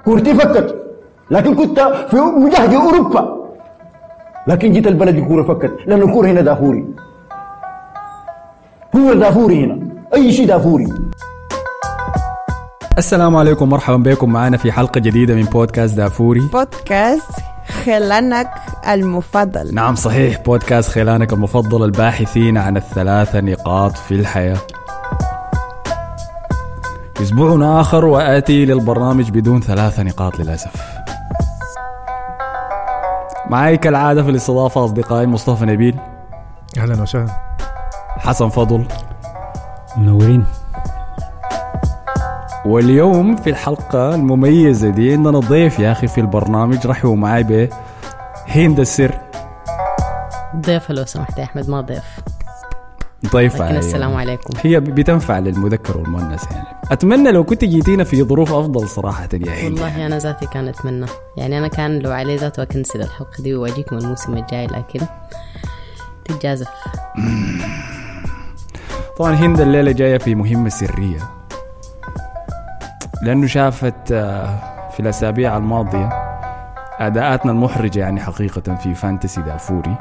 كورتي فكت، لكن كنت في مجاهدة أوروبا، لكن جيت البلد الكورة فكت، لأن الكورة هنا دافوري، هو دافوري هنا، أي شيء دافوري. السلام عليكم، مرحبا بكم معنا في حلقة جديدة من بودكاست دافوري، بودكاست خلانك المفضل. نعم صحيح، بودكاست خلانك المفضل، الباحثين عن الثلاثة نقاط في الحياة. أسبوع آخر وآتي للبرنامج بدون 3 نقاط للأسف. معي كالعادة في الاستضافة أصدقائي مصطفى نبيل، أهلا وسهلا، حسن فضل، منورين. واليوم في الحلقة المميزة دي عندنا ضيف يا أخي في البرنامج. رحبوا معي به هند السر. ضيف لو سمحت يا أحمد، ما ضيف، ضيفة لكن السلام عليكم. هي بتنفع للمذكر والمؤنث يعني. أتمنى لو كنت جيتينا في ظروف أفضل صراحة يا هند. والله أنا ذاتي كان أتمنى، يعني أنا كان لو علي ذاته أكنسل الحلقة دي وأجيكم الموسم الجاي، لكن تتجازف. طبعا هند الليلة جاية في مهمة سرية، لأنه شافت في الأسابيع الماضية أداءاتنا المحرجة يعني حقيقة في فانتسي دافوري،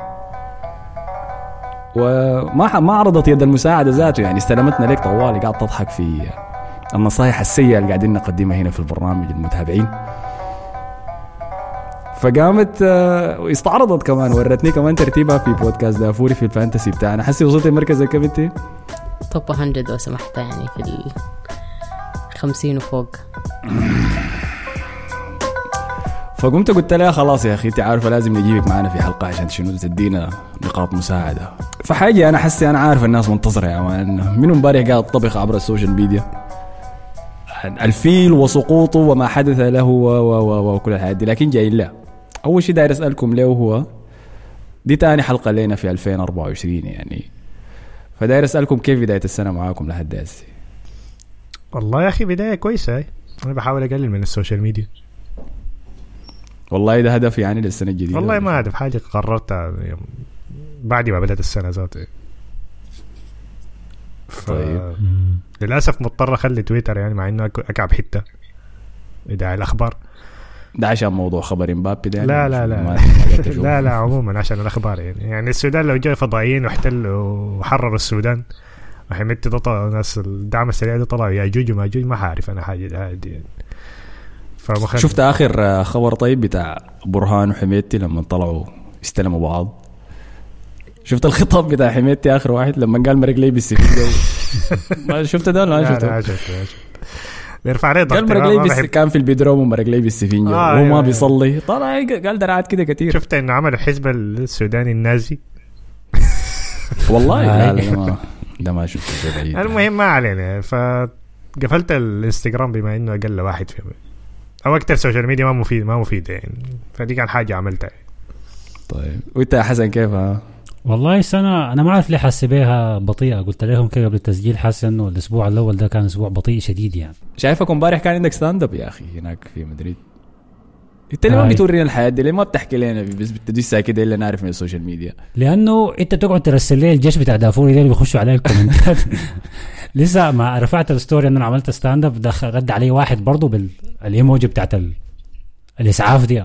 وما عرضت يد المساعدة ذاته، يعني استلمتنا لك طوالي قاعد تضحك في النصائح السيئة اللي قاعدين نقدمها هنا في البرنامج المتابعين. فقامت استعرضت كمان، ورتني كمان ترتيبها في بودكاست دافوري في الفانتسي بتاعنا. حسي وصلت المركز كم انت؟ توب 100 لو سمحت، يعني في 50 وفوق. فقمت قلت لها خلاص يا أخي أنت عارفة لازم نجيبك معنا في حلقة عشان شنو تدينا نقاط مساعدة. فحاجة أنا حسي أنا عارف الناس منتظرة يا مان. من امبارح قاعد طبخ عبر السوشيال ميديا الفيل وسقوطه وما حدث له وكل الحاجات دي، لكن جاي لا. أول شيء داير أسألكم له هو دي تاني حلقة لنا في 2024 يعني، فداير أسألكم كيف بداية السنة معاكم لحد هسه؟ والله يا أخي بداية كويسة. أنا بحاول أقلل من السوشيال ميديا. والله ده هدف يعني للسنة الجديدة؟ والله ما هدف، حاجة قررتها بعد ما بدأت السنة ذاته. طيب للأسف مضطر أخلي تويتر يعني، مع إنه أكعب حتة إذاعة الأخبار. ده عشان موضوع خبر مبابي ده؟ لا لا لا لا لا عموما عشان الأخبار يعني السودان لو جاء فضائيين واحتلوا وحرروا السودان وحميت ناس الدعم السريع ده طلعوا ياجوج وماجوج، ما عارف أنا حاجة هادي يعني. شفت آخر خبر طيب بتاع برهان وحميتي لما طلعوا استلموا بعض؟ شفت الخطاب بتاع حميتي آخر واحد لما قال مرق لي بالسفين؟ ما شفت ده ولا ما شفته؟ لا شفته. بيرفع عليه ضغط. قال مرق لي كان في البيدروم ومرق لي بالسفين وهو ما بيصلي، طلع قال درعات كده كتير. شفت إنه عمل الحزب السوداني النازي. والله لا ده ما شفته. المهم ما علينا، فقفلت الانستغرام بما إنه أقل واحد فيهم أو أكتر سوشيال ميديا ما مفيدة يعني، فدي كان حاجة عملتها. طيب وإنت يا حسن كيف؟ والله السنة أنا ما أعرف ليه حاسس بيها بطيئة. قلت لهم كده قبل التسجيل، حاسس إنه الأسبوع الأول ده كان أسبوع بطيء شديد يعني. شايفكم امبارح كان عندك ستاند اب يا أخي هناك في مدريد. أنت ليه ما بتورينا الحياة دي؟ ليه ما بتحكي لنا بس بتدوسها كده اللي نعرف من السوشيال ميديا؟ لأنه أنت تقعد ترسل لي الجيش بتاع دافوري ده اللي بيخشوا عليه الكومنتات. لسه ما رفعت الستوري إن أنا عملت ستاند اب، رد عليه واحد برضو بالإيموجي بتاعت الإسعاف دي.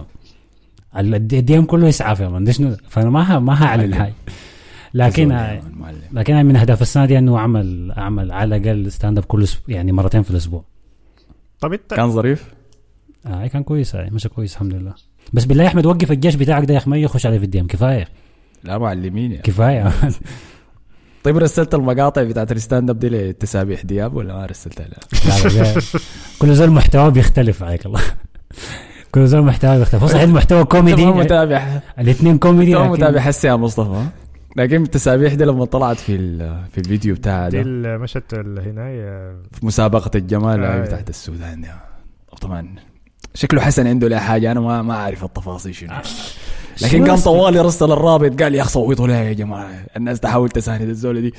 الديم كله إسعاف يا من، فأنا ما هعلن هاي. لكن من أهداف السنة دي إنه أعمل على الأقل ستاند اب كل يعني مرتين في الأسبوع. طب كان ظريف؟ كان كويس، مش كويس الحمد لله. بس بالله يا أحمد وقف الجيش بتاعك ده يا أخي، ما يخش عليه في الديم كفاية. لا معلمين يعني. كفاية. طيب رسلت المقاطع بتاعت الستاند اب دي لتسابيح دياب ولا ما رسلتها؟ لا كل زول محتوى بيختلف عليك الله. كل زول محتوى بيختلف. صحيح المحتوى كوميدي متابع، الاثنين كوميدي متابع حسي يا مصطفى. لكن التسابيح دي لما طلعت في الفيديو بتاعها ده المشهد هنا في مسابقة الجمال بتاعت السودان ده، طبعا شكله حسن عنده له حاجة أنا ما أعرف التفاصيل شنو، لكن قام طوالي رسل الرابط قال يا أخي صوتوا لها يا جماعة، الناس تحاول تساند الزولة دي.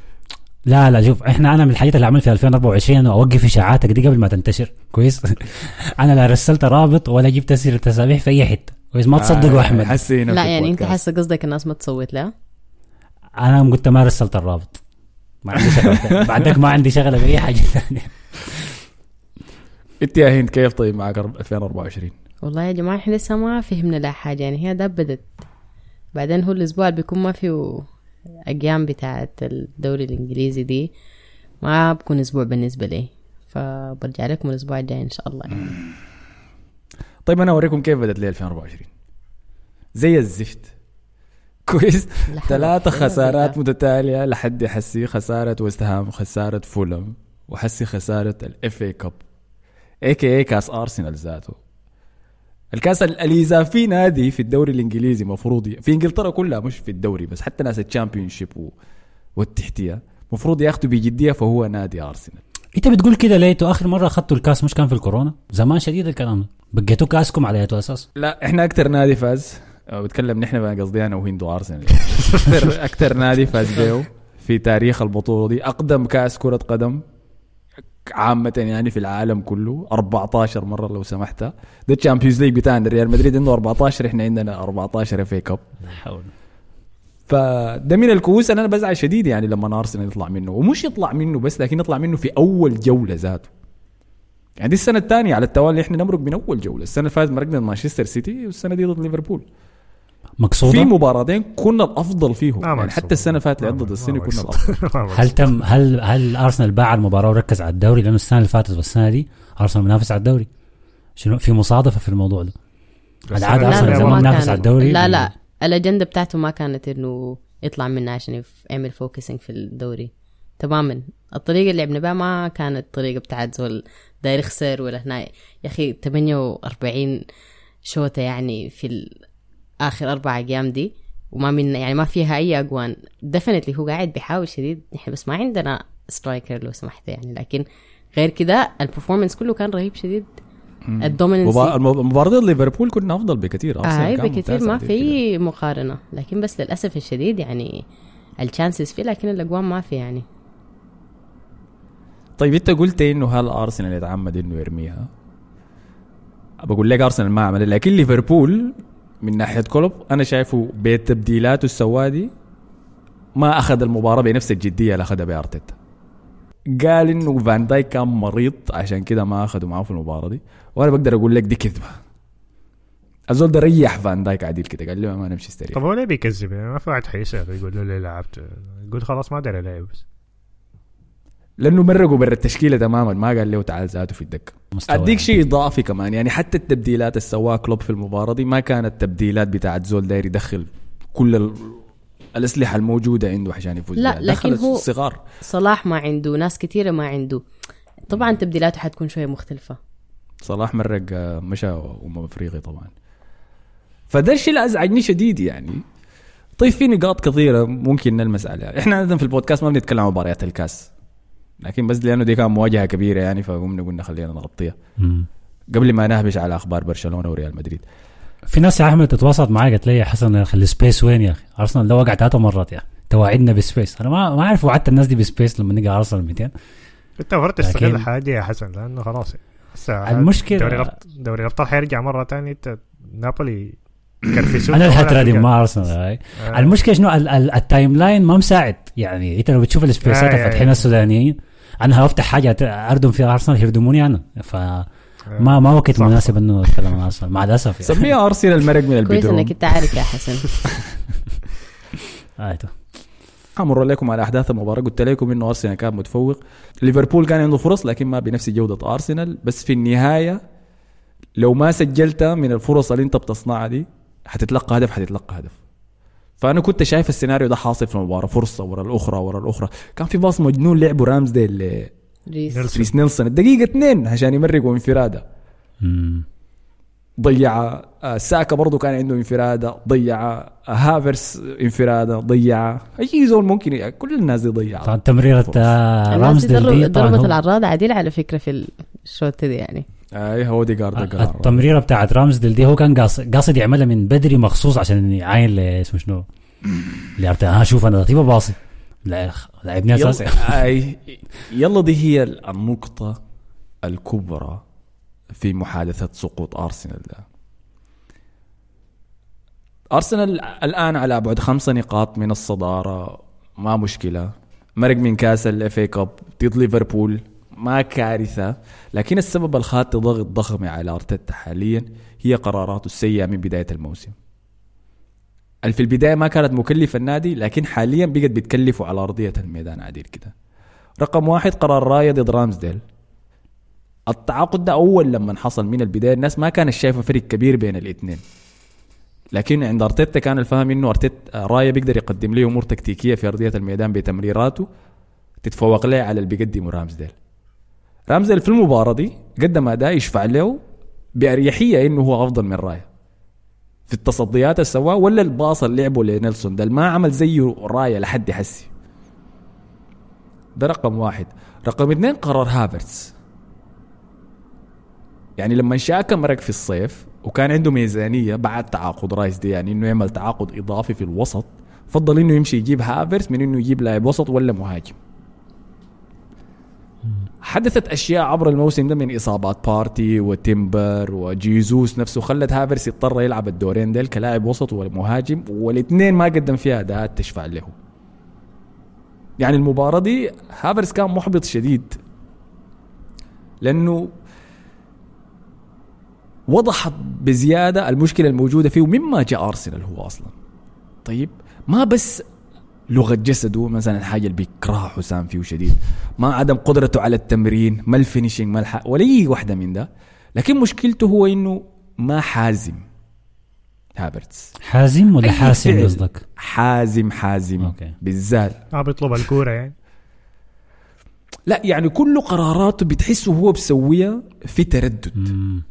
لا شوف أنا من الحاجات اللي عملت في 2024 إنه أوقف إشاعاتك دي قبل ما تنتشر كويس. أنا لا رسلت رابط ولا جبت تسير التسابيح في أي حتة كويس، ما تصدقوا أحمد. لا يعني أنت حاسة قصدك الناس ما تصوت لا؟ أنا قلت ما رسلت الرابط، ما عندي شغلة بعدك ما عندي شغلة بأي حاجة ثانية. انت يا هند كيف طيب معك 2024؟ والله يا جماعة احنا لسه ما فهمنا لا حاجة يعني، هي ده بدت. بعدين هو الأسبوع اللي بيكون ما فيه أيام بتاعة الدوري الإنجليزي دي ما بكون أسبوع بالنسبة لي، فبرجع لكم الأسبوع الجاي إن شاء الله يعني. طيب أنا أوريكم كيف بدت لي 2024 زي الزفت. كويس 3 خسارات متتالية لحد حسي خسارة ويست هام، خسارة فولم، وحسي خسارة الإف إي كاب AKA كاس أرسنال ذاته. الكاس اللي في نادي في الدوري الإنجليزي مفروض في إنجلترا كلها مش في الدوري بس، حتى ناس الشامبيونشيب والتحتية مفروض ياخدوا بجدية، فهو نادي أرسنال. انت بتقول كده ليتو آخر مرة أخذتوا الكاس مش كان في الكورونا؟ زمان شديد الكلام ده، بقيتوا كاسكم على أي أساس؟ لا احنا أكتر نادي فاز، بتكلم نحن بقى قصدي أنا وهندو أرسنال أكتر نادي فاز بيه في تاريخ البطولة دي. أقدم كاس كرة قدم عامة يعني في العالم كله 14 مرة لو سمحت. ده الشامبيونز ليج بتاعنا، ريال مدريد عنده 14 احنا عندنا 14 FA كاب. فده من الكؤوس انا بزعل شديد يعني لما ارسنال يطلع منه، ومش يطلع منه بس لكن يطلع منه في اول جولة ذاته. يعني دي السنة الثانية على التوالي احنا نمرق من اول جولة. السنة اللي فاتت مرقنا مانشستر سيتي والسنة دي ضد ليفربول. مقصودة في مباراتين كنا الافضل فيهم يعني حتى السنة اللي فاتت ضد السنة كنا الافضل. هل ارسنال باع المباراة وركز على الدوري؟ لانه السنة اللي فاتت والسنة دي ارسنال منافس على الدوري. شنو في مصادفة في الموضوع ده؟ العادة ارسنال زمان منافس على الدوري. لا الاجندة بتاعته ما كانت انه يطلع منها عشان يعمل فوكسينج في الدوري تماما. الطريقة اللي لعبنا بها ما كانت طريقة بتاعت زول داير يخسر ولا هنا. يا اخي 48 شوطة يعني في آخر 4 أيام دي وما من يعني ما فيها أي أجوان. دفنتلي هو قاعد بيحاول شديد، نحن بس ما عندنا سترايكر لو سمحت يعني. لكن غير كده البرفورمانس كله كان رهيب شديد. الدوميننسي مباراة ليفربول كنا أفضل بكتير. بكتير ما في مقارنة. لكن بس للأسف الشديد يعني الشانسز فيه لكن الأجوان ما في يعني. طيب أنت قلت إنه هل أرسنال يتعمد إنه يرميها؟ بقول لك أرسنال ما عمل، لكن ليفربول من ناحية كلوب أنا شايفه بتبديلاته السوادي ما أخذ المباراة بنفس الجدية اللي أخذها بأرتيتا. قال إنه فان دايك كان مريض عشان كده ما أخذوا معه في المباراة دي، وأنا بقدر أقول لك دي كذبة. الزول ده ريح فان دايك عديل كده قال له ما نمشي استريح. طب هو ليه بيكذب؟ ما في واحد حيسأل يقول له ليه لعبت، يقول خلاص ما داري ألعب بس لأنه مرقوا برا التشكيلة تماما، ما قال له تعال زاته في الدكة. أديك شيء إضافي كمان يعني حتى التبديلات السواء كلوب في المباراة دي ما كانت تبديلات بتاعت زول داير يدخل كل الأسلحة الموجودة عنده عشان يفوز. لا لكن هو الصغار صلاح ما عنده، ناس كتيرة ما عنده، طبعا تبديلاته حتكون شوية مختلفة. صلاح مرق مشى أفريقيا طبعا، فده الشيء اللي أزعجني شديد يعني. طيب في نقاط كثيرة ممكن نلمس عليها. إحنا عندنا في البودكاست ما بنتكلم عن مباريات الكاس، لكن بس لأنه دي كان مواجهة كبيرة يعني فقمنا قلنا خلينا نغطيها قبل ما نهبش على أخبار برشلونة وريال مدريد. في ناس يا أحمد تتواصلت معي قالت لي يا حسن يا أخي السبيس وين يا أخي؟ أرسنال ده وقع 3 مرات يا أخي، توعدنا بسبيس. أنا ما أعرف وعدت الناس دي بسبيس لما نيجي أرسنال 200. أنت فرت تستغل حاجة يا حسن لأنه خلاص المشكلة دوري الأبطال حيرجع مرة تانية. أنت نابولي أنا الحترة دي ما أرسنال. المشكلة شنو التايم لاين ما مساعد يعني. أنت لو بتشوف السبيسات فاتحين السودانيين أنا هفتح حاجة أردم في أرسنال يردموني أنا، ما وقت مناسب إنه أتكلم عن أرسنال مع الأسف يعني. سميها أرسنال المرق من البدروم. كويس إنك أنت عارف يا حسن. أمر لكم على أحداث المباراة. قلت لكم إنه أرسنال كان متفوق، ليفربول كان عنده فرص لكن ما بنفس جودة أرسنال. بس في النهاية لو ما سجلت من الفرص اللي أنت بتصنعها دي هتتلقى هدف. فأنا كنت شايف السيناريو ده حاصل في المباراة، فرصة ورا الأخرى. كان في باص مجنون لعبه رامزديل ريس نيلسون الدقيقة 2 عشان يمرقوا انفرادة ضيع. ساكا برضو كان عنده انفرادة ضيع، هافرس انفرادة ضيع. أي زول ممكن كل الناس دي ضيع. طبعا تمريرة رامزديل ضربة العراضة عديل على فكرة في الشوط دي يعني. هو دي قارد التمريرة بتاعت رامزديل دي هو كان قاصد يعملها من بدري مخصوص عشان يعاين اسمه شنو اللي عرفتها. شوف أنا طيبة باصي لعبني أساسي. يلا دي هي النقطة الكبرى في محادثة سقوط أرسنال ده. أرسنال الآن على بعد 5 نقاط من الصدارة، ما مشكلة. مرق من كاس الFA كاب ضد ليفربول ما كارثة، لكن السبب الخاطئ ضغط ضخم على أرتيتا حاليا هي قراراته السيئة من بداية الموسم. في البداية ما كانت مكلفة النادي، لكن حاليا بقت بتكلفه على أرضية الميدان عديل كده. رقم 1 قرار رايا ضد رامزديل. التعاقد ده أول لما حصل من البداية الناس ما كانت شايفة فرق كبير بين الاثنين، لكن عند أرتيتا كان الفهم إنه أرتيتا رايا بيقدر يقدم له أمور تكتيكية في أرضية الميدان بتمريراته تتفوق له على اللي بيقدمه رامزديل. رامزديل في المباراة دي قدم أداء يشفع له بأريحية إنه هو أفضل من رايا في التصديات السواء، ولا الباص اللي لعبه لنيلسون ده ما عمل زيه رايا لحد حسي. ده رقم 1. رقم 2 قرار هافرتز. يعني لما شاك مرق في الصيف وكان عنده ميزانية بعد تعاقد رايس دي، يعني إنه يعمل تعاقد إضافي في الوسط، فضل إنه يمشي يجيب هافرتز من إنه يجيب لاعب وسط ولا مهاجم. حدثت أشياء عبر الموسم ده من إصابات بارتي وتيمبر وجيزوس نفسه خلت هافرتز يضطر يلعب الدورين ديل كلاعب وسط ومهاجم، والاثنين ما قدم فيها أداءات تشفع له. يعني المباراة دي هافرتز كان محبط شديد، لأنه وضحت بزيادة المشكلة الموجودة فيه ومما جاء أرسنال هو أصلا. طيب ما بس لغة جسده مثلا الحاجة اللي بيكرهها حسام فيه شديد، ما عدم قدرته على التمرين، ما الفينيشنج، ما الحق ولا أي واحدة من ده، لكن مشكلته هو إنه ما حازم. هافرتز حازم ولا حاسم قصدك؟ حازم أوكي. بالذات بيطلب الكورة يعني لا، يعني كل قراراته بتحسه هو بسويها في تردد.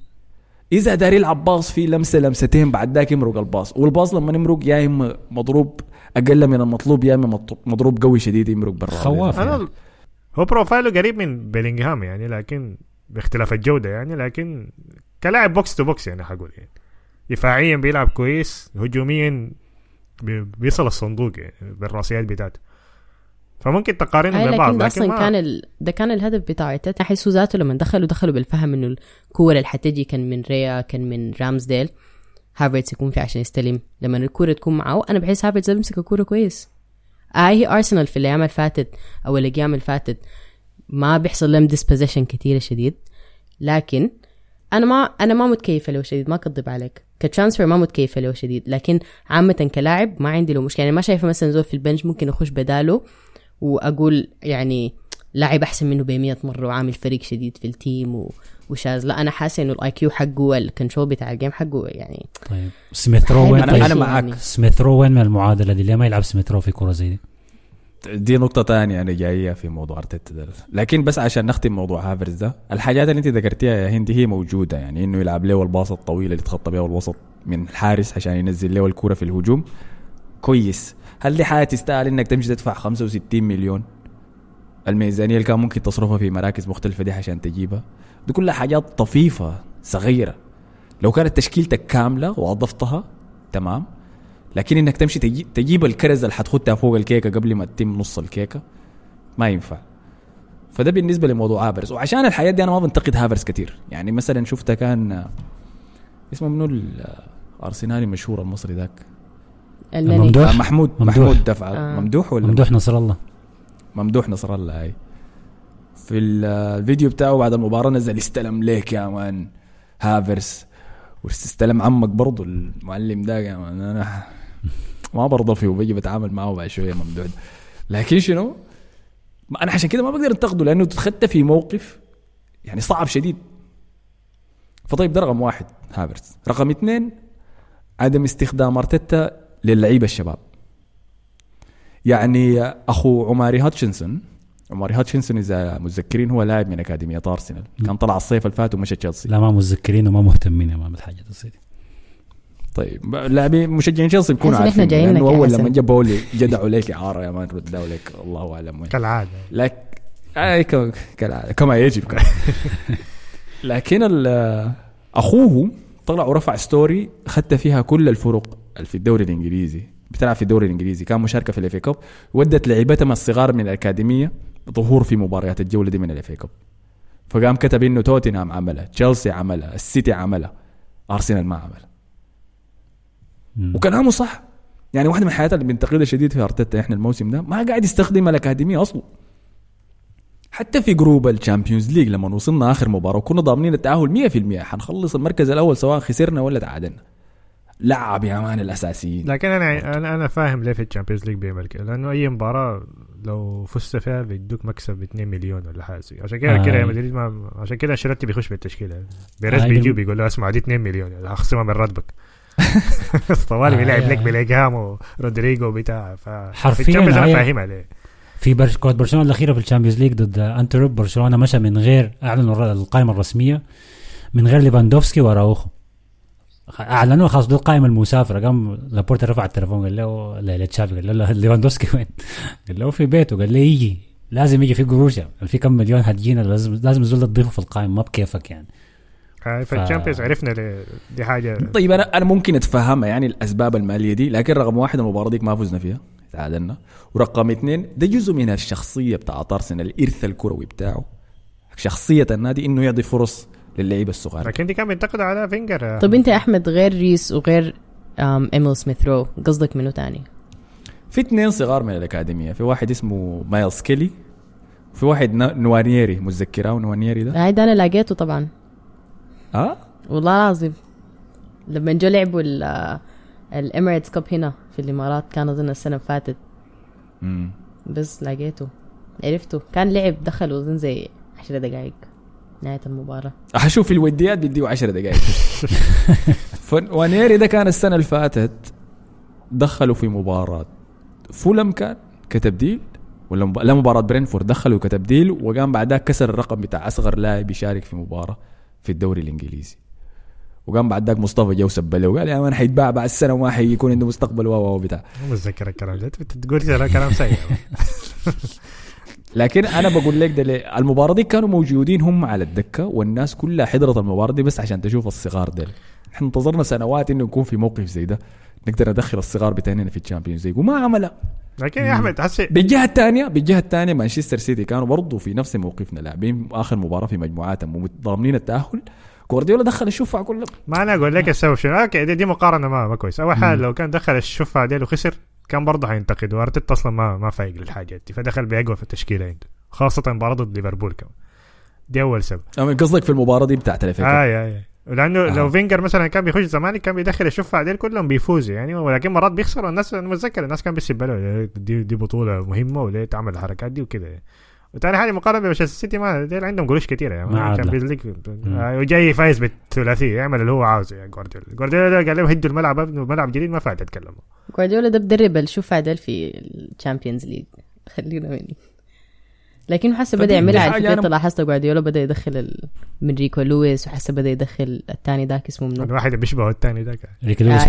إذا داري يلعب باص فيه لمسة لمستين بعد ذاك يمرق الباص، والباص لما يمرق يا إما مضروب أقل من المطلوب يا إما مضروب قوي شديد يمرق برا. خواف يعني. هو بروفايله قريب من بيلينغهام يعني، لكن باختلاف الجودة يعني، لكن كلاعب بوكس تو بوكس يعني حقول يعني دفاعيا بيلعب كويس، هجوميا بيصل الصندوق يعني بالراسيات بتاعته، فممكن تقارنهم ببعض. لكن اصلا ده كان الهدف بتاعه. احسه ذاته لما دخلوا بالفهم انه الكوره اللي حتجي كان من ريا، كان من رامزديل، هافرتز يكون في عشان يستلم. لما الكوره تكون معه انا بحس هافرتز بيمسك الكوره كويس. هي ارسنال في الايام الفاتت او الايام الفاتت ما بيحصل لهم ديسبوزيشن كتير شديد، لكن انا ما متكيفه له شديد، ما كذب عليك. كترانسفير ما متكيفه له شديد، لكن عامه كلاعب ما عندي له مشكله. يعني ما شايفه مثلا زول في البنش ممكن اخش بداله واقول يعني لاعب احسن منه ب100 مره وعامل فريق شديد في التيم وشاز. لا انا حاسه انه الاي كيو حقه والكنترول بتاع الجيم حقه يعني. طيب سميث رو وين؟ انا معك يعني. سميث رو وين من المعادله دي؟ ليه ما يلعب سميث رو في كره زي دي نقطة تانية أنا جاية في موضوع أرتيتا ده. لكن بس عشان نختم موضوع هافرز ده، الحاجات اللي أنت ذكرتيها يا هندي هي موجودة، يعني إنه يلعب له الباصة الطويلة اللي يتخطى بها الوسط من الحارس عشان ينزل له الكرة في الهجوم كويس. هل دي حاجة تستاهل إنك تمشي تدفع 65 مليون الميزانية اللي كان ممكن تصرفها في مراكز مختلفة دي عشان تجيبها؟ دي كلها حاجات طفيفة صغيرة. لو كانت تشكيلتك كاملة وأضفتها تمام، لكن انك تمشي تجيب الكرز اللي حتخدها فوق الكيكه قبل ما تتم نص الكيكه ما ينفع. فده بالنسبه لموضوع هافرز. وعشان الحياه دي انا ما بنتقد هافرز كتير، يعني مثلا شفته كان اسمه منو الارسنالي المشهور المصري ذاك ممدوح. محمود دفع ممدوح ولا ممدوح نصر الله؟ ممدوح نصر الله. هاي في الفيديو بتاعه بعد المباراه نزل استلم ليك يا مان هافرز، واستلم عمك برضو المعلم ده يا مان. انا ما برضى فيه وبيجي بتعامل معه بعد شويه ممدوح، لكن شنو انا عشان كده ما بقدر انتقده لانه تدخلت في موقف يعني صعب شديد. فطيب ده رقم 1 هافرتز. رقم 2 عدم استخدام أرتيتا للعيبه الشباب. يعني اخو عماري هاتشنسون اذا متذكرين هو لاعب من اكاديميه ارسنال، كان طلع الصيف الفات ومشى تشيلسي. لا ما متذكرين وما مهتمين يا ما بالحاجه تصير. طيب لاعبين مشجعين تشيلسي بيكونوا عارفين لانه اول لما جابوا لي جدعوا ليك اعاره يا مان ردوا لك الله اعلم وين كالعاده لك كالعاده كما يجب. لكن اخوه طلع ورفع ستوري خدت فيها كل الفرق في الدوري الانجليزي، بتلعب في الدوري الانجليزي، كان مشاركه في الإف إيه كاب، ودت لعيبتهم الصغار من الاكاديميه ظهور في مباريات الجوله دي من الإف إيه كاب. فقام كتب انه توتنهام عملها، تشيلسي عملها، السيتي عملها، ارسنال ما عملها. وكلامه صح. يعني واحده من الحاجات اللي بنتقدها شديد في ارتيتا احنا الموسم ده ما قاعد يستخدم الاكاديميه اصلا. حتى في جروب الشامبيونز ليج لما وصلنا آخر مباراة وكنا ضامنين التأهل 100% حنخلص المركز الأول سواء خسرنا ولا تعادلنا. لعب يا مان الأساسيين. لكن أنا فاهم ليه في الشامبيونز ليج بيعمل كده، لأنه أي مباراة لو فزت فيها بيدوك مكسب 2 مليون ولا حاجة. عشان كده يا مدريد عشان كده أنشيلوتي بيخش بالتشكيلة بيرز بيجي بيقول له اسمع دي 2 مليون هخصمها من راتبك. طوالي بيلعب لك بليغهام ورودريجو بتاع حرفيا أنا فاهمها ليه. في برشلونة الأخيرة في الشامبيونز ليج ضد أنتروب برشلونة مشى من غير أعلنوا القائمة الرسمية من غير ليفاندوفسكي وراوخو، اعلنوا خلاص دول القائمه المسافره. قام لابورتا رفع التليفون قال له لتشافي قال له ليفاندوفسكي وين؟ قال له في بيته. قال له يجي لازم يجي في قروش يعني في كم مليون هتجينا لازم الزول تضيفه في القائمه ما بكيفك يعني. فالشامبيونز عرفنا دي حاجه. طيب انا ممكن اتفهمها يعني الاسباب الماليه دي، لكن رقم واحد المباراه دي ما فزنا فيها تعادلنا، ورقم اثنين ده جزء من الشخصيه بتاع أرسنال الارث الكروي بتاعه شخصيه النادي انه يعطي فرص للعيبه الصغار. لكن دي كان بينتقد على فينجر. طب انت يا احمد غير ريس وغير ايميل سميث رو قصدك منو تاني؟ في 2 صغار من الأكاديمية، في واحد اسمه مايلز كيلي وفي واحد نوانييري. متذكراه نوانييري ده؟ هاي ده انا لاقيته طبعا. والله العظيم لما جو لعبوا الاميريتس كاب هنا في الامارات كان اظن السنه فاتت. بس لاقيته عرفته كان لعب دخل اظن زي 10 دقائق نهاية المباراة. أشوف الوديات بيديو 10 دقائق. فوانيري ده كان السنة اللي فاتت دخلوا في مباراة فولم كان كتبديل ولا لا مباراة برينفورد دخلوا كتبديل، وقام بعدها كسر الرقم بتاع أصغر لاعب يشارك في مباراة في الدوري الإنجليزي. وقام بعد ذاك مصطفى جوسب بله وقال يا مان حيتباع بعد السنة وما حيكون عنده مستقبل واو بتاع. متذكر الكلام ده تقول كلام سيء. لكن انا بقول لك ده المباراه دي كانوا موجودين هم على الدكه والناس كلها حضرت المباراه دي بس عشان تشوف الصغار ده. احنا انتظرنا سنوات انه نكون في موقف زي ده نقدر ندخل الصغار بتاعنا في الشامبيونز ليج وما عملها. لكن يا احمد حسي بالجهه الثانيه مانشستر سيتي كانوا برضو في نفس موقفنا لاعبين اخر مباراه في مجموعاتهم وضامنين التاهل. جوارديولا دخل الشفعة كلها. ما انا اقول لك السبب شنو. اوكي دي مقارنه ما كويس. اول حاجه لو كان دخل الشفعة دي وخسر كان برضه هينتقد وارتيتا اصلا ما فايق للحاجات دي فدخل بيقوى في التشكيله عنده خاصه مباراه ضد ليفربول كمان. دي اول سبب. قصدك في المباراه دي بتاعت الفيفا. لانه لو فينجر مثلا كان بيخش زمانك كان بيدخل الشفعة دي كلهم بيفوز يعني، ولكن مرات بيخسر والناس متذكر الناس كان بيسبوا دي بطوله مهمه وليه تعمل الحركات دي وكده. وتاني حاجه مقارنه بمانشستر سيتي ما دي عندهم قروش كتيره يعني كان بيزلك وجاي فايز بالثلاثيه يعمل اللي هو عاوزه يعني. جوارديولا قال لهم هدوا الملعب ابنوا ملعب جديد ما فات تتكلموا. جوارديولا ده بدرب الشوف عدل في الشامبيونز ليج خلينا منه. لكن حسب بدا يعملها على فكره. لاحظت جوارديولا بدا يدخل من ريكو لويس وحسب بدا يدخل الثاني ذاك اسمه منو الواحد بيشبه الثاني ذاك ريكو لويس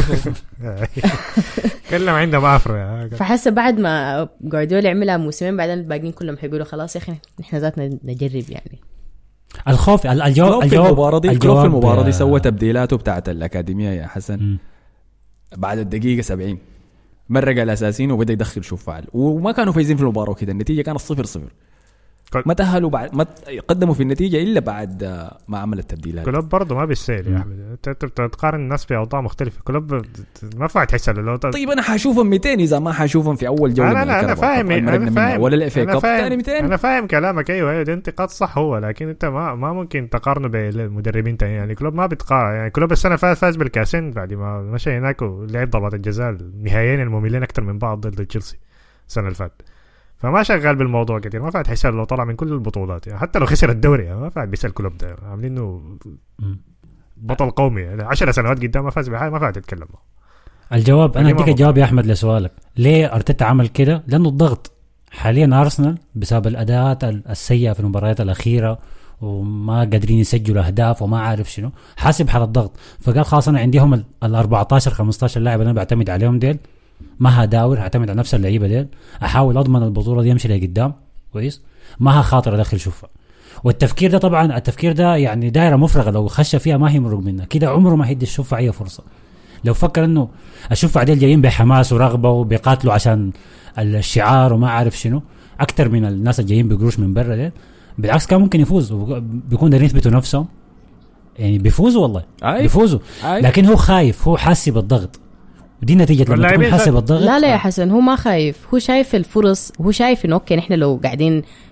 كلهم عندهم افرو. فحسب بعد ما جوارديولا يعملها موسمين بعدين الباقيين كلهم حيقولوا خلاص يا اخي احنا ذاتنا نجرب يعني. الخوف الجواب في المباراه دي سوى تبديلاته بتاعت الاكاديميه يا حسن. بعد الدقيقه 70 مرق الاساسيين وبدا يدخل شوفعل وما كانوا فايزين في المباراه وكده النتيجه كانت 0-0. ما تأهلوا بعد ما قدموا في النتيجة إلا بعد ما عمل التبديلات. كلوب برضه ما بيسير يا أحمد. تقارن الناس في أوضاع مختلفة. كلوب ما فاعل تحس له. طيب أنا حشوفهم 200 إذا ما حشوفهم في أول جولة. أنا فاهم ولا الإفي كاب ثاني 200. أنا فاهم كلامك أيوة ده انتقاد صح هو لكن أنت ما ممكن تقارنه بالمدربين تاني يعني. كلوب ما بتقارن يعني. كلوب السنة فاز بالكاسين بعد ما مشى هناك ولعب ضربات الجزاء النهائيين المملين أكتر من بعض ضد تشيلسي السنة اللي فاتت. فما شغال بالموضوع كتير. ما فات حيسأل لو طلع من كل البطولات يعني. حتى لو خسر الدوري ما فات بيسأل كلوب ده عاملينه بطل قومي يعني 10 سنوات قدام ما فاز بحاجة ما فات يتكلم. الجواب أنا أديك الجواب يا أحمد لسؤالك ليه أرتيتا عمل كده. لأنه الضغط حاليا أرسنال بسبب الأداءات السيئة في المباريات الأخيرة وما قادرين يسجلوا أهداف وما عارف شنو حاسب على الضغط. فقال خلاص أنا عندهم 14-15 لاعب أنا بعتمد عليهم ديل ما هداور هعتمد على نفس اللعيبه ديل احاول اضمن البطوله دي يمشي لقدام كويس ما هخاطر ادخل شوفها. والتفكير ده طبعا التفكير ده يعني دايره مفرغه لو خش فيها ما هي مرق منها كده عمره ما هيدي الشوفه اي فرصه. لو فكر انه الشوفه عديل جايين بحماس ورغبه وبيقاتلوا عشان الشعار وما عارف شنو اكتر من الناس الجايين بقروش من برا ديل بالعكس كان ممكن يفوز وبيكون دارين يثبتوا نفسهم يعني بيفوزوا والله بيفوزوا لكن هو خايف هو حاسس بالضغط ودي نتيجة لما تكون حاسب الضغط. لا يا حسن هو ما خايف هو شايف الفرص وهو شايف انه اوكي نحن لو قاعدين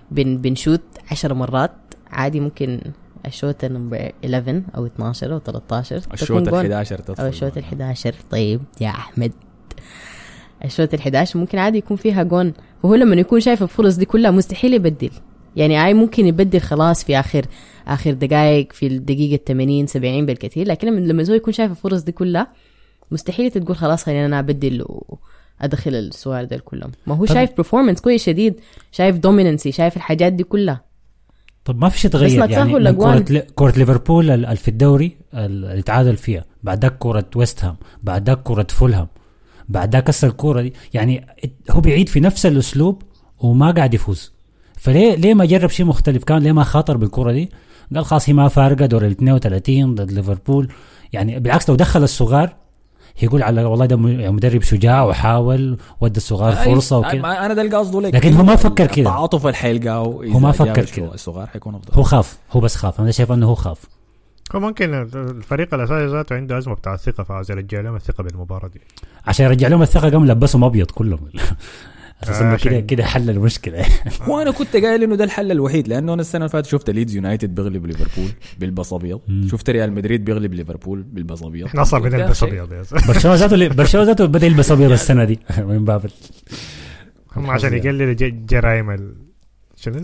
بنشوت 10 مرات عادي، ممكن الشوط نمبر 11 أو 12 أو 13 الشوط 11 تدخل أو الشوط 11. طيب يا أحمد الشوط 11 ممكن عادي يكون فيها جون، وهو لما يكون شايف الفرص دي كلها مستحيل يبدل. يعني ممكن يبدل خلاص في آخر دقائق في الدقيقة 80 70 بالكثير، لكن لما زوي يكون شايف الفرص دي كلها مستحيل تقول خلاص خلينا أنا أبدل وأدخل السوار ده كلهم. ما هو شايف performance كويس شديد، شايف dominancy، شايف الحاجات دي كلها. طب ما فيش تغير يعني كرة ليفربول في الدوري اللي تعادل فيها، بعدك كرة ويست هام، بعدك كرة فولهام، بعدك كسر الكرة دي، يعني هو بيعيد في نفس الأسلوب وما قاعد يفوز. فليه ما جرب شيء مختلف؟ كان ليه ما خاطر بالكرة دي؟ قال خلاص هي ما فارقة دور 32 ضد ليفربول. يعني بالعكس لو دخل الصغار يقول على والله ده مدرب شجاع وحاول ودى الصغار فرصة وكذا. أنا ده القصد لك، لكن هو ما فكر كده. تعاطف الحلقة هو ما فكر كده. الصغار حيكون أفضل. هو خاف، هو بس خاف. أنا شايف أنه هو خاف. هو ممكن الفريق الأساسي ذاته عنده أزمة بتاع الثقة، فعاوز يرجع لهم الثقة بالمباراة دي. عشان يرجع لهم الثقة قام لبسهم أبيض كلهم. كده حل المشكلة. وانا كنت قايل انه ده الحل الوحيد، لانه انا السنه اللي فاتت شفت ليدز يونايتد بيغلب ليفربول بالباص ابيض، شفت ريال مدريد بيغلب ليفربول بالباص ابيض. احنا اصلا بنلبس ابيض يا برشلونه ذاته بدا يلبس ابيض السنه دي من باب هم عشان يقللوا جرائم شنو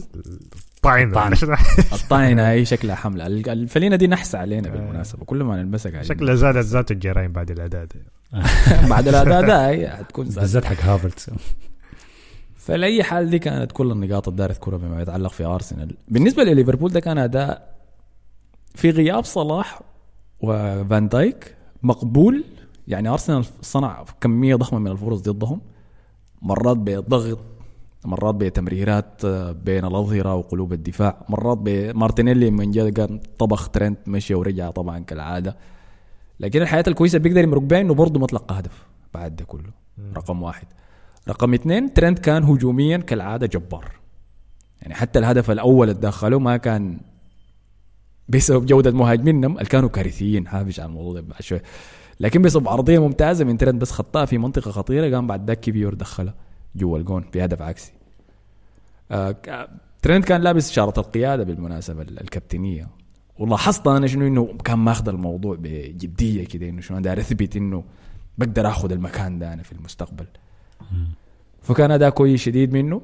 الطعن هاي شكلها حمله. الفلينه دي نحس علينا بالمناسبه، كل ما نلبسها قاعد شكلها زادت ذات الجرائم بعد الاداء بعد الاداء ده هي حتكون بالذات حق هافرتس. فلأي حال دي كانت كل النقاط الدارت كرة بما يتعلق في أرسنال. بالنسبة لليفربول ده كان أداء في غياب صلاح وفان دايك مقبول. يعني أرسنال صنع كمية ضخمة من الفرص ضدهم، مرات بضغط، مرات بتمريرات بين الأظهرة وقلوب الدفاع، مرات بمارتينيلي من جد كان طبخ ترنت مشي ورجع طبعا كالعادة. لكن الحياة الكويسة بيقدر يمرق بها إنه برضو مطلق هدف بعد ده كله. رقم 1. رقم 2 ترنت كان هجوميا كالعادة جبار. يعني حتى الهدف الأول اتدخله ما كان بسبب جودة مهاجمينهم اللي كانوا كارثيين، حافش على الموضوع ده بعد شوي، لكن بسبب عرضية ممتازة من ترنت بس خطأ في منطقة خطيرة، قام بعد ذاك كيفيور دخله جوا الجون في هدف عكسي. ترنت كان لابس شارة القيادة بالمناسبة الكابتنية، ولاحظت أنا شنو إنه كان ماخذ الموضوع بجدية كده، إنه شنو داير أثبت إنه بقدر أخذ المكان ده أنا في المستقبل. فكان ده كويس شديد منه.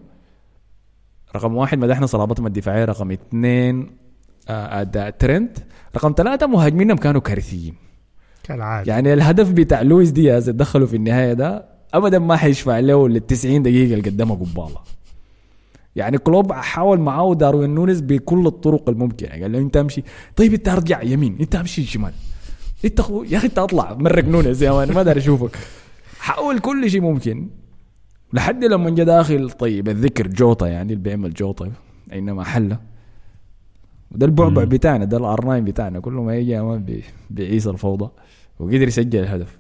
رقم 1 مدحنا صلابتهم الدفاعية. رقم 2 أداء ترنت. رقم 3 مهاجمينهم كانوا كارثيين كالعادة. يعني الهدف بتاع لويس دياز دخلوا في النهاية ده أبدا ما حيشفع له لل90 دقيقة اللي قدمها قبالة. يعني كلوب حاول معاه داروين نونيز بكل الطرق الممكنة، قال له انت امشي، طيب انت ارجع يمين، انت امشي شمال، انت يا اخي انت اطلع مرق نونيز يا مان ما دار اشوفك. حاول كل شيء ممكن لحد لما جاء داخل. طيب الذكر جوطة، يعني اللي بيعمل جوطة اينما حله، وده البعبع بتاعنا، ده الارناين بتاعنا، كل ما يجي امان بعيسى الفوضى، وقدر يسجل الهدف.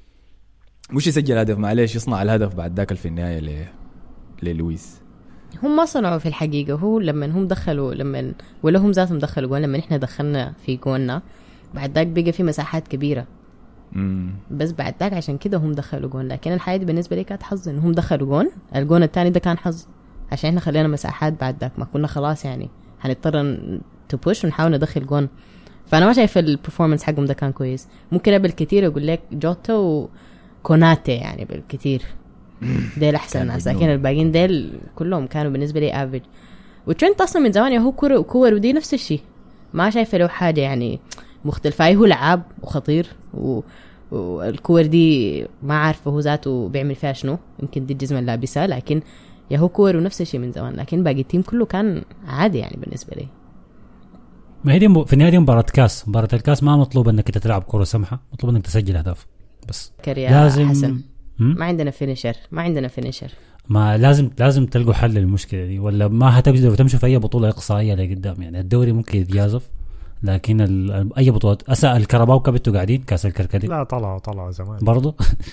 مش يسجل هدف، معليش يصنع الهدف بعد ذاك في النهاية للويس. هم ما صنعوا في الحقيقة، هو لما هم دخلوا ولا هم ذاتهم دخلوا جون، لما نحن دخلنا في جوننا بعد ذاك بقى في مساحات كبيرة. بس بعد ذاك عشان كده هم دخلوا جون. لكن الحياة دي بالنسبة لي كانت حظ ان هم دخلوا جون. الجون الثاني ده كان حظ عشان احنا خلينا مساحات بعد ذاك، ما كنا خلاص يعني هنضطر تبوش ونحاول ندخل جون. فانا ما شايف البرفورمانس حقهم ده كان كويس. ممكن قبل كتير اقول لك جوتا وكوناتي يعني بالكتير ديل احسن ناس، لكن الباقيين ديل كلهم كانوا بالنسبه لي افريج. وترنت اصلا من زمان هو كور ودي نفس الشيء، ما شايفه له حاجه يعني مختلفه. هو لعاب وخطير والكور دي ما عارفه هو ذاته بيعمل فيها شنو، يمكن دي الجزمه اللي لابسها، لكن يا هو كور ونفس الشيء من زمان. لكن باقي التيم كله كان عادي يعني بالنسبه لي. ما هي دي في النهايه دي مباراه الكاس ما مطلوب انك تلعب كره سمحه، مطلوب انك تسجل اهداف بس. لازم حسن. ما عندنا فينيشر. ما لازم تلقوا حل للمشكله دي، ولا ما هتقدروا تمشوا في اي بطوله اقصائيه لقدام. يعني الدوري ممكن يتجازف، لكن اي بطولات الكرباو كبتوا قاعدين كاس الكركدي لا طلعوا زمان برضو.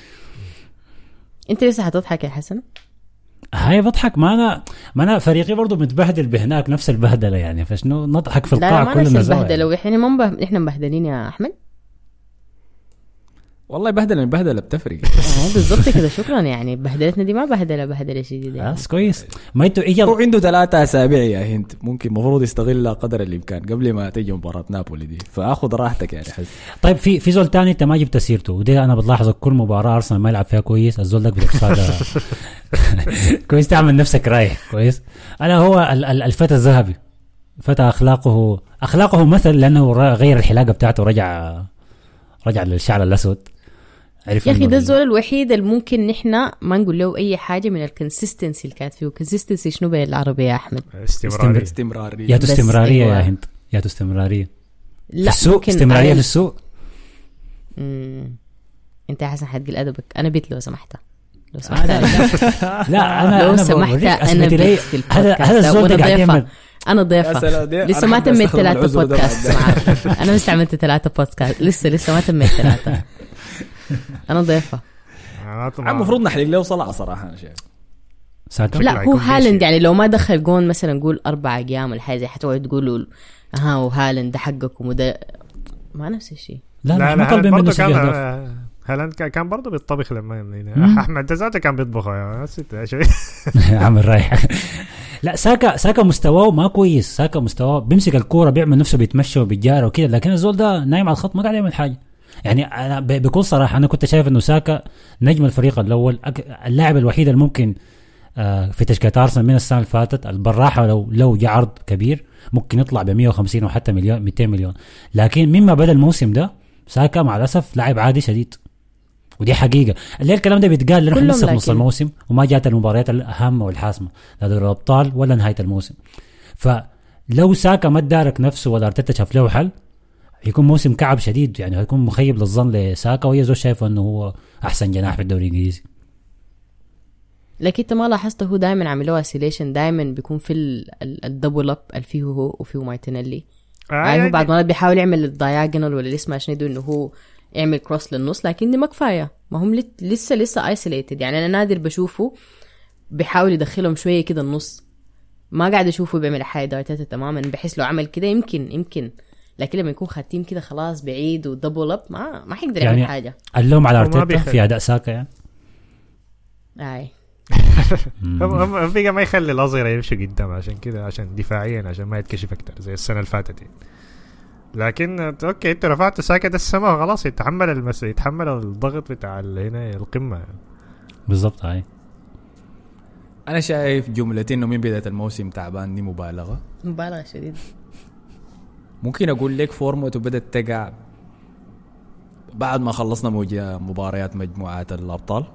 انت لسه هتضحك يا حسن؟ هاي بضحك. ما انا فريقي برضو متبهدل بهناك نفس البهدله يعني، فشنو نضحك في القاع كلنا زي. لا ما نفس البهدله، واحنا احنا مبهدلين يا احمد. والله بهدله بتفرق. بالضبط كده. شكرا يعني بهدلتنا دي ما بهدله شديده يعني. كويس. ما انتوا هو عنده 3 أسابيع يا هند، ممكن مفروض يستغلها قدر الامكان قبل ما تيجي مباراه نابولي دي، فاخذ راحتك يعني حس. طيب في زول تاني انت ما جبت سيرته، وده انا بتلاحظ كل مباراه ارسنال ما يلعب فيها كويس الزول ده بتتفادى. كويس تعمل نفسك رايح كويس. انا هو الفتى الذهبي، فتى اخلاقه مثل، لانه غير الحلاقه بتاعته، رجع للشعر الاسود. يا اخي ده الزول الوحيد اللي ممكن نحن ما نقول له اي حاجه من الكونسيستنسي اللي كانت فيه. كونسيستنسي شنو بالعربيه يا احمد؟ استمراريه. يا استمراريه يا هند، يا استمراريه. لا في السوق استمراريه في السوق. انت يا حسن حتقل ادبك. انا بيت لو سمحت لا انا لو سمحت انا بيت في هذا الزول ده قاعد يعمل. انا ضيفه لسه ما تميت 3 بودكاست معك. انا استعملت 3 بودكاست لسه ما تميت 3. انا ضيفه. المفروض نحلق له صلعه صراحه انا شايف. لا هو هالاند يعني لو ما دخل جون مثلا نقول 4 أيام ولا حاجه حتقعد تقولوا وهالاند ده حقك ومده ما نفس الشيء. لا ما طالبين منه شيء. هالاند كان برضه بيطبخ لما احمد ذاته كان بيطبخ يا شيء. عامل رايح. لا ساكا مستواه ما كويس. ساكا مستواه بيمسك الكوره بيعمل نفسه بيتمشى وبيتجارى وكده، لكن الزول ده نايم على الخط ما قاعد يعمل حاجه. يعني انا بكل صراحه انا كنت شايف انه ساكا نجم الفريق الاول، اللاعب الوحيد اللي ممكن في تشكيله ارسنال من السنه اللي فاتت البراحه لو جاء عرض كبير ممكن يطلع ب 150 وحتى 200 مليون. لكن مما بدا الموسم ده ساكا مع الاسف لاعب عادي شديد، ودي حقيقه. اللي الكلام ده بيتقال لنحن لسه في نص الموسم وما جات المباريات الاهمه والحاسمه لا دوري الابطال ولا نهايه الموسم. فلو ساكا ما تدارك نفسه ولا ارتيتا شاف له حل يكون موسم كعب شديد، يعني هيكون مخيب للظن لساكا، وهي زول شايفه انه هو احسن جناح في الدوري الانجليزي. لكن انت ما لاحظت هو دائما عملوا اسيليشن، دائما بيكون في الدبل اب اللي فيه هو وفيه مارتينيلي. يعني هو بعد ما بيحاول يعمل الداياجونال ولا اسمه عشان يدو انه هو يعمل كروس للنص، لكن دي ما كفايه. ما هم لسه ايسوليتد. يعني انا نادر بشوفه بيحاول يدخلهم شويه كده النص، ما قاعد اشوفه بيعمل حاجه تماما. بحس لو عمل كده يمكن لكن لما يكون خاتين كده خلاص بعيد ودبل اب ما حيقدر يعمل يعني حاجه. اللوم على ارتيتا في اداء ساكا يعني. اي هم بيجا ما يخلي الأظهرة يمشي قدام عشان كده، عشان دفاعيا عشان ما يتكشف اكتر زي السنه اللي فاتت. لكن اوكي انت رفعت ساكا ده السماء خلاص يتحمل الضغط بتاع هنا القمه. بالضبط. هاي انا شايف جملتين انه من بدايه الموسم تعبان دي مبالغه شديد. ممكن اقول لك فورمته بدات تقع بعد ما خلصنا مباريات مجموعات الابطال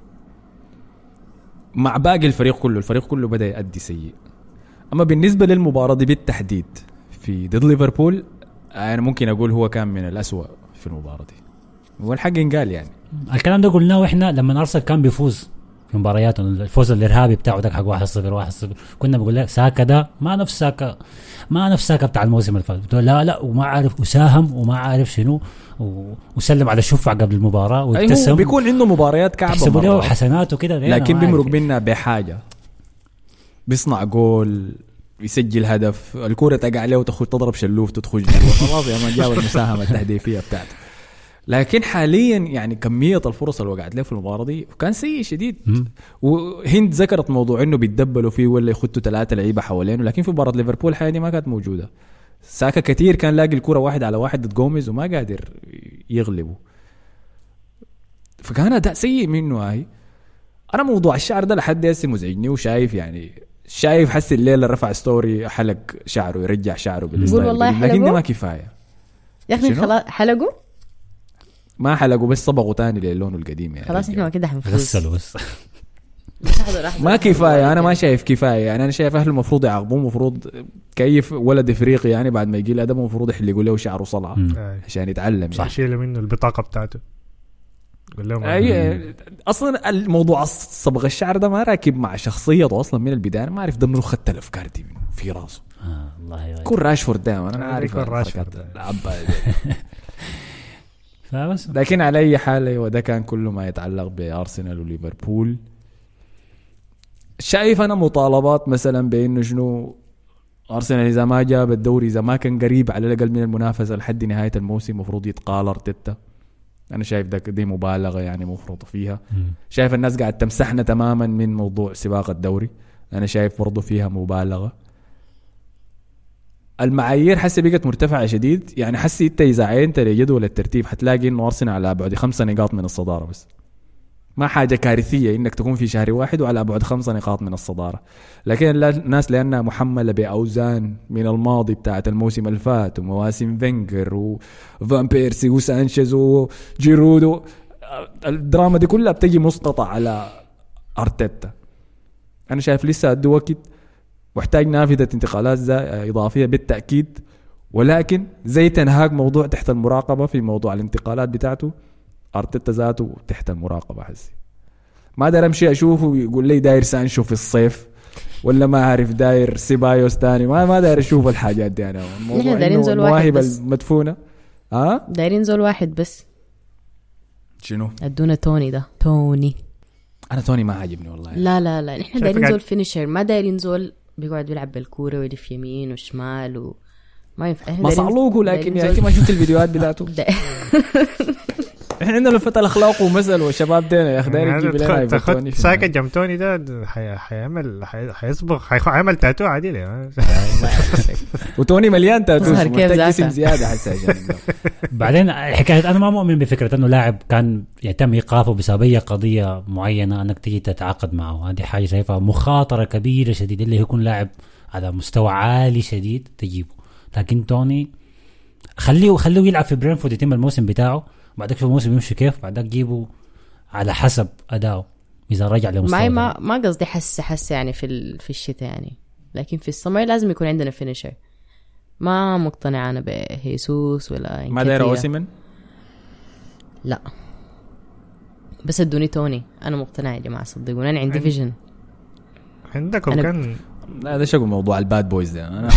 مع باقي الفريق كله بدا يؤدي سيء. اما بالنسبه للمباراه دي بالتحديد في ضد ليفربول انا ممكن اقول هو كان من الأسوأ في المباراه دي، والحق ينقال. يعني الكلام ده قلناه احنا لما ارسنال كان بيفوز في مبارياته، الفوز الارهابي بتاعه ده حق 1-0 كنا بقول لك ساكا ده ما نفس ساكا بتاع الموسم اللي فات. لا وما عارف وساهم وما عارف شنو وسلم على الشفع قبل المباراه وابتسم. بيكون عنده مباريات كعبه يحسبوا له حسناته كده، لكن بيمرق منها بحاجه، بيصنع جول يسجل هدف، الكرة تقع عليه وتخرج تضرب شلوف تدخل جوا خلاص يا ما جاب المساهمة التهديفية بتاعته. لكن حاليا يعني كمية الفرص اللي وقعت له في المباراة دي كان سيء شديد. وهند ذكرت موضوع انه بيتدبلوا فيه ولا يخطوا 3 لعيبة حوالينه، لكن في مباراة ليفربول حاجة دي ما كانت موجودة. ساكا كتير كان لاقي الكرة 1 على 1 ضد جوميز وما قادر يغلبه، فكان أداء سيء منه. هاي انا موضوع الشعر ده لحد هسه مزعجني، وشايف يعني حس الليلة رفع ستوري حلق شعره يرجع شعره بالستايل، لكن ده ما كفاية يا أخي. خلاص حلقوا ما حلقوا بس صبغوا تاني للونه القديم يعني. خلاص احنا كده حنفوز غسلوا بس ما كفاية. أنا ما شايف كفاية يعني. أنا شايف أهل المفروض يعاقبوه، المفروض كيف ولد إفريقي يعني بعد ما يجي الأدب المفروض يحلقوا له شعره صلعة عشان يتعلم. صح شيله منه البطاقة بتاعته. اصلا الموضوع صبغ الشعر ده ما راكب مع شخصيته اصلا من البدايه. ما عارف ده منو خدت الافكار دي في راسه. الله كل راشفورد دائما انا عارف راشفورد فبس. لكن على اي حال وده كان كله ما يتعلق بارسنال وليفربول. شايف انا مطالبات مثلا بانه شنو ارسنال اذا ما جاب الدوري، اذا ما كان قريب على الاقل من المنافسه لحد نهايه الموسم، مفروض يتقال ارتيتا انا شايف دي مبالغه يعني مفرط فيها. شايف الناس قاعد تمسحنا تماما من موضوع سباق الدوري، انا شايف برضو فيها مبالغه. المعايير حسي بقت مرتفعه شديد، يعني حسي انت اذا عينت لجدول الترتيب حتلاقي انه ارسنال على بعد 5 نقاط من الصداره، بس ما حاجه كارثيه انك تكون في شهر واحد وعلى بعد 5 نقاط من الصداره. لكن الناس لانها محمله باوزان من الماضي بتاعه الموسم اللي فات ومواسم فينجر وفان بيرسي وسانشيز وجيرودو، الدراما دي كلها بتجي مسقطه على ارتيتا. انا شايف لسه عنده وقت واحتاج نافذه انتقالات اضافيه بالتاكيد، ولكن زي تنهاج موضوع تحت المراقبه في موضوع الانتقالات بتاعته، ارتيتا ذاته تحت المراقبه. حسي ما داير امشي اشوفه ويقول لي داير سانشو في الصيف ولا ما عارف داير سيبايوس تاني، ما داير اشوف الحاجات دي. انا نحن دايرين زول واحد المواهب بس المدفونه. دايرين زول واحد بس. شنو؟ ادونا توني ده. توني انا توني ما عاجبني والله. لا نحن دايرين زول فينيشر، ما دايرين زول بيقعد بيلعب بالكوره ويلف يمين وشمال ما ينفع. ما صعلوكوا لكن يا اخي ما شفت الفيديوهات بتاعته. احنا عندنا لفت الاخلاق ومثل والشباب دينا يا اخي داير يجيب لنا تاخد ساكت جمتوني ده حيعمل تاتو عادي ليه. وتوني مليان تاتو محتاج اسم زياده حسا. بعدين حكايه انا ما مؤمن بفكره انه لاعب كان يتم ايقافه بسبب اي قضيه معينه انك تيجي تتعاقد معه. هذه حاجه شايفها مخاطره كبيره شديد، اللي يكون لاعب على مستوى عالي شديد تجيبه. لكن توني خليه يلعب في برينفورد يتم الموسم بتاعه، بعدك في الموسم يمشي كيف، بعدك جيبه على حسب أداؤه إذا رجع لمستوى. ما قصدي حس يعني في الشتاء يعني، لكن في الصيف لازم يكون عندنا فينيشر. ما مقتنع أنا بهيسوس ولا ما داير أوسيمن. لا بس ادوني توني، أنا مقتنع يا جماعة صدقوني، أنا عندي فيجن. عندكم كان هذا شو موضوع الباد بويز ده. أنا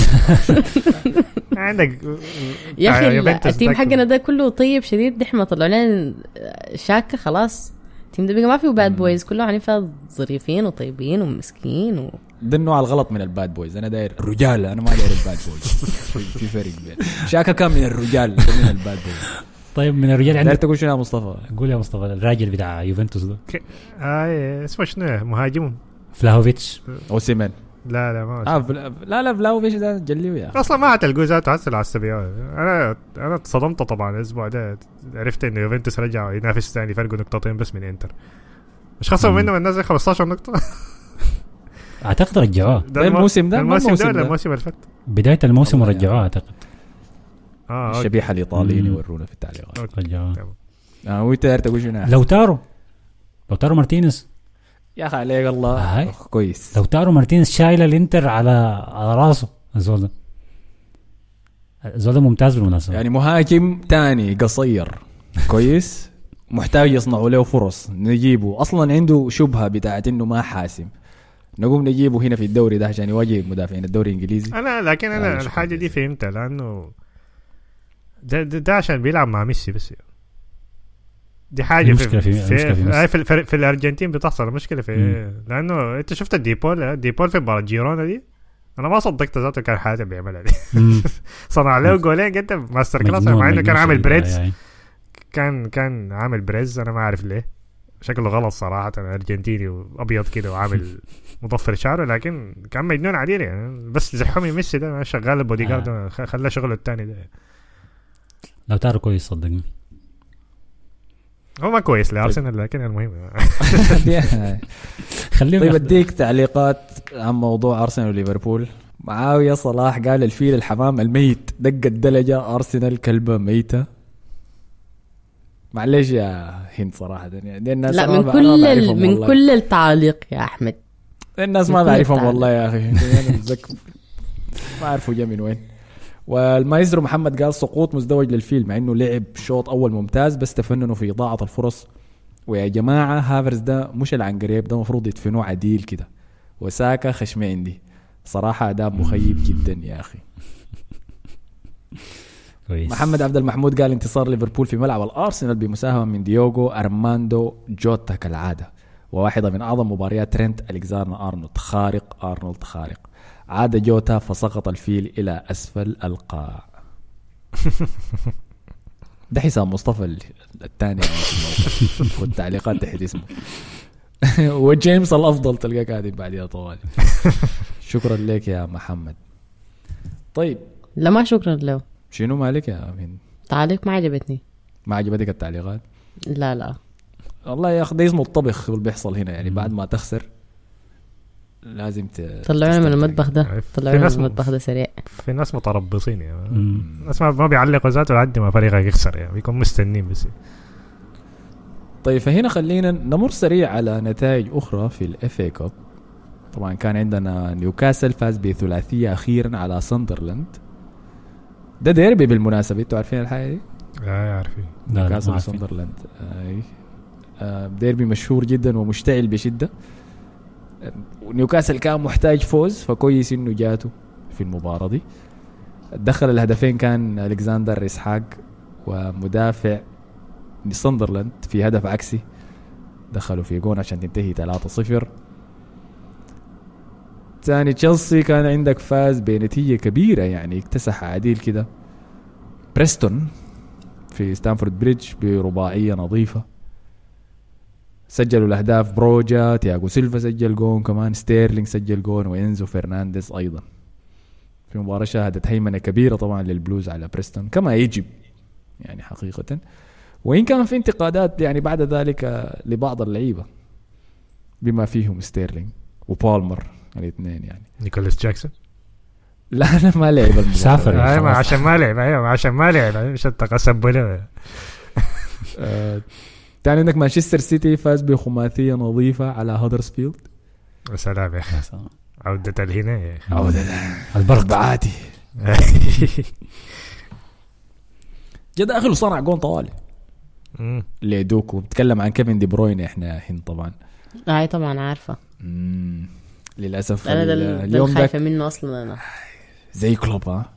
عندك يا أخي التيم حقنا ده كله طيب شديد، نحن طلعنا شاكة خلاص. التيم ده بقى ما فيه باد بويز، كله عنيفة ظريفين وطيبين ومسكين ده النوع الغلط من الباد بويز. أنا داير الرجال، أنا ما داير الباد بويز. في فرق بين شاكة كان من الرجال من الباد بويز. طيب من الرجال عندك تقول شنو يا مصطفى؟ قول يا مصطفى الراجل بتاع يوفنتوس ده اسمه شنو مهاجم فلاهوفيتش أوسيمن. لا ما لا فلاوفيتش ده جليو يا اصلا ما هتلقوا ذاته حسن على السبيعة. انا اتصدمت طبعا الاسبوع ده، عرفت انه يوفنتوس رجع ينافس ثاني، فرقه نقطتين بس من انتر، مش خسروا منه من نزل 15 نقطة. اعتقد رجعوه الموسم ده الموسم اللي فات بداية الموسم ورجعوه اعتقد. الشبيحة الإيطاليين يورونا في التعليقات. رجعوه. ويتر تقول شنو؟ لوتارو مارتينيز يا اخي عليك الله كويس. لوتارو مارتينيز شايل الانتر على راسه. الزول ده ممتاز بالمناسبة، يعني مهاجم تاني قصير كويس محتاج يصنعوا له فرص، نجيبه اصلا عنده شبهة بتاعت انه ما حاسم، نقوم نجيبه هنا في الدوري ده عشان يواجه مدافعين الدوري الانجليزي. لكن انا الحاجة دي فهمتها، لانه ده عشان بيلعب مع ميسي بس. دي حاجة في الأرجنتين بتحصل مشكلة في لأنه أنت شفت ديبول في مباراة جيرونا دي، أنا ما صدقت ذاته كان حاجة بيعملها دي. صنع له جولين جدا ماستر كلاس، مع إنه كان عامل بريدز، كان عامل بريز. أنا ما أعرف ليه، شكله غلط صراحة، أرجنتيني وأبيض كده وعامل مضفر شعره، لكن كان مجنون عديل يعني. بس زحومي ميسي ده شغال البودي جارد، خلى شغله التاني ده. لو تعرف كويس صدقني هو ما كويس لأرسنال، لكن المهم طيب اديك تعليقات عن موضوع أرسنال وليفربول. معاوية صلاح قال الفيل الحمام الميت دق الدلجة، أرسنال كلبة ميتة. معليش يا هند صراحة يعني الناس لا من كل التعليق يا أحمد، الناس ما بعرفهم والله يا أخي. ما أعرفوا جا من وين. والمايسترو محمد قال سقوط مزدوج للفيل، مع انه لعب شوط اول ممتاز بس تفننوا في اضاعه الفرص. ويا جماعه هافرز ده مش العنقريب ده، مفروض يدفنوه عديل كده. وساكا خشمي عندي صراحه، اداء مخيب جدا يا اخي. محمد عبد المحمود قال انتصار ليفربول في ملعب الارسنال بمساهمه من ديوغو ارماندو جوتا كالعاده، وواحده من اعظم مباريات ترينت الكساندر ارنولد. خارق عاد جوتا فسقط الفيل إلى أسفل القاع. ده حساب مصطفى الثاني والتعليقات تحت اسمه وجيمس الأفضل تلقى كاتب بعدها طوال. شكرا لك يا محمد. طيب لا ما شكرا له. شنو مالك يا أمين؟ تعليق ما عجبتني. ما عجبتك التعليقات؟ لا والله يا أخي ده اسمه الطبخ اللي بيحصل هنا يعني. بعد ما تخسر لازم طلعونا من المطبخ ده. طلعونا من المطبخ ده سريع. في ناس متربصين يعني ناس ما بيعلقوا ذاته لحد ما فريقك يخسر يعني بيكون مستنين بس. طيب فهنا خلينا نمر سريع على نتائج أخرى في الإف اي كاب. طبعا كان عندنا نيوكاسل فاز بثلاثية أخيرا على ساندرلاند. ده ديربي بالمناسبة، انتوا عارفين الحاجة دي؟ عارفين نيوكاسل وساندرلاند. ديربي مشهور جدا ومشتعل بشدة. نيوكاسل كان محتاج فوز فكويس انه جاته في المباراة دي. دخل الهدفين كان ألكسندر إسحاق ومدافع ساندرلاند في هدف عكسي دخلوا في جون عشان تنتهي 3-0. ثاني تشيلسي كان عندك فاز بنتيجة كبيرة يعني اكتسح عديل كده بريستون في ستانفورد بريدج برباعية نظيفة. سجلوا الأهداف بروجا، تياغو سيلفا سجل جون، كمان ستيرلينج سجل جون، وينزو فرنانديز أيضا في مباراة شهدت هيمنة كبيرة طبعا للبلوز على بريستون كما يجب يعني حقيقة. وإن كان في انتقادات يعني بعد ذلك لبعض اللعيبة بما فيهم ستيرلينج وبالمر الاثنين يعني. نيكولاس جاكسون لا أنا ما لعب المباراة. سافر عشان ما لعب. أيوة عشان ما لعب مش تقسم له. تاني عندك مانشستر سيتي فاز بخماسية نظيفة على هدرسفيلد. سلام يا أخي. عودة الهنا يا أخي. عودة البرق بعاتي. جد أخلو صنع جون طوالي. ليدوكو بتكلم عن كيفن دي بروين احنا هنا طبعا. هاي طبعا عارفة. للأسف أنا اليوم خايفة منه أصلا أنا. زي كلوب ها.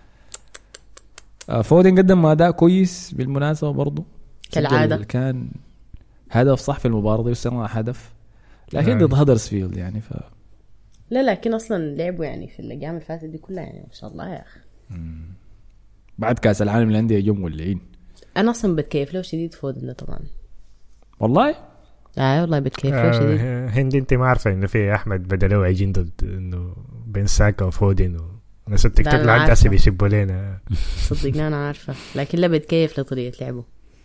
فودن قدم أداء كويس بالمناسبة برضو كالعادة. كان هدف صح في المباراة دي وصنع هدف لكن ضد هدرسفيلد يعني لا لكن أصلا لعبوا يعني في الأيام الفاتت دي كلها يعني ما شاء الله يا أخي. بعد كأس العالم للأندية يوم والعين. أنا أصلا بتكيف له شديد فودن طبعا. والله والله بتكيف له شديد. هندي انت ما عارفة إنه في أحمد بدلوا عجين ضد إنه بين ساكا وفودن ناس التيك توك لعند أسي بيسبوا لنا. صدقني أنا عارفة لكن لا بتكيف لطريقة لعبه.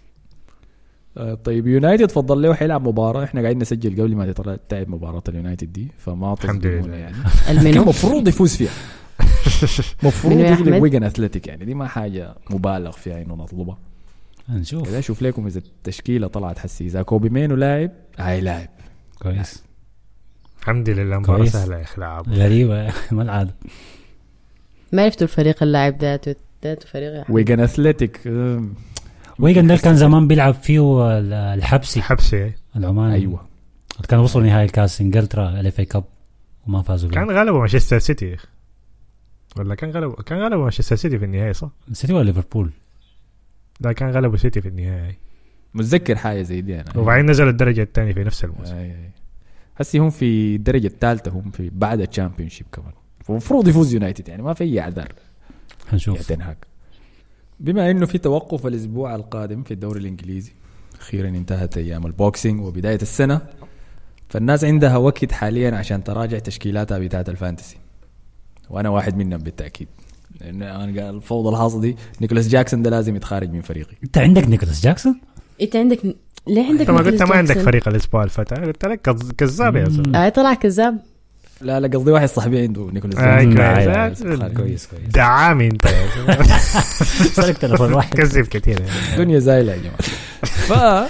طيب يونايتد فضل له حيلعب مباراة احنا قاعدين نسجل قبل ما تتلعب مباراة اليونايتد دي فما تصدقونا يعني. المفروض يفوز فيها. مفروض يغلب ويغن أثلتيك يعني دي ما حاجة مبالغ فيها إنه نطلبها. نشوف إذا شوف لكم إذا التشكيلة طلعت حسي إذا كوبي مينو لاعب هاي لاعب كويس. الحمد لله مباراة سهلة يا أخي لعب غريبة ما العادة. ما عرفتوا الفريق اللاعب ذاته فريق ويغن أثلتيك. ويغن ده كان زمان بيلعب فيه الحبسي العماني. أيوة كان وصلوا نهائي الكاس إنجلترا الإف إيه كاب وما فازوا. كان غلبوا مانشستر سيتي ولا كان غلبوا مانشستر سيتي في النهائي صح؟ سيتي ولا ليفربول؟ لا كان غلبوا سيتي في النهائي. متذكر حاجة زي دي أنا. وبعدين نزلوا الدرجة الثانية في نفس الموسم. هسي هم في الدرجة الثالثة هم في بعد الشامبيونشيب كمان. المفروض يفوز يونايتد يعني ما في أي عذر. هنشوف. بما إنه في توقف الأسبوع القادم في الدوري الإنجليزي أخيرا انتهت أيام البوكسينج وبداية السنة فالناس عندها وقت حاليا عشان تراجع تشكيلاتها بتاعت الفانتسي وأنا واحد منهم بالتأكيد. أنا الفوضى الحاصلة دي نيكولاس جاكسون ده لازم يتخارج من فريقي. أنت عندك نيكولاس جاكسون؟ أنت عندك ليه عندك؟ أنت ما قلت ما عندك فريق الأسبوع الفتى قلت لك كذاب يا زلمة. طلع كذاب. لا قصدي واحد صاحبي عنده نيكولاس جاكسون. كويس دعامي أنت يا زلمة. سألك تلفون واحد كذب كتير. الدنيا زايلة يا جماعة.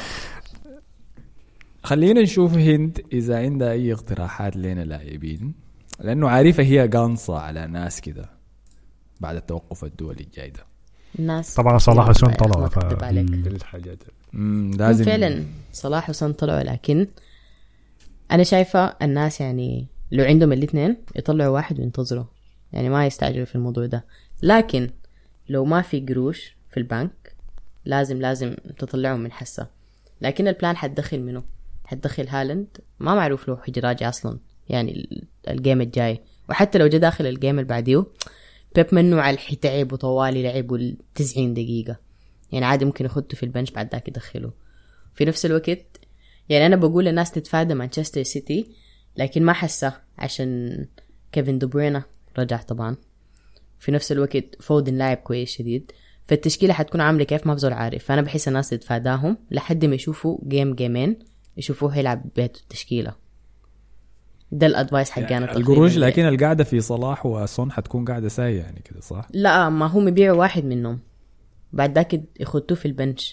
خلينا نشوف هند إذا عندها أي اقتراحات لنا لاعبين لأنه عارفة هي قانصة على ناس كده بعد التوقف الدولي الجاي ده. الناس طبعا صلاح وسون طلعوا الحاجات لازم فعلا صلاح وسون طلعوا لكن أنا شايفة الناس يعني لو عندهم الاثنين يطلعوا واحد وينتظروا يعني ما يستعجلوا في الموضوع ده. لكن لو ما في قروش في البنك لازم تطلعهم من حسة. لكن البلان حتدخل منه حتدخل هالاند ما معروف له حجي راجع أصلا يعني الجيم الجاي وحتى لو جاء داخل الجيم اللي بعديه بيب منه على الحتعب وطوالي لعبوا 90 دقيقة يعني عادي ممكن يخطوا في البنش بعد ذاك يدخله. في نفس الوقت يعني أنا بقول للناس تتفادى مانشستر سيتي، لكن ما حسه عشان كيفن دي بروين رجع طبعا. في نفس الوقت فودن لاعب كويس شديد، فالتشكيلة حتكون عاملة كيف ما بزول عارف. فأنا بحس الناس تتفاداهم لحد ما يشوفوا جيمين يشوفوه يلعب بيت التشكيلة. ده الادفايس حقنا يعني القروش. لكن القاعدة في صلاح وسون حتكون قاعدة ساية يعني كده صح؟ لا، ما هم يبيعوا واحد منهم بعد ذاك يخطوه في البنش.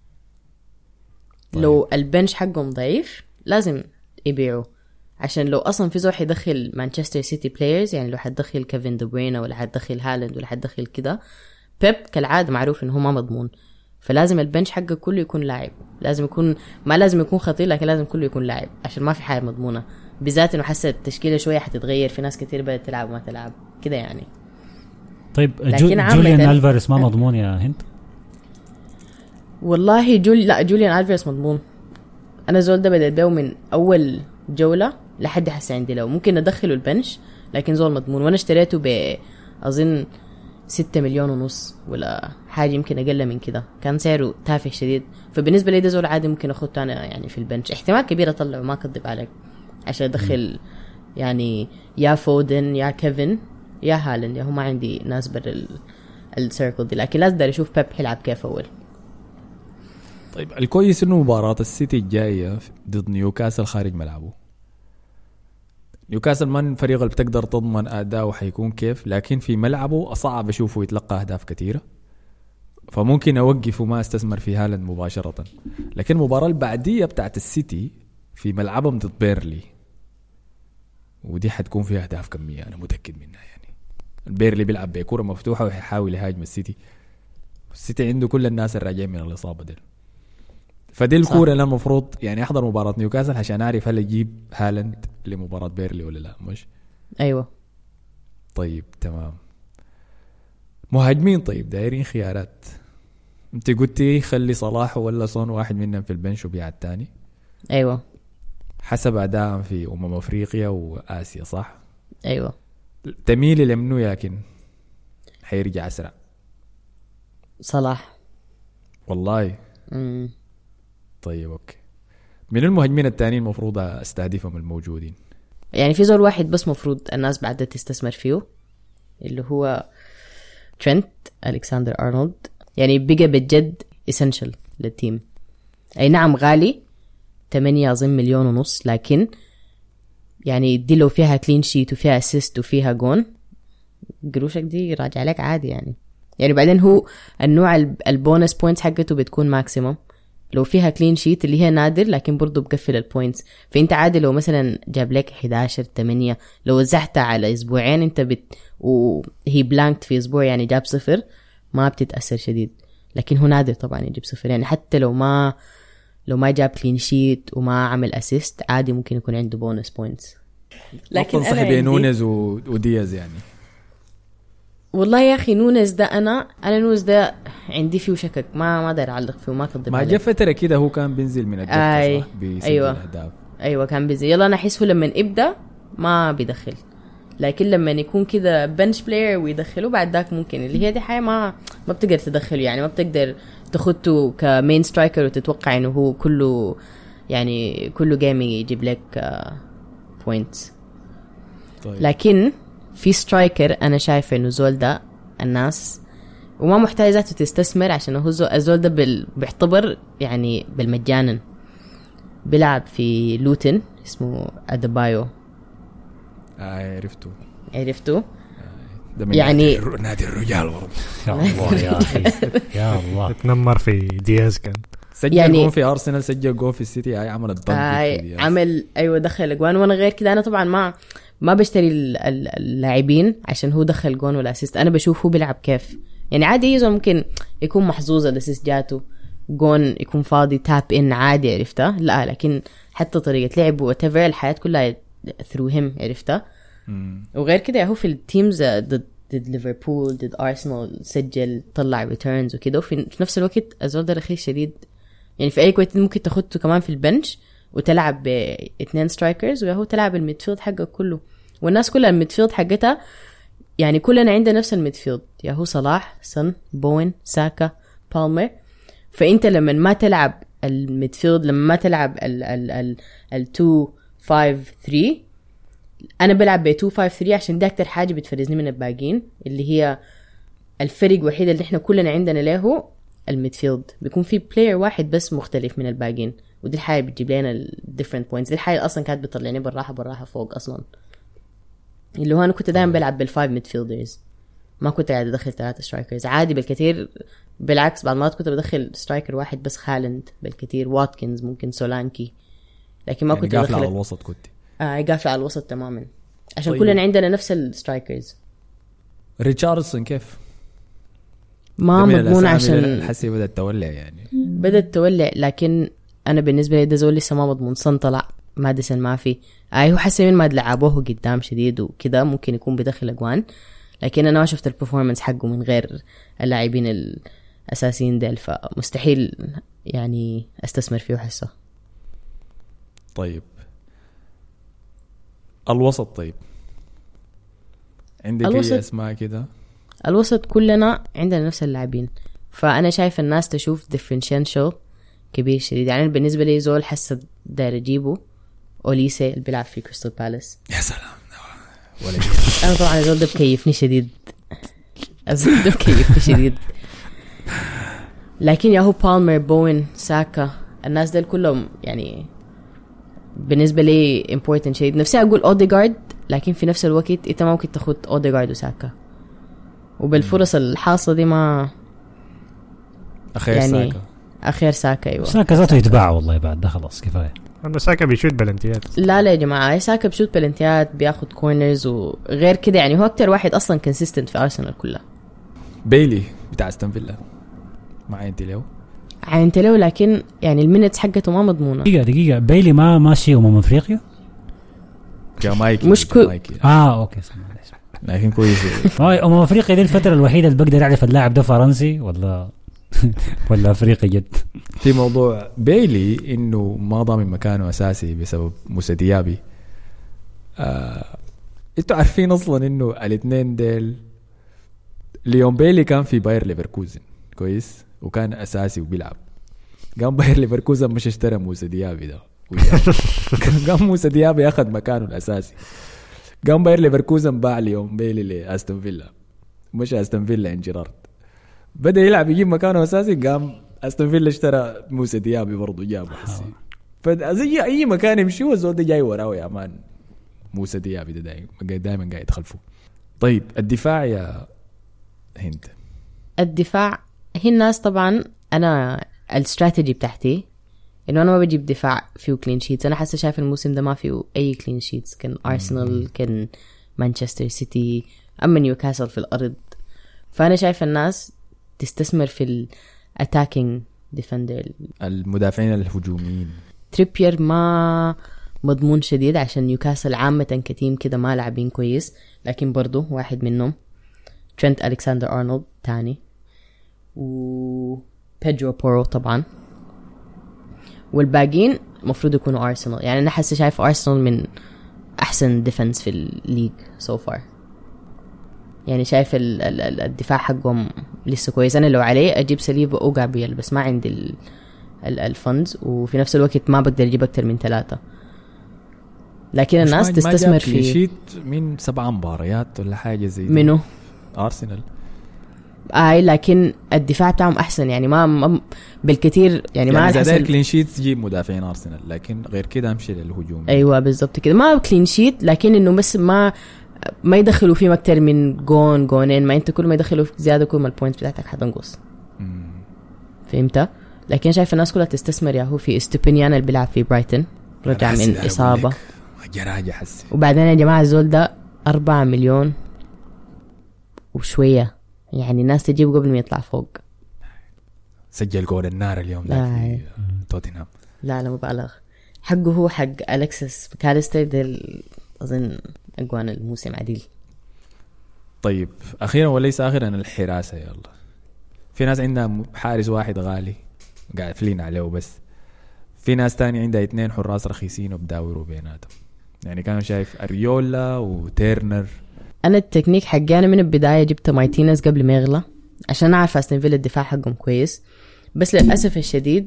طيب. لو البنش حقهم ضعيف لازم يبيعوا، عشان لو اصلا في زول حيدخل مانشستر سيتي بلايرز، يعني لو حتدخل كيفن دي بروين ولا حتدخل هالاند ولا حتدخل كده، بيب كالعاده معروف انه هو ما مضمون. فلازم البنش حقه كله يكون لاعب، لازم يكون ما لازم يكون خطير لكن لازم كله يكون لاعب، عشان ما في حاجه مضمونه، بالذات انه حسيت التشكيله شويه حتتغير، في ناس كتير بدات تلعب وما تلعب كده يعني. طيب جوليان ألفاريز ما مضمون يا هند؟ والله جوليان ألفاريز مضمون. انا زول ده بدأت بيه من اول جوله لحد هسه عندي، لو ممكن ندخله البنش لكن زول مضمون. وانا اشتريته اظن 6 مليون ونص ولا حاجه، يمكن اقل من كده، كان سعره تافه شديد. فبالنسبه لي ده زول عادي ممكن اخذه انا يعني في البنش، احتمال كبير اطلعه ما اكذب عليك، عشان ادخل يعني يا فودن يا كيفن يا هالاند، يا هو ما عندي ناس برا السيركل دي، لكن لازم اشوف بيب يلعب كيف اول. طيب الكويس انه مباراة السيتي الجاية ضد نيوكاسل خارج ملعبه. نيوكاسل من فريق اللي بتقدر تضمن اداؤه حيكون كيف، لكن في ملعبه اصعب اشوفه يتلقى اهداف كثيرة، فممكن اوقف وما استثمر في هالاند مباشرة. لكن المباراة البعدية بتاعت السيتي في ملعبهم ضد بيرلي، ودي حتكون فيها اهداف كمية انا متأكد منها. يعني البيرلي بيلعب بكرة مفتوحة ويحاول يهاجم السيتي عنده كل الناس الراجعين من الإصابة دي، فدي الكورة اللي المفروض يعني احضر مباراة نيوكاسل عشان اعرف هل يجيب هالاند لمباراة بيرلي ولا لا. مش ايوه طيب تمام. مهاجمين طيب دايرين خيارات، انت قلتي خلي صلاح ولا صون واحد منهم في البنش وبيع الثاني. ايوه حسب اداء في افريقيا واسيا صح؟ ايوه. تميلي لمنو لكن حيرجع اسرع؟ صلاح والله. طيب اوكي. من المهاجمين التانيين المفروض استهدفهم الموجودين؟ يعني في زول واحد بس مفروض الناس بعدها تستثمر فيه، اللي هو ترينت ألكساندر أرنولد. يعني بقى بجد essential للتيم. اي نعم غالي 8 أظن مليون ونص، لكن يعني دي لو فيها كلين شيت وفيها اسيست وفيها جون، قروشك دي راجع لك عادي يعني بعدين هو النوع البونس بوينتس حقته بتكون ماكسيموم لو فيها كلين شيت اللي هي نادر، لكن برضو بقفل البوينتس. فانت عادي لو مثلا جاب لك 11-8 لو وزعتها على اسبوعين انت وهي بلانكت في اسبوع يعني جاب 0 ما بتتأثر شديد. لكن هو نادر طبعا يجيب 0 يعني حتى لو ما جاب كلين شيت وما عمل اسيست عادي ممكن يكون عنده بونس بوينتس. لكن انا عندي نونيز ودياز يعني. والله يا اخي نونيز ده انا نونيز ده عندي فيه شكك، ما اقدر اعلق فيه وما كذب. ما جاء فتره كده هو كان بينزل من الدكه صح بيسجل اهداف. ايوه كان بينزل. يلا انا احسه لما يبدا ما بيدخل، لكن لما يكون كده بنش بلاير ويدخله بعد ذاك ممكن، اللي هي دي حاجه ما بتقدر تدخله يعني، ما بتقدر تخطه كمين سترايكر وتتوقع انه هو كله جيم يجيب لك بوينتس. طيب. لكن في سترايكر انا شايفه انه زول ده الناس وما محتاج ذاته تستثمر، عشان هو الزول ده بيعتبر يعني بالمجانا. بيلعب في لوتن اسمه أديبايو. عرفته يعني نادي الرجال والله. يا الله يا اخي يا الله. تنمر في دياز كان سجل يعني جول في أرسنال، سجل جول في السيتي، عمل الضبط عمل ايوه دخل اجوان. وانا غير كده انا طبعا ما بشتري اللاعبين عشان هو دخل جون ولا اسيست، انا بشوف هو بيلعب كيف يعني. عادي يزو ممكن يكون محظوظ الاسيست جاته جون يكون فاضي تاب ان عادي عرفته، لا لكن حتى طريقه لعبه وتفر الحياه كلها ثرو هيم عرفته. وغير كده هو في التيمز ضد ليفربول ضد ارسنال سجل طلع ريتيرنز وكده، وفي نفس الوقت الزول ده رخيص شديد يعني. في اي وقت ممكن تاخده كمان في البنش وتلعب ب2 سترايكرز وهو تلعب الميدفيلد حقه كله، والناس كلها الميدفيلد حقتها يعني كلنا عندنا نفس الميدفيلد، يا هو صلاح سون بوين ساكا بالمر. فانت لما ما تلعب الميدفيلد، لما ما تلعب ال 2-5-3، انا بلعب ب 2-5-3 عشان ده اكتر حاجه بتفرزني من الباقين، اللي هي الفرق الوحيد اللي احنا كلنا عندنا له الميدفيلد، بيكون في بلاير واحد بس مختلف من الباقين، ودي الحاجه بتجيب لنا الديفرنت بوينتس. دي الحاجه اصلا كانت بتطلعني بالراحه فوق اصلا، اللي هو انا كنت دائما بلعب بالفايف ميدفيلدرز، ما كنت قاعد ادخل 3 سترايكرز عادي بالكثير. بالعكس بعض المرات كنت بدخل سترايكر واحد بس، خالند بالكثير، واتكنز، ممكن سولانكي، لكن ما يعني كنت قافله بدخل على الوسط كنت قافله على الوسط تماما عشان طيب. كلنا عندنا نفس السترايكرز. ريتشاردسون كيف؟ ما مضمون عشان حسي بدأت تولع يعني. بدأت تولع، لكن انا بالنسبه لي ده زول لسه ما مضمون. صن طلع، ماديسون ما في، هو حسي من ما لعبوه قدام شديد وكذا ممكن يكون بدخل اجوان، لكن انا ما شفت البرفورمانس حقه من غير اللاعبين الاساسيين ديل، فمستحيل يعني استثمر فيه حسه. طيب الوسط، طيب عندك اي اسماء كده؟ الوسط كلنا عندنا نفس اللاعبين، فانا شايف الناس تشوف ديفرنشيال كبير شديد. يعني بالنسبه لي زول حسه داير اجيبه اوليسي اللي بيلعب في كريستال بالاس. يا سلام ولا انا طبعا زول ده بكيفني شديد، الزول ده بكيفني شديد، لكن ياهو بالمر، بوين، ساكا، الناس دول كلهم يعني بالنسبه لي important شديد. نفسي اقول اوديغارد، لكن في نفس الوقت انت ما ممكن تاخد اوديغارد وساكا، وبالفرص الحاصله دي ما اخير يعني ساكا. اخير ساكا. ايوه ساكا ذاته يتباع والله بعد ده خلاص كفايه. اما ساكا بيشوت بلنتيات. لا يا جماعه، ساكا بشوت بلنتيات، بياخد كورنرز وغير كده، يعني هو اكتر واحد اصلا كونسيستنت في ارسنال كلها. بيلي بتاع استون فيلا ما عينتي له؟ عينت له، لكن يعني المينتس حقته ما مضمونه. دقيقه بيلي ما ماشي افريقيا جامايكي مش اوكي لكن كويس. افريقيا دي الفتره الوحيده اللي بقدر اعرف اللاعب ده فرنسي ولا ولا افريقي جد. في موضوع بيلي انه ما ضامن مكانه اساسي بسبب موسى ديابي. انتوا عارفين اصلا انه الاثنين ديل ليون بيلي كان في باير ليفركوزن كويس وكان اساسي وبيلعب، قام باير ليفركوزن مش اشترى موسى ديابي ده قام موسى ديابي اخذ مكانه الاساسي، قام باير ليفركوزن باع ليون بيلي لاستون فيلا، مش استون فيلا عند جيرارد، بدا يلعب يجيب مكانه اساسي، قام استون فيلا اشترى موسى ديابي برضه جابه حسي. فزي اي مكان يمشي هو الزول ده جاي وراه يا مان. موسى ديابي ده دائما قاعد خلفه. طيب الدفاع يا هند. الدفاع هي الناس طبعا، انا الاستراتيجي بتاعتي انه انا ما بجيب دفاع فيه كلين شيتس. انا حاسه شايف الموسم ده ما فيه اي كلين شيتس، كان ارسنال، كان مانشستر سيتي، اما نيوكاسل في الارض. فانا شايف الناس تستثمر في الاتاكينج ديفندر، المدافعين الهجوميين. تريبير ما مضمون شديد عشان نيوكاسل عامة كتيم كده ما لاعبين كويس، لكن برضو واحد منهم. ترينت ألكساندر أرنولد تاني، وبيدرو بورو طبعا، والباقين مفروض يكونوا أرسنال. يعني أنا حاسة شايف أرسنال من أحسن ديفنس في الليج so far. يعني شايف الدفاع حقهم لسه كويس. أنا لو عليه أجيب سليبا أو جابرييل، بس ما عندي الفندز، وفي نفس الوقت ما بقدر أجيب أكتر من 3. لكن الناس تستثمر في شيت من 7 مباريات ولا حاجة زي دي. منو؟ أرسنال. لكن الدفاع بتاعهم أحسن، يعني ما بالكثير يعني ما يعني زي كلين شيت تجيب مدافعين أرسنال، لكن غير كده أمشي للهجوم. أيوة بالضبط كده، ما كلين شيت، لكن إنه بس ما يدخلوا فيه أكتر من جونين، ما أنت كل ما يدخلوا زيادة كل ما البوينت بتاعتك حتنقص. فهمت؟ لكن شايف الناس كلها تستثمر ياهو في استوبينيان اللي بيلعب في برايتون، رجع من إصابة جراجة حسي. وبعدين يا جماعة الزول ده 4 مليون وشوية، يعني الناس تجيب قبل ما يطلع فوق. سجل جول النار اليوم ده في توتنهام. لا مبالغ، حقه هو حق أليكسيس كاليستر ديل أظن أقوان الموسم عديل. طيب أخيرا وليس آخرا الحراسة. يلا في ناس عندها حارس واحد غالي قاعد فلين عليه بس، في ناس تاني عندها 2 حراس رخيصين وبداوروا بيناتهم. يعني كانوا شايف أريولا وتيرنر. أنا التكنيك حقي أنا من البداية جبت مارتينيز قبل ما يغلى، عشان أعرف أستون فيلا الدفاع حقهم كويس. بس للأسف الشديد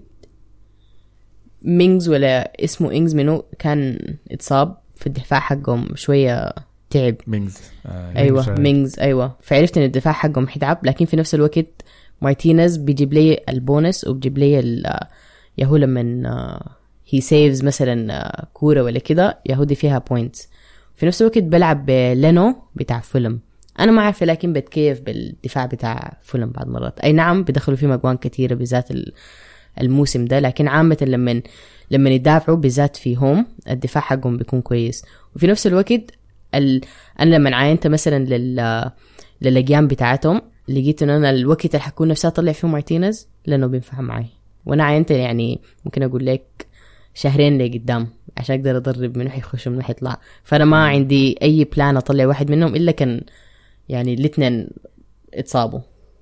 مينجز ولا اسمه إنجز منو كان اتصاب في الدفاع حقهم شوية تعب. مينجز أيوة مينجز أيوة. فعرفت إن الدفاع حقهم حيتعب، لكن في نفس الوقت مارتينيز بيجيب لي البونس وبيجيب لي ياهو لما هي سيفز مثلا كورة ولا كده ياهودي فيها بوينتس. في نفس الوقت بلعب بلينو بتاع فولم، أنا ما عارفة لكن بتكيف بالدفاع بتاع فولم بعض مرات. أي نعم بدخلوا فيه مجوان كتيرة بالذات الموسم ده، لكن عامة لما يدافعوا بالذات في هوم الدفاع حقهم بيكون كويس. وفي نفس الوقت أنا لما عاينت مثلا للجيام بتاعتهم لقيت إن أنا الوقت اللي حكون نفسي أطلع فيه مارتينيز لأنه بينفع معي، وأنا عاينت يعني ممكن أقول لك شهرين لقدام عشان أقدر أدرب منه حيخش ومنه حيطلع. فأنا ما عندي أي بلان أطلع واحد منهم إلا كان يعني الاثنين اتصابوا.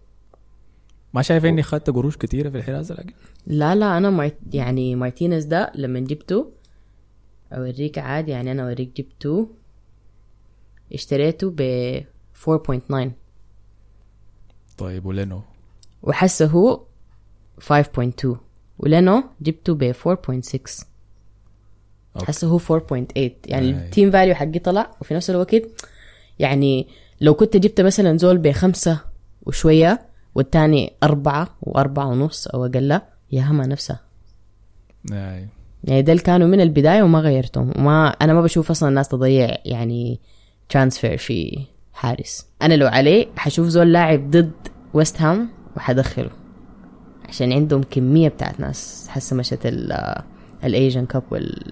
ما شايف إني خدت قروش كتيرة في الحراسة لكن لا أنا يعني مارتينيز ده لما جبته أوريك عادي، يعني أنا أوريك جبته اشتريته ب 4.9. طيب ولينو وحسه هو 5.2 ولينو جبته ب 4.6. حسه هو 4.8 يعني التيم فاليو حقي طلع. وفي نفس الوقت يعني لو كنت جبت مثلا زول ب5 وشوية والتاني 4 و4.5 أو أقل يا هما نفسها يعني ده اللي كانوا من البداية وما غيرتهم. أنا ما بشوف أصلا الناس تضيع يعني ترانسفير في حارس. أنا لو عليه حشوف زول لاعب ضد ويست هام وحدخله عشان عندهم كمية بتاعت ناس حسه مشت الأيجن كاب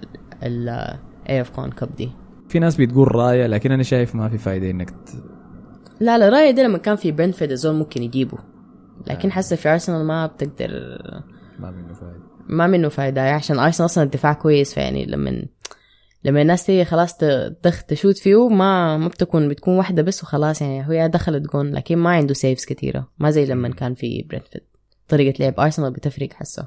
والأيفكون كاب دي. في ناس بتقول راية لكن أنا شايف ما في فايدة إنك لا راية دي لما كان في برنتفورد الزول ممكن يجيبه، لكن حسه في أرسنال ما بتقدر، ما منه فايدة عشان أرسنال أصلا الدفاع كويس. فيعني لما الناس تيجي خلاص تشوت فيه ما بتكون واحدة بس وخلاص، يعني هو دخلت جون لكن ما عنده سيفز كتيرة، ما زي لما كان في برنتفورد. طريقة لعب أرسنال بتفرق حسه.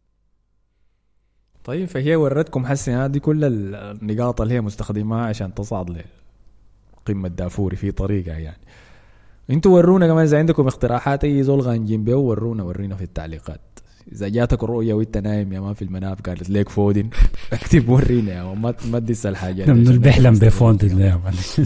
طيب فهي وردتكم حسنا هذه كل النقاط اللي هي مستخدمها عشان تصعد لقمة دافوري في طريقة. يعني انتوا ورونا كمان إذا عندكم اقتراحات أي زول غانجين بيه ورينا في التعليقات. إذا جاتك الرؤية وانت نايم يا ما في المنام قالت ليك فودن اكتب ورينا يا ما تدس الحاجات من البحلم بفودن يا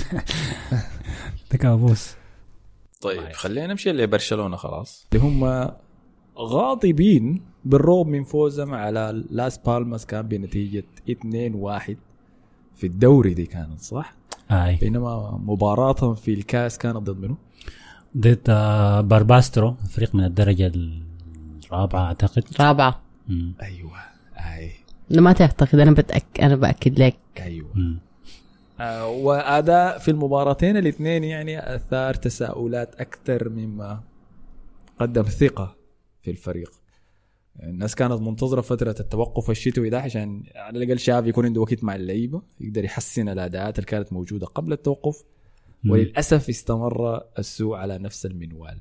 ده كابوس. طيب خلينا نمشي لبرشلونة خلاص اللي هم غاضبين بالرغم من فوزهم على لاس بالماس كان بنتيجة 2-1 في الدوري دي كانت صح؟ بينما مباراتهم في الكاس كانت ضد منه؟ ضد بارباسترو فريق من الدرجة الرابعة أعتقد. رابعة. أيوة ما تعتقد أنا بأكد لك. أيوة. وأداء في المباراتين الاثنين يعني أثار تساؤلات أكثر مما قدم ثقة في الفريق. الناس كانت منتظرة فترة التوقف الشتوي ده عشان على الأقل شافي يكون عنده وقت مع اللعيبة يقدر يحسن الأداءات اللي كانت موجودة قبل التوقف. وللأسف استمر السوء على نفس المنوال.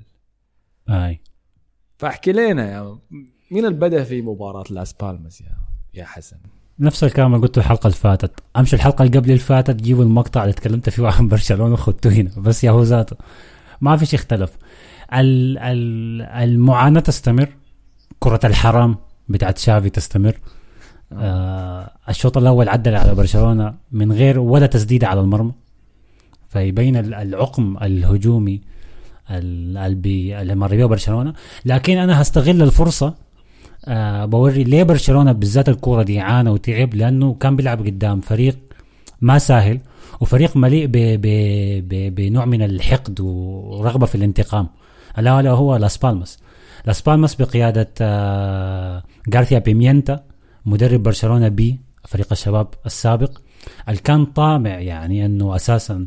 فاحكي لنا يا مين البدأ في مباراة لاس بالماس يا حسن؟ نفس الكلام اللي قلته الحلقة اللي فاتت. أمشي الحلقة اللي قبل اللي فاتت جيبوا المقطع اللي تكلمت فيه عن برشلونة وخدته هنا بس يا هو ذاته ما في شيء اختلف. المعاناة تستمر، كرة الحرام بتاعت شافي تستمر. الشوط الأول عدل على برشلونة من غير ولا تسديدة على المرمى، فيبين العقم الهجومي اللي مر بيه برشلونة. لكن أنا هستغل الفرصة بوري ليه برشلونة بالذات الكرة دي عانى وتعب، لأنه كان بيلعب قدام فريق ما سهل وفريق مليء بنوع من الحقد ورغبة في الانتقام. ألا هو لاس بالماس بقيادة غارثيا بيمينتا مدرب برشلونة بي فريق الشباب السابق، اللي كان طامع يعني أنه أساسا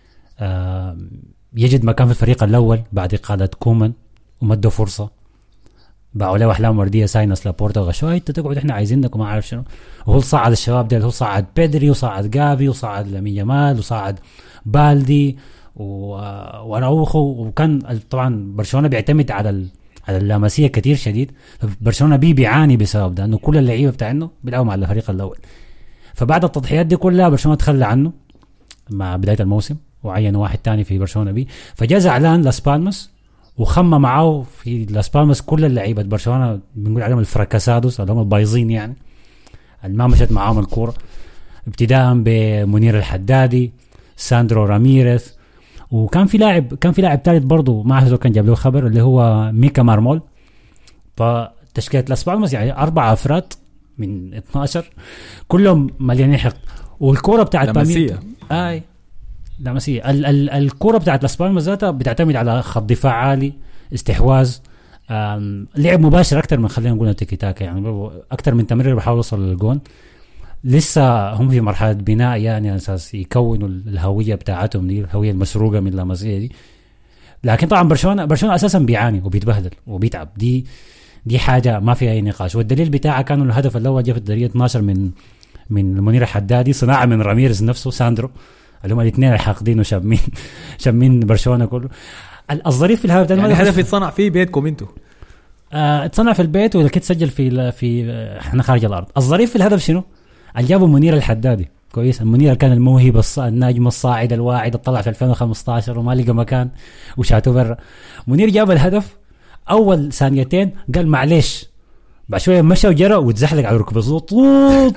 يجد مكان في الفريق الأول بعد إقالة كومان ومدوا فرصة باعوا له أحلام وردية ساينس لابورتا وغشوا أنت تقعد إحنا عايزينك وما عارف شنو. وهو صعد الشباب ده، هو صعد بيدري وصعد جافي وصعد لامين يامال وصعد بالدي وراوخو. وكان طبعا برشلونة بيعتمد على اللامسية كتير شديد. برشلونة بيعاني بسبب ده، أنه كل اللعيبة بتاعنا بيلعبوا مع الفريق الأول. فبعد التضحيات دي كلها برشلونة تخلى عنه مع بداية الموسم وعين واحد تاني في برشلونة بي، فجاء زعلان لاس بالماس وخمم معه في لاس بالماس كل اللعيبه برشلونه بنقول عليهم الفراكاسادوس اللي هم البايظين يعني ما مشت معاهم الكوره ابتداء بمنير الحدادي ساندرو راميريز وكان في لاعب ثالث برضه ما اعرف كان جاب له خبر اللي هو ميكا مارمول. فتشكيله لاس بالماس يعني 4 أفراد من 12 كلهم مليانين حقد والكوره بتاعت لمسيه لمسيه الكوره بتاعت لاس بالماس ذاتها بتعتمد على خط دفاع عالي استحواذ لعب مباشر اكثر من خلينا نقول تيكي تاكا يعني اكثر من تمرير بحاول يوصل للجون. لسه هم في مرحله بناء يعني على اساس يكونوا الهويه بتاعتهم دي الهويه المسروقه من لاماسيا دي. لكن طبعا برشلونه اساسا بيعاني وبيتبهدل وبيتعب دي حاجه ما فيها اي نقاش. والدليل بتاعها كانوا الهدف الاول جاء في الدقيقه 12 من منير الحدادي صناعه من راميريز نفسه ساندرو اللي هم الاثنين الحاقدين وشامين برشلونه كله. الظريف في الهدف ده يعني هدف يتصنع فيه بيتكم انتوا اتصنع في البيت ولا كنت تسجل في احنا خارج الارض. الظريف في الهدف شنو جابوا منير الحدادي كويس. المنير كان الموهبه الناجم الصاعد الواعد طلع في 2015 وما لقى مكان وشاتوه برا. منير جاب الهدف اول ثانيتين قال معليش بعد شويه مشى وجرى وتزحلق على ركبه طوط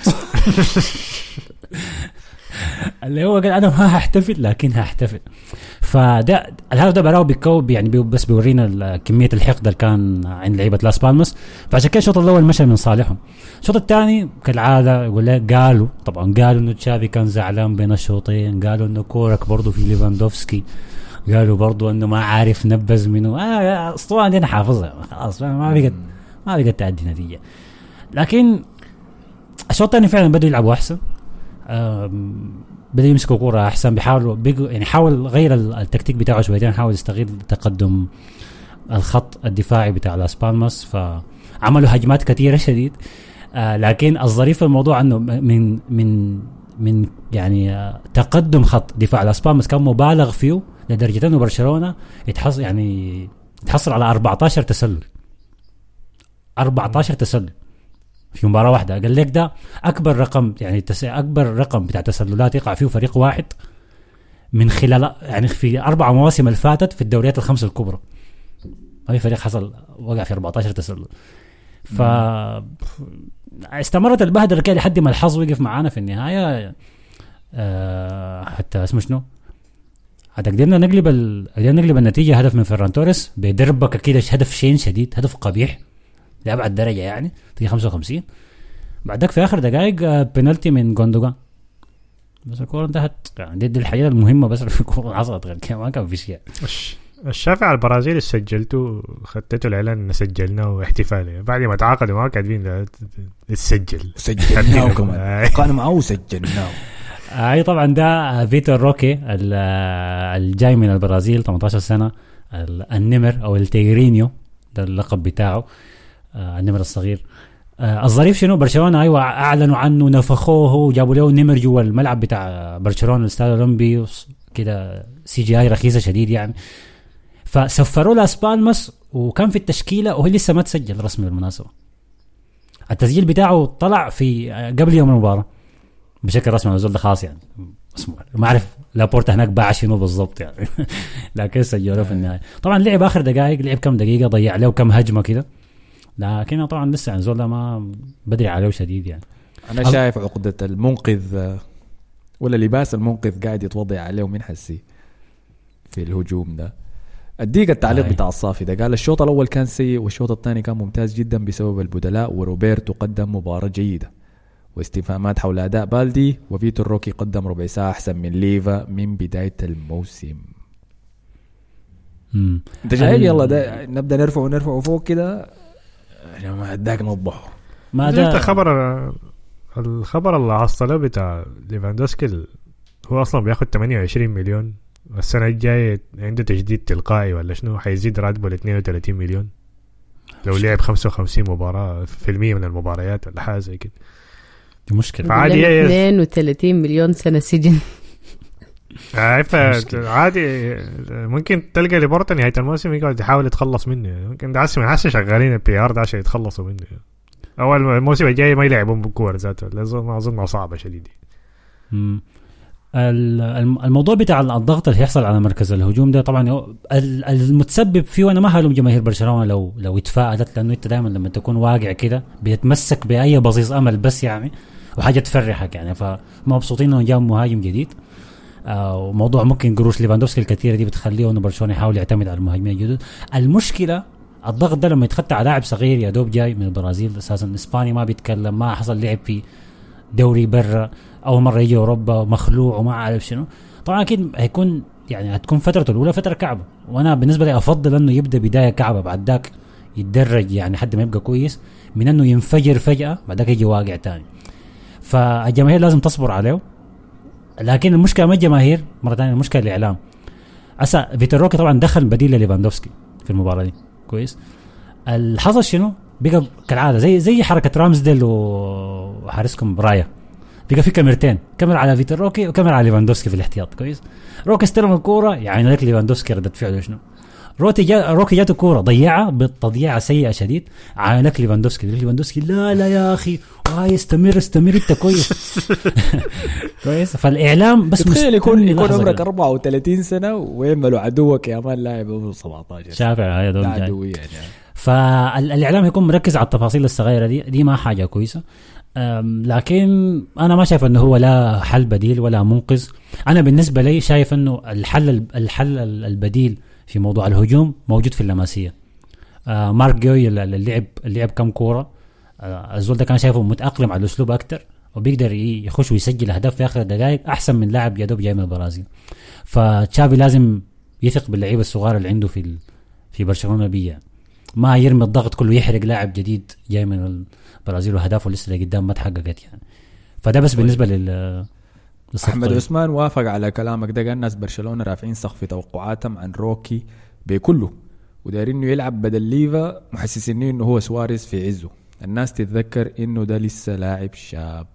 اللي هو قال انا ما هحتفل لكن هحتفل. فده الهدف ده براه بيكوب يعني بس بيورينا كميه الحقد اللي كان عند لعيبه لاس بالماس. فعشان كده الشوط الاول مشى من صالحهم. الشوط الثاني كالعاده يقول لك قالوا انه تشافي كان زعلان بين الشوطين قالوا انه كورك برضو في ليفاندوفسكي قالوا برضو انه ما عارف نبذ منه اسطوانه دي انا حافظها خلاص ما بقت تعدي نتيجه. لكن الشوط الثاني فعلا بدوا يلعبوا احسن بدأ يمسكوا كورة أحسن بيحاولوا يعني حاول غير التكتيك بتاعه شويتين حاول يستغل تقدم الخط الدفاعي بتاع لاس بالماس فعملوا هجمات كثيرة شديد. لكن الظريف في الموضوع أنه من يعني تقدم خط دفاع لاس بالماس كان مبالغ فيه لدرجة أنه برشلونة يتحصل على 14 تسلل في مباراة واحدة. قال لك ده أكبر رقم يعني أكبر رقم بتاع تسللات يقع فيه فريق واحد من خلال يعني في 4 مواسم الفاتت في الدوريات ال5 الكبرى ما في فريق حصل وقع في 14 تسلل. استمرت البهدلة كده لحد ما الحظ وقف معانا في النهاية. حتى اسمه شنو حتى قدرنا نقلب النتيجة. هدف من فيران توريس بيدربك كده هدف شين شديد هدف قبيح لأبعد درجة يعني في 55. بعدك في آخر دقائق بينالتي من غوندوغان بس الكورة انتهت يعني دي الحاجة المهمة بس في الكورة حصلت غير كده ما كان في شيء. الشافعي على البرازيل سجلته خدته الإعلان إن سجلنا واحتفالي بعد ما تعاقدوا معه كاتبين سجلناه كمان كانوا معه وسجلناه. أي طبعا ده فيتور روكي الجاي من البرازيل 18 سنة النمر أو التيغرينيو ده اللقب بتاعه النمر الصغير. الظريف شنو برشلونة أيوة أعلنوا عنه نفخوه وجابوا له نمر جوا الملعب بتاع برشلونة الاستاد الأولمبي كده CGI رخيصة شديد يعني. فسفروا لاس بالماس وكان في التشكيلة وهو لسه ما تسجل رسمي بالمناسبة. التسجيل بتاعه طلع في قبل يوم المباراة بشكل رسمي نزول ده خاص يعني ما أعرف لابورتا هناك باع شنو بالضبط يعني لكن سجلوا في النهاية. طبعا لعب آخر دقائق لعب كم دقيقة ضيع له كم هجمة كده لكن طبعا لسه نزول ده ما بدري عليه شديد يعني. أنا شايف عقدة المنقذ ولا لباس المنقذ قاعد يتوضع عليه من حسي في الهجوم ده. أديك التعليق بتاع الصافي ده قال الشوط الأول كان سيء والشوط الثاني كان ممتاز جدا بسبب البدلاء وروبرتو قدم مباراة جيدة واستفهامات حول أداء بالدي وفيتور روكي قدم ربع ساعة أحسن من ليفا من بداية الموسم. انت شايف يلا ده نبدأ نرفع فوق كده يعني ما هداك نوضحه ما ده الخبر اللي عصله بتاع ليفاندوسكي هو أصلا بياخد 28 مليون السنة الجاية عنده تجديد تلقائي ولا شنو حيزيد راتبه ل 32 مليون لو لعب 55 مباراة في المية من المباريات ولا حاجة زي كده. دي مشكلة عادي 32 مليون سنة سجن عادي ممكن تلقى ليبورتا نهاية الموسم يقعد يحاول يتخلص منه. ممكن ده حاسس شغالين PR ده عشان يتخلصوا منه. أول الموسم الجاي ما يلعبون بكور ذاته ما أظن صعبة شديدة. الموضوع بتاع الضغط اللي هيحصل على مركز الهجوم ده طبعا المتسبب فيه، وانا ما هلوم جماهير برشلونه لو اتفائلت، لانه انت دائما لما تكون واقع كده بيتمسك باي بصيص امل بس يعني وحاجه تفرحك يعني. فمبسوطين انه جاب مهاجم جديد، وموضوع ممكن قروش ليفاندوفسكي الكثيره دي بتخليه انه برشلونه يحاول يعتمد على المهاجمين الجدد. المشكله الضغط ده لما يتخطى على لاعب صغير يا دوب جاي من البرازيل، اساسا اسباني ما بيتكلم، ما حصل لعب في دوري برا، اول مره يجي اوروبا مخلوع وما عارف شنو. طبعا اكيد هيكون يعني هتكون فترته الاولى فتره كعبه، وانا بالنسبه لي افضل انه يبدا بدايه كعبه بعد ذاك يتدرج يعني حد ما يبقى كويس، من انه ينفجر فجاه بعد ذاك يجي واقع تاني. فالجماهير لازم تصبر عليه، لكن المشكله ما الجماهير، مره ثانيه المشكله الاعلام. اسا فيتور روكي طبعا دخل بديل لليفاندوفسكي في المباراه دي كويس. الحصل شنو؟ بقى كالعاده زي حركه رامزديل وحارسكم برايا، بقى في كاميرتين، كاميرا على فيتور روكي وكاميرا على ليفاندوفسكي في الاحتياط كويس. روكي استلم الكوره يعني لك ليفاندوفسكي ردت فعله شنو؟ روكي جاته كوره ضيعها بتضييعه سيئه شديد، عانك ليفاندوفسكي لا يا اخي استمر انت كويس. كويس. فالاعلام بس تخيل يكون عمرك 34 سنه ويعملوا عدوك يا مان لاعب عمره 17 شافع هذا دول عدويا يعني. فالاعلام يكون مركز على التفاصيل الصغيره دي ما حاجه كويسه. لكن انا ما شايف انه هو لا حل بديل ولا منقذ. انا بالنسبه لي شايف انه الحل البديل في موضوع الهجوم موجود في اللماسيه. مارك جوي اللي لعب كم كوره، الزول ده كان شايفه متاقلم على الاسلوب اكتر وبيقدر يخش ويسجل اهداف في اخر الدقائق احسن من لاعب يا دوب جاي من البرازيل. فتشافي لازم يثق باللعيبه الصغار اللي عنده في برشلونه بيه، ما يرمي الضغط كله يحرق لاعب جديد جاي من البرازيل وهدافه لسه قدام ما تحققت يعني. فده بس بالنسبه احمد عثمان وافق على كلامك ده، قال الناس برشلونه رافعين سقف توقعاتهم عن روكي بكله ودايرين انه يلعب بدل ليفا، محسسين انه هو سواريز في عزه. الناس تتذكر انه ده لسه لاعب شاب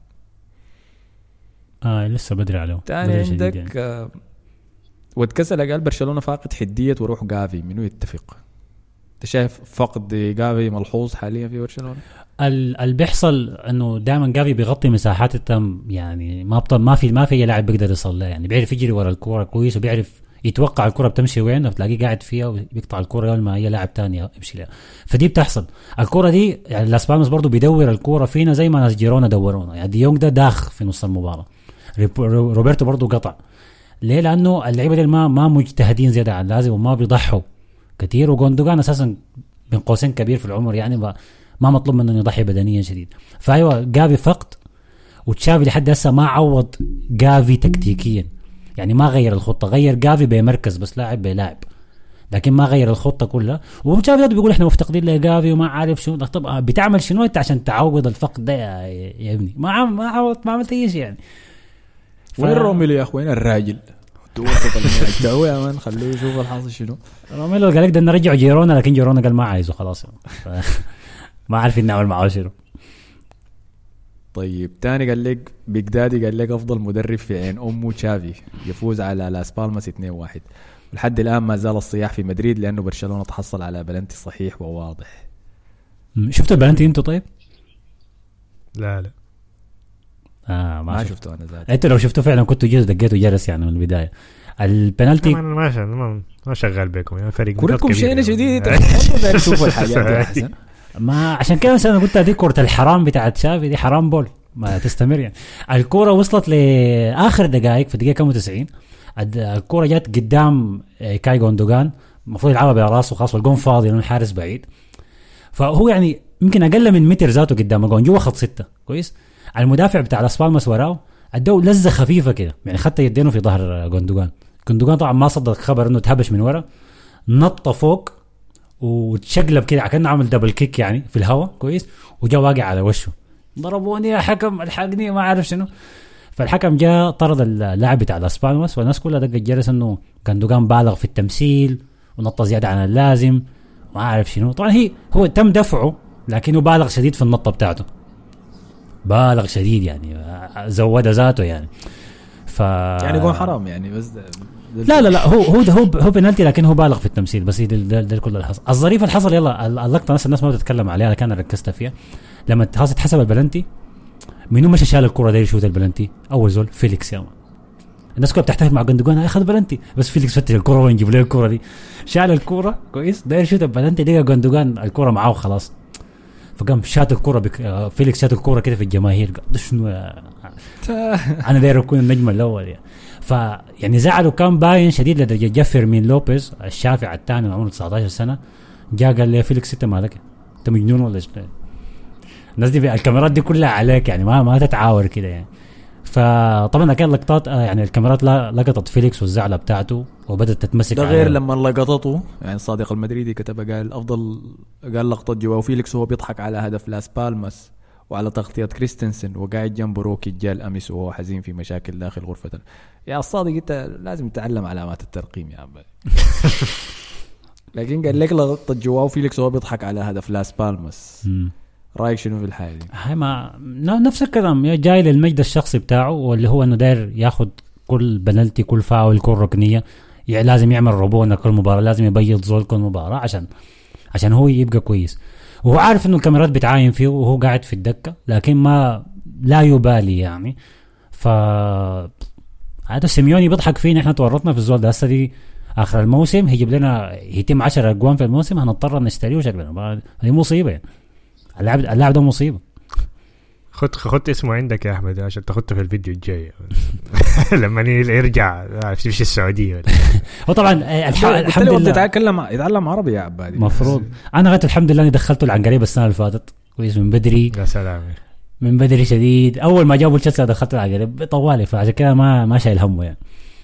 لسه بدري عليه. تاني عندك يعني. واتكسل قال برشلونه فاقد حديه وروح جافي، منو يتفق؟ انت شايف فقد جافي ملحوظ حاليا في برشلونه؟ اللي بيحصل انه دائما جافي بيغطي مساحات التم، يعني ما في لاعب بيقدر يصل لها، يعني بيعرف يجري ورا الكوره كويس وبيعرف يتوقع الكرة بتمشي وين وتلاقيه قاعد فيها وبيقطع الكرة قبل ما اي لاعب تاني يمشي لها. فدي بتحصل الكرة دي يعني لاس بالماس برضو بيدور الكرة فينا زي ما ناس جيرونا دورونا، يعني دي يونغ ده داخ في نص المباراة، روبرتو برضو قطع. ليه؟ لانه اللعيبه دي ما مجتهدين زياده عن اللازم وما بيضحوا كتير، وغوندوغان اساسا بين قوسين كبير في العمر يعني ما مطلوب منه يضحي بدنيا شديد. فايوه جافي فقد، وتشافي لحد هسه ما عوض جافي تكتيكيا، يعني ما غير الخطه، غير جافي بمركز بس لاعب بلاعب، لكن ما غير الخطه كلها. وتشافي بيقول احنا مفتقدين لجافي وما عارف شو. طب بتعمل شنو انت عشان تعوض الفقد ده يا ابني؟ ما عملت اي شيء يعني. وين روميلو يا اخوين الراجل؟ الدعوه يا مان خلوه يشوف الحاصل شنو. روميلو قال لك ده نرجع جيرونا، لكن جيرونا قال ما عايزه خلاص ما عارفين نعمل معه شنو. طيب تاني قال لك بيجدادي قال لك افضل مدرب في عين امه تشافي، يفوز على لاس بالماس 2-1. ولحد الان ما زال الصياح في مدريد لانه برشلونه تحصل على بلنتي صحيح وواضح. شفتوا البلنتي انتوا؟ طيب لا ما شفته انا ذاتي. انت لو شفته فعلا كنتوا جيتوا دقيتوا جرس يعني من البدايه. البنالتي ما شغال بكم يعني فريق كورتكم شيء شديد تشوفوا الحاجات دي. ما عشان كده انا قلت هذه كره الحرام بتاعت شافي دي حرام بول ما تستمر يعني. الكره وصلت لاخر دقائق في الدقيقه كم 90 الكره جت قدام كاي غوندوغان، المفروض يلعبها براسه خلاص والجون فاضي لانه الحارس بعيد، فهو يعني يمكن اقل من متر ذاته قدام الجون جوا خط 6 كويس. المدافع بتاع لاس بالماس وراه ادوا لزه خفيفه كده يعني، خدت يدينه في ظهر غوندوغان طبعا ما صدق خبر انه تهبش من ورا، نط فوق وتشقلب كده كأنه عمل دبل كيك يعني في الهواء كويس، وجا واقع على وشه. ضربوني يا حكم الحقني ما عارف شنو. فالحكم جاء طرد اللاعب بتاع لاس بالماس والناس كلها دقت جرس انه غوندوغان بالغ في التمثيل ونط زياده عن اللازم ما عارف شنو. طبعا هو تم دفعه لكنه بالغ شديد في النطه بتاعته، بالغ شديد يعني زود ذاته يعني. يعني يكون حرام يعني بس لا هو بنالتي لكن هو بالغ في التمثيل بس. ده كل الحصل. الظريف الحصل يلا اللقطه الناس ما بتتكلم عليها لكن انا ركزت فيها لما اتحسب البلنتي. منو مش شال الكره دي يشوت البلنتي؟ اول زول فيليكس يا مان. الناس كلها بتحتفل مع جندوجان اخذ بلنتي، بس فيليكس فتح الكره ونجيب له الكره دي، شال الكره كويس داير شوت بلنتي، لقى جندوجان الكره معاه وخلاص، فقام شات الكره فيليكس شات الكره كده في الجماهير، قال شنو انا داير اكون النجم الاول يعني. فيعني زعله كان باين شديد لدرجه جفر من لوبيز الشافع الثاني عمره 19 سنه جاء قال لي فيليكس انت مالك انت مجنون ولا ايش؟ الناس دي الكاميرات دي كلها عليك يعني ما تتعاور كده يعني. فطبعا كان لقطات يعني الكاميرات لقطت فيليكس والزعله بتاعته وبدت تتمسك ده غير لما لقطته يعني الصادق المدريدي كتب قال افضل، قال لقطه جواو فيليكس وهو بيضحك على هدف لاس بالماس وعلى تغطيه كريستنسن وقاعد جنبه روكي جال امس وهو حزين في مشاكل داخل غرفه. يا الصادق انت لازم تتعلم علامات الترقيم يا عبد. لكن قال لك لقطه جواو فيليكس وهو بيضحك على هدف لاس بالماس، رايك شنو في الحاله دي؟ هاي ما نفس الكلام جاي للمجد الشخصي بتاعه، واللي هو انه داير ياخد كل بنالتي كل فاول كل ركنيه، يعني لازم يعمل ربونه كل مباراه، لازم يبيض زول كل مباراه عشان هو يبقى كويس. وهو عارف انه الكاميرات بتعاين فيه وهو قاعد في الدكه، لكن لا يبالي يعني. ف هذا سيميوني بيضحك فينا، احنا تورطنا في الزول ده هسه دي اخر الموسم هيجيب لنا يتم 10 اجوان في الموسم، هنضطر نشتريه شكلنا، هي مصيبه يعني. اللاعب ده مصيبه. خد اسمه عندك يا احمد عشان تاخده في الفيديو الجاي لما يرجع يمشي السعوديه. هو طبعا الحمد لله يتعلم عربي يا عبادي مفروض. انا غير الحمد لله اني دخلته العنقريب السنه اللي فاتت كويس من بدري. يا سلام من بدري شديد، اول ما جابوا تشيلسي دخلته العنقريب طوالي، فعشان كده ما شايل همه يعني.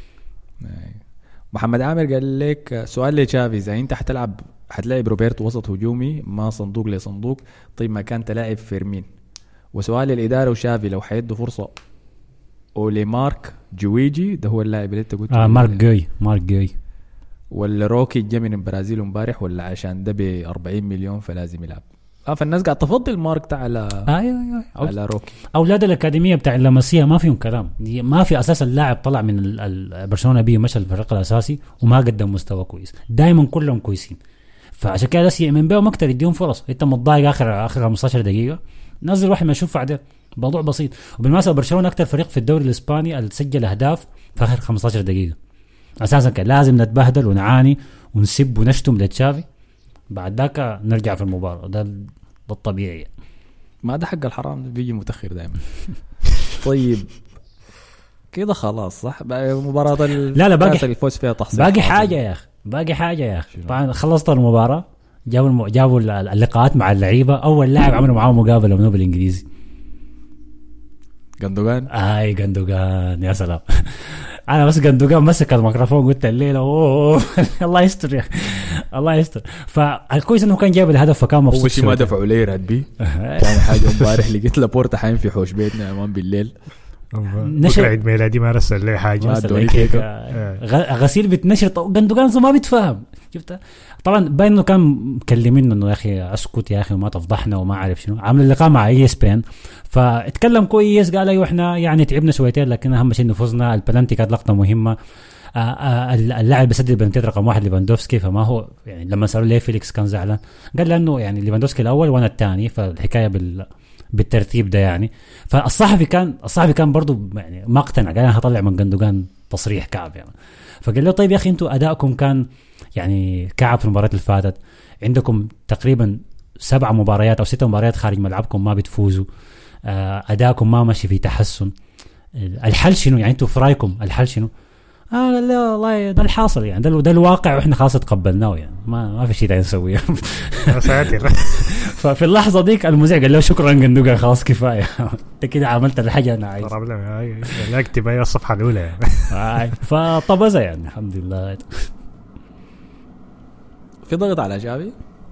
محمد عامر قال لك سؤال لتشافي، اذا انت حتلعب روبرتو وسط هجومي ما صندوق لصندوق، طيب ما كان تلاعب فيرمين. وسؤال للإدارة وشافي لو حيدوا فرصة أولي مارك جويجي ده هو اللاعب اللي انت قلت مارك جوي ولا روكي جا من البرازيل امبارح، ولا عشان ده ب40 مليون فلازم يلعب؟ فالناس قاعد تفضل مارك على على روكي. اولاد الاكاديميه بتاع اللمسيه ما فيهم كلام، ما في اساس اللاعب طلع من برشلونه بي مشى الفريق الاساسي وما قدم مستوى كويس، دائما كلهم كويسين. فعشان كده من بيهم اكتر يديهم فرص. انت متضايق اخر 15 دقيقه نزل واحد ما يشوف عدل، موضوع بسيط. وبالمناسبه برشلونه اكتر فريق في الدوري الاسباني اللي سجل اهداف في اخر 15 دقيقه. اساسا كان لازم نتبهدل ونعاني ونسب ونشتم لتشافي، بعد ذاك نرجع في المباراه. ده الطبيعي، ما ده حق الحرام بيجي متاخر دائما. طيب كده خلاص صح مباراه لا باقي الفوز فيها تحصيل، باقي حاجه يا اخي طبعا خلصت المباراه، جابوا اللقاءات مع اللعيبه. اول لاعب عملوا معاه مقابله منو بالانجليزي؟ جندوجان. جندوجان يا سلام. انا بس جندوجان مسك الميكروفون قلت الليله اوه الله يستر يا الله يستر. فالكويس انه كان جاب الهدف فكان مبسوط. اول شيء ما دفعوا لي راتبي كان حاجه امبارح لقيت لابورتا حين في حوش بيتنا امام بالليل نشر عيد ميلادي ما رسل لي حاجه غسيل بتنشر. جندوجان ما بيتفهم شفت. طبعا باين انه كان مكلمين انه يا اخي اسكت يا اخي وما تفضحنا وما عارف شنو. عامل اللقاء مع ESPN فاتكلم كويس، قال ايوه احنا يعني تعبنا شويتين لكن اهم شيء نفوزنا. البلانتي كانت لقطه مهمه. اللاعب بسدد البلانتيات رقم 1 ليفاندوفسكي، فما هو يعني لما سالوا ليه فيليكس كان زعلان قال لانه يعني ليفاندوفسكي الاول وانا الثاني، فالحكايه بالترتيب ده يعني. فالصحفي كان برضو يعني ما اقتنع، قال انا هطلع من جندوجان تصريح كعب يعني. فقال له طيب يا اخي انتوا ادائكم كان يعني كعب في المباريات اللي فاتت، عندكم تقريبا 7 مباريات او 6 مباريات خارج ملعبكم ما بتفوزوا، ادائكم ما ماشي في تحسن، الحل شنو يعني؟ انتوا في رايكم الحل شنو؟ قال لا والله ده الحاصل يعني، ده الواقع واحنا خلاص تقبلناه يعني ما في شيء ثاني نسويه. ففي اللحظه ديك المذيع قال له شكرا جندوجان خلاص كفايه انت كده عملت الحاجه انا عايز. لا اكتب هي الصفحه الاولى يعني. فطبزه يعني الحمد لله. في ضغط على جافي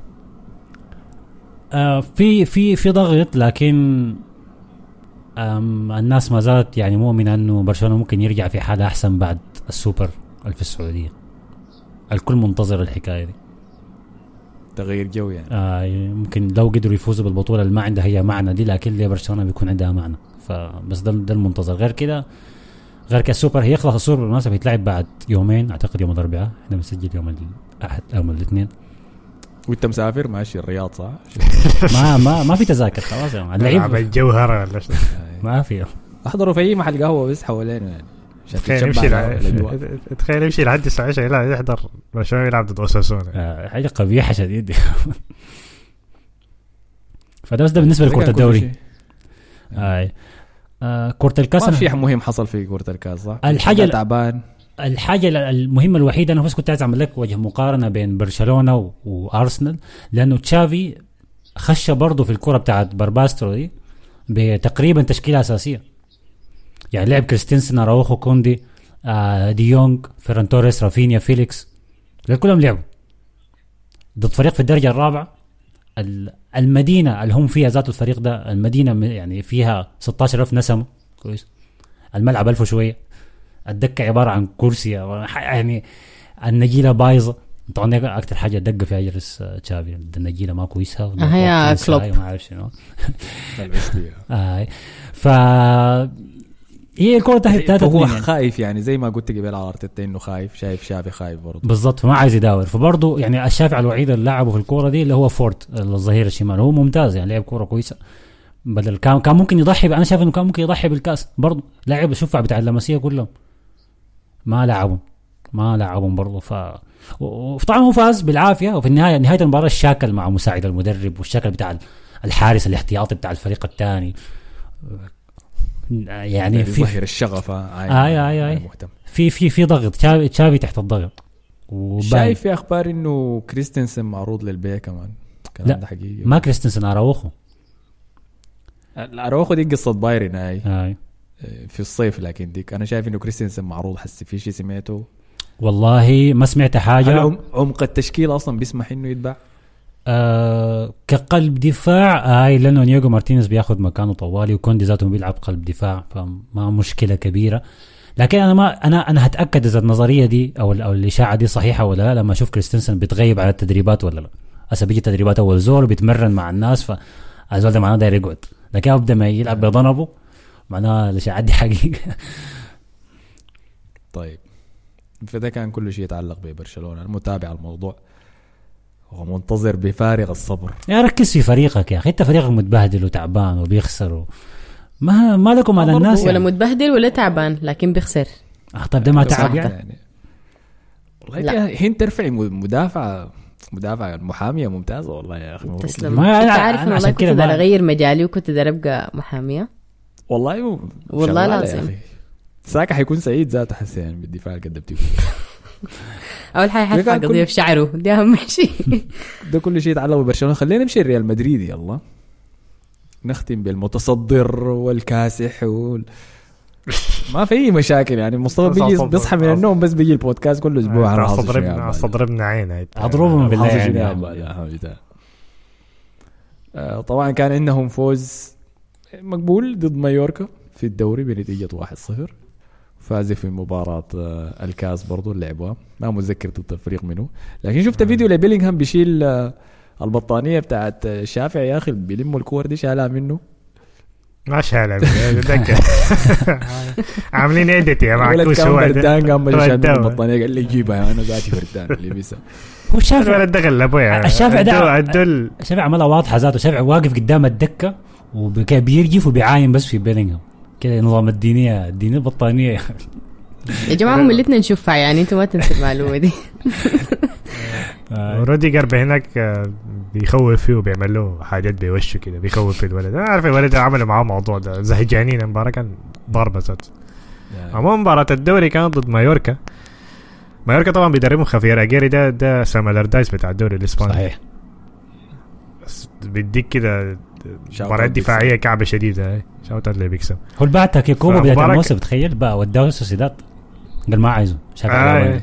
في ضغط، لكن الناس ما زالت يعني مؤمنه انه برشلونه ممكن يرجع في حاله احسن بعد السوبر في السعوديه. الكل منتظر الحكايه دي، تغيير جو يعني. ممكن لو قدروا يفوزوا بالبطوله اللي ما عندها هي معنى دي، لكن لبرشلونه بيكون عندها معنى. فبس ده المنتظر. غير كده السوبر هي خلاص. السوبر بالمناسبه يتلعب بعد يومين اعتقد، يوم الاربعاء، احنا بنسجل يوم الاحد او الاثنين. وانت مسافر ماشي الرياض صح؟ ما في تذاكر خلاص يعني. اللعيبه الجوهره ولا ما في. احضروا في اي محل قهوه بس حوالينا يعني. تخيل يمشي لحد الساعة 10 لا يحضر برشلونة يلعب ضد أوساسونا. حاجة قبيحة شديد. فده بس ده بالنسبة لكرة الدوري. كرة الكاس ما في مهم حصل في كرة الكاس صح؟ الحاجة تعبان. الحاجة المهمة الوحيدة أنا بس كنت عايز أعمل لك وجه مقارنة بين برشلونة وأرسنال، لأنه تشافي خش برضو في الكرة بتاعت برباسترو دي بتقريبا تشكيلة أساسية. يعني لعب كريستنسن، أراوخو، كوندي، ديونج، فيران توريس، رافينيا، فيليكس، كلهم لعبوا ضد فريق في الدرجة الرابعة. المدينة اللي هم فيها ذات الفريق ده المدينة يعني فيها 16,000 نسمة كويس، الملعب 1000 شوية، الدكة عبارة عن كرسي يعني النجيلة بايظة. طبعا أكتر حاجة دقة فيها جلس تشافي النجيلة ما كويسها هي كلوب ما عارف شنو. ف هي الكرة تحت هو خايف يعني زي ما قلت قبل على أرتيتا إنه خايف، شايف شافي خايف برضه بالضبط، فما عايز يداور. فبرضه يعني الشافع الوحيد اللي لعبه في الكرة دي اللي هو فورت الظهير الشمال، هو ممتاز يعني لعب كرة كويسة. بدل كان ممكن يضحي، أنا شايف إنه كان ممكن يضحي بالكاس برضه. لاعب الشفع بتاع اللمسية كلهم ما لعبهم برضه. وطبعا هو فاز بالعافية. وفي نهاية المباراة الشاكل مع مساعد المدرب والشكل بتاع الحارس الاحتياطي بتاع الفريق الثاني يعني في ظهير الشغفة مهتم في ضغط تشافي تحت الضغط. شايف في اخبار انه كريستنسن معروض للبيع كمان، الكلام ده حقيقي؟ ما كريستنسن، اراوخو دي قصة بايرن هاي في الصيف، لكن ديك انا شايف انه كريستنسن معروض. حس في شيء سمعته والله ما سمعت حاجة. عمق التشكيل اصلا بيسمح انه يتباع كقلب دفاع لأنه نياغو مارتينيز بياخد مكانه طوالي، وكوندي ذاته بيلعب قلب دفاع، فما مشكلة كبيرة. لكن أنا هتأكد إذا النظرية دي أو الإشاعة دي صحيحة ولا لا لما أشوف كريستنسن بتغيب على التدريبات ولا لا. بيجي تدريبات أول زول بيتمرن مع الناس، فالزول ده معناه داير يقعد، لكن أبدأ ما يلعب بضنبه معناه الإشاعة دي حقيقة. طيب فده كان كل شيء يتعلق ببرشلونة. المتابع الموضوع ومنتظر بفارغ الصبر. يا ركز في فريقك يا أخي، أنت فريقك متبهدل وتعبان وبيخسر ما لكم على الناس ولا يعني. متبهدل ولا تعبان لكن بيخسر. طيب ده ما تعب يعني والله هين ترفعي مدافع المحامية ممتازة والله يا أخي. تسلم. ما أنا عارف والله كنت دار أغير مجالي وكنت دار أبقى محامية والله لازم. ساكا حيكون سعيد ذاته حسين يعني بالدفاع اللي قدمتيه. اول حاجه حرفع قضيه في شعره ده اهم شيء. ده كل شيء يتعلق ببرشلونه. خلينا نمشي ريال مدريد يلا نختم بالمتصدر والكاسح ما في مشاكل يعني. مصطفى بيصحى من النوم بس بيجي البودكاست كل اسبوع على صدرنا عينه اضربهم بالله. طبعا كان عندهم فوز مقبول ضد مايوركا في الدوري بنتيجه 1-0. فاز في مباراة الكاس برضو اللي لعبوها، ما متذكر ضد الفريق منه، لكن شفت فيديو لبيلينغهام بيشيل البطانية بتاعت شافع يا أخي بيلموا الكور دي شالها منه. ما شالها عاملين ايديت يا معكوس. هو بردان قام بيشيل البطانية قال لي جيبها أنا ذاتي بردان اللي بيسا. هو شافع ولا دخل أبويا الشافع ده شافع عملها واضحة ذاته. شافع واقف قدام الدكة وبيرجف وبيعاين بس في بيلينغهام كده نظام الدينية البطانية. يا جماعة هم اللي نشوفها يعني انتوا ما تنسوا المعلومة دي. روديجر هناك بيخوف فيه وبيعمل له حاجات بيوشه كده بيخوف في الولد. انا عارف الولد عمل معاه موضوع ده زهجانين. المباراة كان ضربة ذات. عموما مباراة الدوري كانت ضد مايوركا. طبعا بيدربهم خافير اجيري ده سامالردايس بتاع الدوري الاسباني. صحيح. بس بيديك كده مباراة دفاعية كعبة شديدة. هاي شوت اللي بيكسب. هو بعتها كيكوبا بداية الموسم تخيل بقى وداه سوسيداد قال ما عايزه قال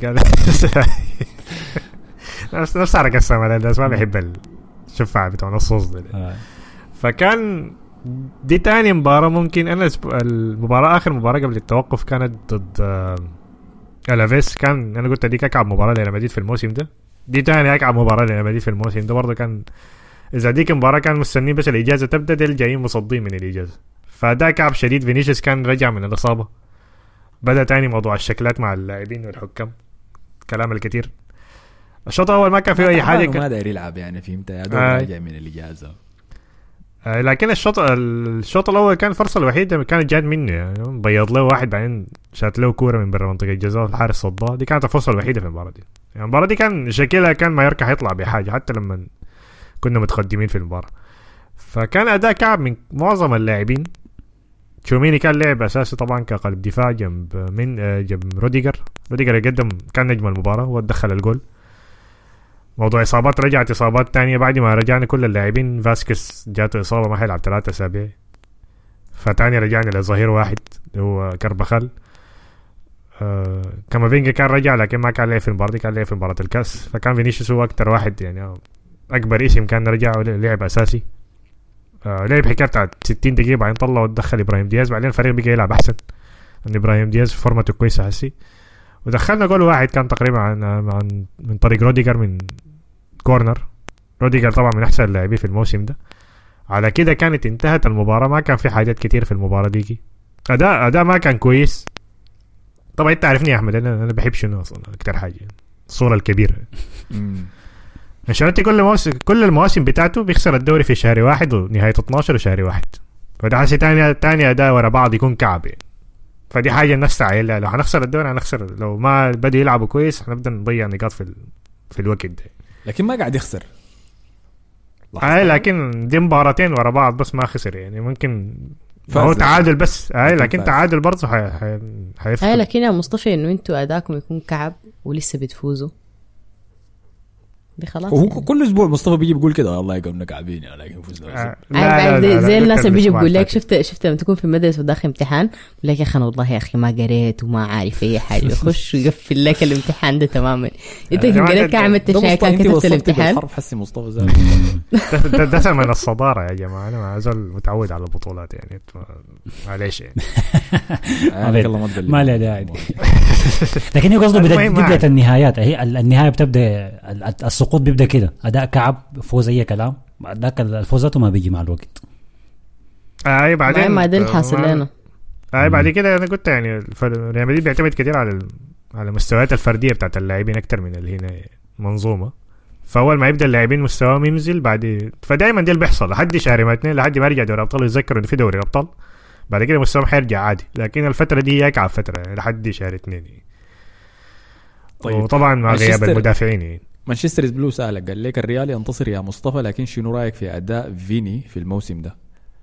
نفس حركة السامالردايس ما بيحب الشفاعة بتاع نصوص ده. فكان دي تاني مباراة ممكن. أنا المباراة آخر مباراة قبل التوقف كانت ضد ألافيس. كان أنا قلت ديك أكعب مباراة لريال مدريد في الموسم ده. دي تاني أكعب مباراة لريال مدريد في الموسم ده برضه. كان إذا ديك مباراة كان مستنين بس الإجازة تبدأ ديل جايين مصدين من الإجازة. فده كعب شديد. فينيسيوس كان رجع من الإصابة. بدأ تاني موضوع الشكلات مع اللاعبين والحكام كلام الكثير. الشوط الأول ما كان فيه أي حاجة. ما داير يلعب يعني فهمت يا دوب راجع من الإجازة. لكن الشوط الاول كان الفرصه الوحيده كانت جات منه يعني بيض له واحد بعدين شات له كوره من برا منطقه الجزاء الحارس صدها. دي كانت الفرصه الوحيده في المباراه دي. يعني المباراه دي كان شكلها كان ما يركح يطلع بحاجه حتى لما كنا متقدمين في المباراه. فكان اداء كعب من معظم اللاعبين. تشوميني كان لعب اساسي طبعا كقلب دفاع جنب روديجر قدم كان نجم المباراه ودخل الجول. موضوع اصابات رجعت اصابات تانية بعد ما رجعنا كل اللاعبين. فاسكس جاته اصابه ما حيلعب 3 أسابيع. فتاني رجعنا لظهير واحد هو كربخال. كامافينجا كان رجع لكن ما كان لعب في المباراه دي. كان لعب في مباراه الكاس. فكان فينيسيوس هو اكتر واحد يعني اكبر اسم كان رجع ولعب اساسي. لعب حكايه بتاعت 60 دقيقه بعدين طلع ودخل ابراهيم دياز. بعدين الفريق بقى يلعب احسن ان ابراهيم دياز فورمته كويسه هسي. ودخلنا جول واحد كان تقريبا من طريق روديجر من كورنر. روديجر طبعا من احسن اللاعبين في الموسم ده. على كده كانت انتهت المباراه. ما كان في حاجات كتير في المباراه دي. اداء ما كان كويس. طبعا انت عارفني يا احمد انا بحب شنو اصلا اكتر حاجه الصوره الكبيره. انشيلوتي كل المواسم بتاعته بيخسر الدوري في شهر 1 ونهايه 12 وشهر 1. فده حاسس تاني اداء ورا بعض يكون كعب يعني. فدي حاجه الناس تعيلها. لو هنخسر الدوري هنخسر. لو ما بدأوا يلعبوا كويس هنبدا نضيع نقاط في الوقت ده. لكن ما قاعد يخسر. لكن دي مباراتين ورا بعض بس ما خسر يعني. ممكن هو تعادل بس. لكن تعادل برضه هيفرق. لكن يا مصطفى انه انتوا اداكم يكون كعب ولسه بتفوزوا خلاص وهو يعني. كل اسبوع مصطفى بيجي بيقول كده والله يقولنا كعبين يعني لكن فزنا. زي الناس اللي بيجي بيقول لك شفت لما تكون في المدرسه وداخل امتحان بيقول لك يا اخي انا والله يا اخي ما قريت وما عارف اي حاجه. يخش ويقفل لك الامتحان ده تماما. انت قريت كعملت شيء كان كتبت الامتحان. الحرب حسي مصطفى زاد ده ثمن الصداره يا جماعه. انا ما زال متعود على البطولات يعني. معليش يعني ما له داعي. لكن هو قصده بدايه النهايات. هي النهايه بتبدا السقوط بيبدا كده. اداء كعب فوز اي كلام. ذاك الفوزات ما بيجي مع الوقت. بعدين ما ده الحاصل لنا. بعد كده انا قلت يعني ريال مدريد بيعتمد كتير على مستويات الفرديه بتاعت اللاعبين اكتر من اللي هنا منظومه. فاول ما يبدا اللاعبين مستواهم ينزل بعد فدايما ده اللي بيحصل لحد شهر 2 لحد ما يرجع دوري الابطال يتذكروا انه في دوري الابطال. بعد كده مستواهم حيرجع عادي. لكن الفتره دي يكعب فتره يعني لحد شهر 2 يعني. طيب. وطبعا مع غياب المدافعين يعني. مانشستر بلو سألك قال لك الريال ينتصر يا مصطفى لكن شنو رايك في اداء فيني في الموسم ده؟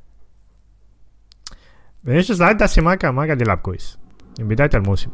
مانشستر لحد هسه ما قاعد يلعب كويس من بدايه الموسم.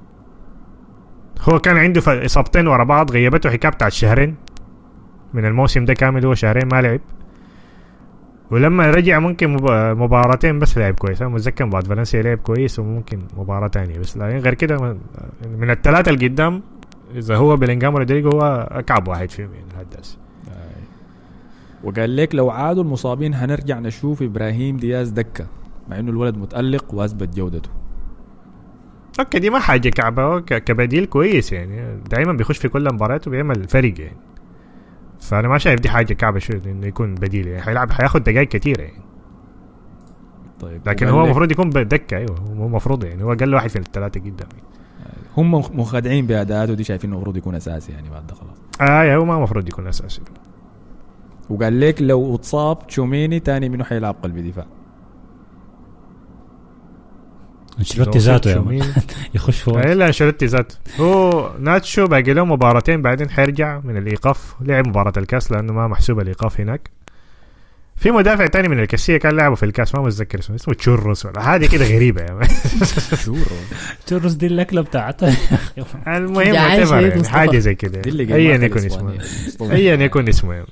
هو كان عنده اصابتين ورا بعض غيبته حكايه بتاعت شهرين من الموسم ده كامل. هو شهرين ما لعب. ولما رجع ممكن مباراتين بس لعب كويس. انا متذكر بعد فالنسيا لعب كويس وممكن مباراه تانية بس. لكن غير كده من الثلاثه اللي قدام اذا هو بيلينغهام ورودريجو هو اكعب واحد فيهم يعني الهداس. وقال لك لو عادوا المصابين هنرجع نشوف ابراهيم دياز دكه مع انه الولد متألق واثبت جودته. اوكي دي ما حاجه كعبه. كبديل كويس يعني. دائما بيخش في كل مباريات وبيعمل فرق يعني. فانا ما شايف دي حاجه كعبه شو انه يكون بديل يعني. هياخد دقائق كتيره يعني. طيب لكن هو المفروض يكون بدكه. ايوه هو المفروض يعني. هو قال له واحد في الثلاثه قدام يعني. هم مخادعين باداءاته دي شايفين انه المفروض يكون اساسي يعني بعد ده خلاص. هو ما المفروض يكون اساسي. وقال لك لو اتصاب تشوميني تاني منه حيلعب قلب دفاع. انشيلوتي ذاته يخش فوق. لا انشيلوتي ذاته. هو ناتشو باقي له مباراتين بعدين حيرجع من الايقاف. لعب مباراه الكاس لانه ما محسوب الايقاف هناك. في مدافع تاني من الكاسيه كان لعبه في الكاس ما متذكر اسمه تشورروس ولا هذه كده غريبه يعني. تشورروس دي الاكله بتاعتها. المهم يعني حاجه زي كده ايا يكون اسمه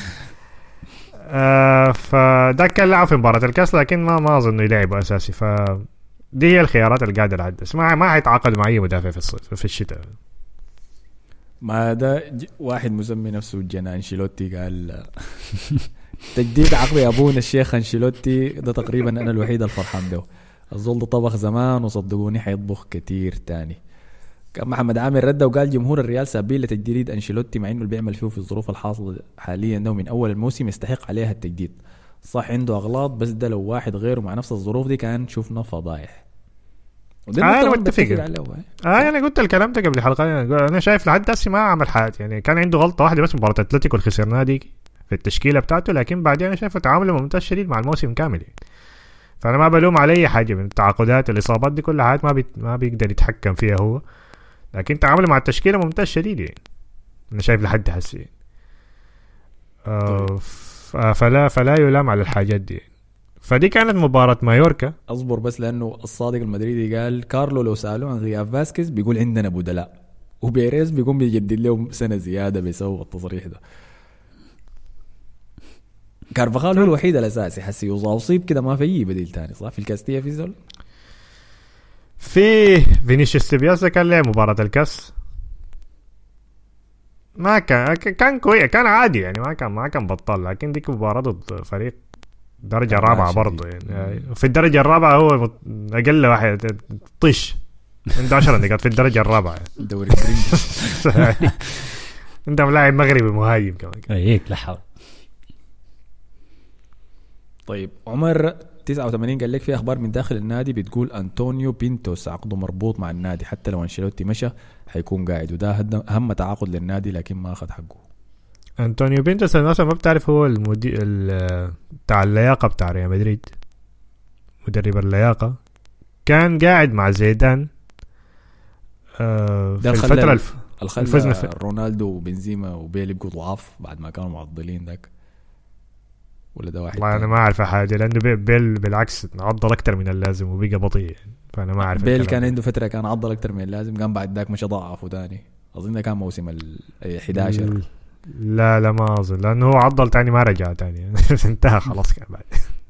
فده كان لعب في مباراه الكاس لكن ما اظن يلعب اساسي. ف دي هي الخيارات اللي قاعده العدس. ما حيتعاقد مع اي مدافع في الصيف في الشتاء. ما ده واحد مسمي نفسه جنان انشيلوتي قال تجديد عقد ابونا الشيخ انشيلوتي ده تقريبا انا الوحيد الفرحان به. الزول ده طبخ زمان وصدقوني حيطبخ كتير تاني. كان محمد عامر رد وقال جمهور الريال سابين لتجديد انشيلوتي مع انه اللي بيعمل فيه في الظروف الحاصله حاليا ده من اول الموسم يستحق عليها التجديد. صح عنده اغلاط بس ده لو واحد غيره مع نفس الظروف دي كان شفنا فضايح. انا متفق. انا قلت الكلام ده قبل حلقه. انا شايف لحد هسه ما عمل حاجه يعني. كان عنده غلطه واحده بس مباراه اتلتيكو اللي خسرناها دي في التشكيله بتاعته، لكن بعدين انا شايفه تعامله ممتاز شديد مع الموسم كامل يعني. فانا ما بلوم على اي حاجه من التعاقدات الاصابات دي كلها، حاجات ما بيقدر يتحكم فيها هو، لكن تعامله مع التشكيله ممتاز شديد يعني. انا شايف لحد هسه يعني. فلا يلام على الحاجات دي. فدي كانت مباراة مايوركا. اصبر بس، لانه الصادق المدريدي قال كارلو لو سألوه عن غياب فاسكيز بيقول عندنا بدلاء، وبيريز بيقوم بيجدد لهم سنة زيادة بيسوي التصريح ده. كارفاخال هو الوحيد الاساسي حسي، وصيب كده ما في بديل تاني صح في الكاستية في زول. في فينيسيوس تيبياسا كان له مباراة الكاس، ما كان كويس، كان عادي يعني، ما كان بطال، لكن ديك مباراة ضد فريق درجة رابعة برضه يعني. في الدرجة الرابعة هو أقل واحد طيش عنده 10 نقاط في الدرجة الرابعة الدوري الفرنسي. انت ملاعب مغربي مهاجم كمان هيك لا حول. طيب عمر 89 قال لك في اخبار من داخل النادي بتقول انطونيو بينتوس عقده مربوط مع النادي، حتى لو انشيلوتي مشى حيكون قاعد، وده اهم تعاقد للنادي لكن ما اخذ حقه. انطونيو بينتوس الناس ما بتعرف هو المدير بتاع اللياقة بتاع ريال مدريد، مدرب اللياقة، كان قاعد مع زيدان في الفترة الفوزنا رونالدو وبنزيما وبيل يبقوا ضعاف بعد ما كانوا معضلين ذاك، ولا ده واحد؟ والله انا ما اعرف حاجه، لانه بيل بالعكس عضل اكتر من اللازم وبقى بطيء يعني. فانا ما اعرف. بيل كان عنده فتره كان عضل اكتر من اللازم، قام بعد ذاك مشى ضعف وثاني، اظن ده كان موسم ال 11. لا ما اظن، لانه هو عضل تاني ما رجع تاني انتهى خلاص كان بعد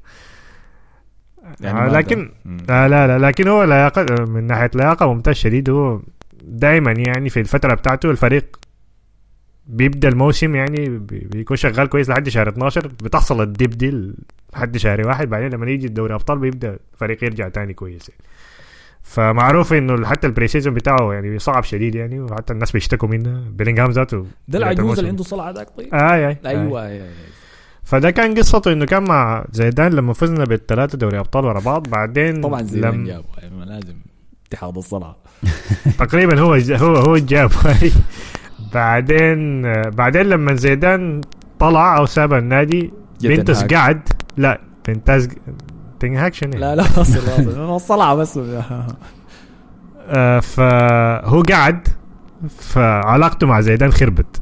يعني. لكن لا لكن هو لياقه، من ناحيه لياقه ممتاز شديد. هو دائما يعني في الفتره بتاعته الفريق بيبدا الموسم يعني بيكون شغال كويس لحد شهر 12، بتحصل الديب دي لحد شهر 1، بعدين لما يجي الدوري ابطال بيبدا الفريق يرجع تاني كويس يعني. فمعروف انه حتى البري سيزون بتاعه يعني صعب شديد يعني، وحتى الناس بيشتكوا منه. بيلينغهام ذاته ده العجوز اللي عنده صلعه ذاك. طيب ايوه فده كان قصته انه كان مع زيدان لما فزنا بالثلاثه دوري ابطال ورا بعض. بعدين طبعا زيدان جابه يعني لازم اتحاد الصلعه تقريبا هو جابه. بعدين لما زيدان طلع او ساب النادي بنتس قعد. لا بنتس تنهاك شنو؟ لا اصل الصلعه بس. فهو قعد، فعلاقته مع زيدان خربت.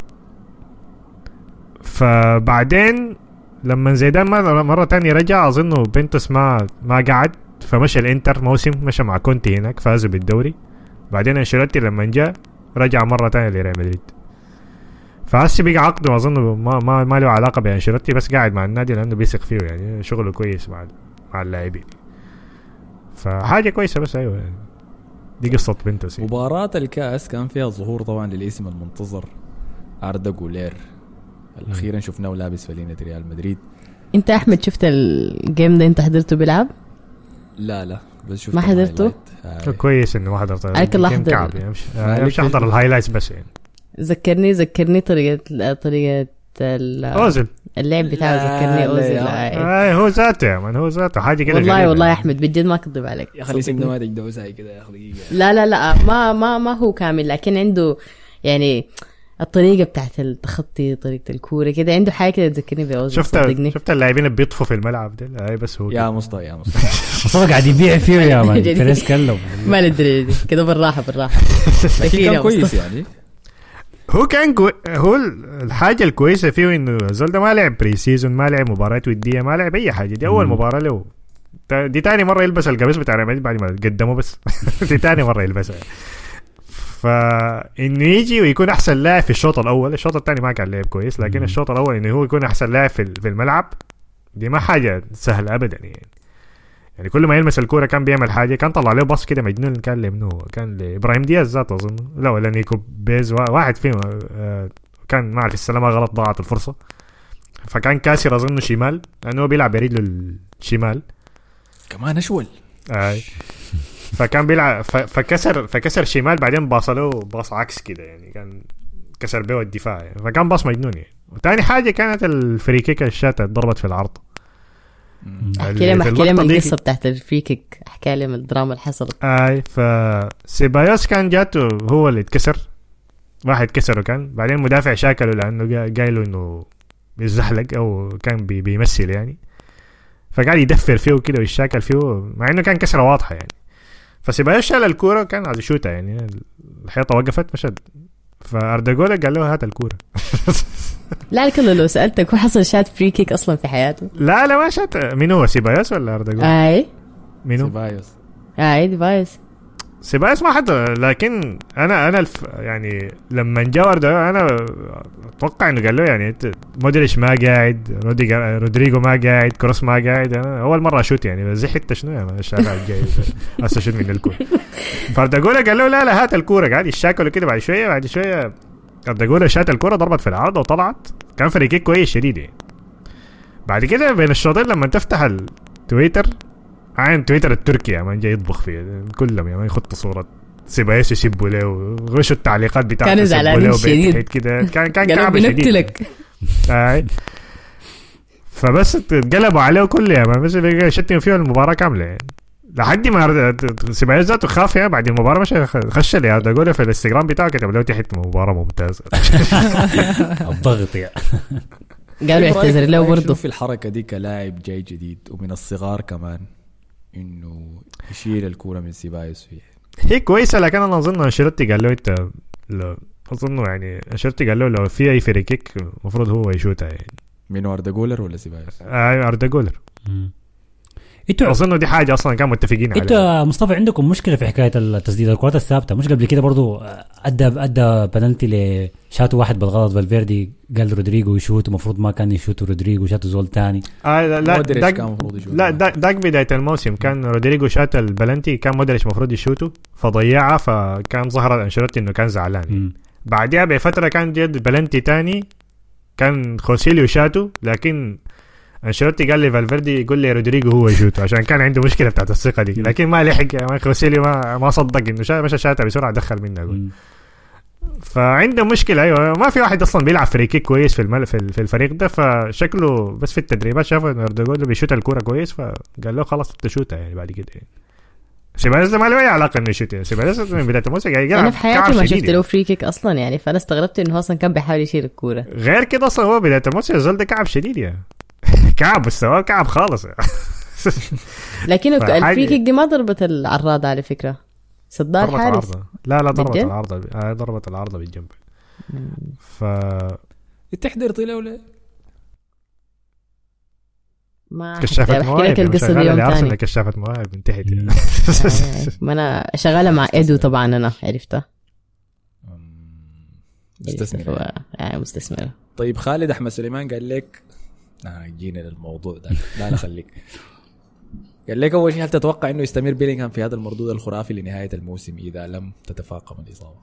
فبعدين لما زيدان مرة تانية رجع، أظنه بنتس ما قعد، فمشى الانتر موسم، مشى مع كونتي هناك، فازوا بالدوري. بعدين انشيلوتي لما جاء رجع مرة تانية لريال مدريد. فهسه بقى عقده أظنه ما له علاقة بانشيلوتي، بس قاعد مع النادي لأنه بيثق فيه يعني، شغله كويس مع اللاعبين، فحاجة كويسة. بس أيوة يعني دي قصة بنتس. مباراة الكأس كان فيها ظهور طبعا للاسم المنتظر أردا جولير، الأخيرا شفناه لابس فلينة ريال مدريد. انت احمد شفت الجيم ده؟ انت حضرته بيلعب؟ لا بس شفت. ما حضرته؟ كويس انه ما حضرته. عليك اللحظة مش احضر الهايلايتس بس يعني. ذكرني طريقة اوزل اللعب بتاعه، ذكرني اوزل. هو ذاته يا من، هو ذاته حاجة كده. والله يا احمد بجد ما كذب عليك يا اخي اسم نماذج دوساي كده يا اخي. لا ما هو كامل، لكن عنده يعني الطريقة بتاعت التخطي، طريقة الكورة كده، عنده حاجة كده تذكرني بأوزل. شفت اللاعبين بيطفوا في الملعب ده. بس هو يا مصطفى مصطفى قاعد يبيع فيه يا مان. تريس كلم ما ندري كده بالراحة كان كويس يعني. هو كان هو الحاجة الكويسة فيه انه زول ده ما لعب بري سيزون، ما لعب مباريات ودية، ما لعب اي حاجة. دي اول مباراة له، دي تاني مرة يلبس القميص بتاع ريال مدريد بعد ما قدمه، بس دي تاني مرة يلبسها. فإنه يجي ويكون أحسن لاعب في الشوط الأول. الشوط الثاني ما كان لعب كويس، لكن الشوط الأول إنه هو يكون أحسن لاعب في الملعب، دي ما حاجة سهلة أبدا يعني كل ما يلمس الكورة كان بيعمل حاجة. كان طلع له باص كده مجنون، كان لمنه، كان لإبراهيم دياز ذات أظن، لا ولا نيكو بيز، واحد فيهم كان ما أعرف السلامة غلط، ضاعت الفرصة. فكان كاسر أظنه شمال، لأنه هو بيلعب برجله الشمال كمان أشول. فكان بيلعب فكسر شمال، بعدين باصله باص عكس كده يعني، كان كسر بيه الدفاع يعني. فكان باص مجنون يعني. وتاني حاجة كانت الفريكيك الشاتة ضربت في العرض. احكي لهم القصة بتاعت الفريكيك، احكي لهم الدراما اللي حصلت. فسيبايوس كان جاته هو اللي اتكسر، واحد كسره كان، بعدين مدافع شاكله لأنه قايله إنه بيزحلق او كان بيمثل يعني، فقاعد يدفر فيه كده ويشاكل فيه مع انه كان كسره واضحه يعني. فسيبايوس شال الكوره كان عايز يشوتها يعني، الحيطه وقفت مشت، فاردغولا قال له هات الكوره. لا كله لو سألتك هو حصل شات فري كيك أصلا في حياته؟ لا ما شات. مين هو سيبايوس ولا أردغولا؟ أي مين هو؟ سيبايوس سيبايوس ما حد، لكن أنا يعني لما جاء أردغولا أنا أتوقع إنه قال له يعني مودريتش ما قاعد، رودريجو ما قاعد، كروس ما قاعد، أنا أول مرة أشوت يعني زي حتة شنو يعني الشارع الجاي أستشوت من الكورة. فأردغولا قال له لا هات الكورة، قاعد يشاكلوا كده. بعد شوية أردغولا شات الكرة ضربت في العارضة وطلعت، كان فريقك كويس شديد يعني. بعد كده بين الشوطين لما تفتح التويتر عين تويتر التركي يعني جاي يطبخ فيه كلهم يعني يخط صورة سيبايوس يسبوا له وغشوا التعليقات بتاعته، كانوا زعلانين شديد كده، كان كعب شديد. فبس قلبوا عليه كله يعني، بس شتم فيه المباراة كاملة يعني، لحد ما سيبايوس ذاته خاف يعني. بعد المباراة مش خش لي هذا أقوله في الانستغرام بتاعه كتب له تحت مباراة ممتازة. الضغط يعني. قالوا اعتذر له برضه في الحركة دي كلاعب جاي جديد ومن الصغار كمان إنه يشيل الكورة من سيبايوس فيه. هي كويسة، لكن أنا أظن أنشيلوتي قال له أنت أظن يعني أنشيلوتي قال له لو في أي فري كيك المفروض هو يشوتها يعني. مين أردغولر ولا سيبايوس؟ أردغولر. انتوا اظن دي حاجه اصلا كانوا متفقين عليها. انتوا مصطفى عندكم مشكله في حكايه التسديد الكرات الثابته، مش قبل كده برضو ادى بنالتي لشاتو واحد بالغلط، فالفيردي قال رودريجو يشوت ومفروض ما كان يشوت، رودريجو شاتو زول تاني. لا داك بدايه الموسم كان رودريجو شات البلنتي، كان مودريتش مفروض يشوته فضيعها، فكان ظهر انشيلوتي انه كان زعلان. بعدها بفتره كان جد بلنتي تاني كان خوسيليو شاتو، لكن انشيلوتي قال لي فالفيردي يقول لي رودريجو هو يشوت عشان كان عنده مشكله بتاعت الثقه دي، لكن ما لحق ما خوسيليو ما صدق انه مشى شاتها بسرعه دخل منه. فعنده مشكله. ايوه ما في واحد اصلا بيلعب فري كيك كويس في الفريق ده، فشكله بس في التدريبات شافوا انه رودريجو بيشوت الكوره كويس فقال له خلاص انت شوتها يعني. بعد كده يعني سيبايوس ما له اي علاقه انه يشوت يعني. سيبايوس من بدايه الموسم قاعد يلعب. انا في حياتي ما شفت له فري كيك اصلا يعني، فانا استغربت انه اصلا كان بيحاول يشيل الكوره. غير كده اصلا هو بدايه الموسم الزول ده كعب شديد يعني. كعب مستواه كعب خالص. لكن الفري كيك دي ما ضربت العراضة على فكرة، صدها الحارس. لا ضربت العارضة، ضربت العارضة بالجنب. تحضر طيلة ولا ما كشافة مواهب القصة دي يوم تاني. كشافة مواهب من تحت. ما أنا شغالة مع إيدو طبعا، أنا عرفتها مستثمرة. طيب خالد أحمد سليمان قال لك جينا للموضوع ده. لا خليك. قال لك أول شيء هل تتوقع إنه يستمر بيلينغهام في هذا المردود الخرافي لنهاية الموسم إذا لم تتفاقم الإصابة؟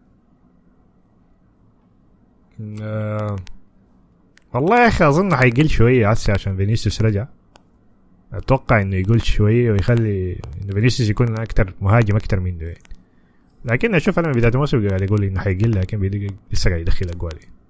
والله يا أخي أظن حيقل شوية عشان فينيسيوس رجع. أتوقع إنه يقول شوية ويخلي إنه فينيسيوس يكون أكتر مهاجم أكتر منه يعني. لكن أشوف أنا من بداية الموسم قاعد يقول إنه حيقل، لكن لسه قاعد يدخل أجوال.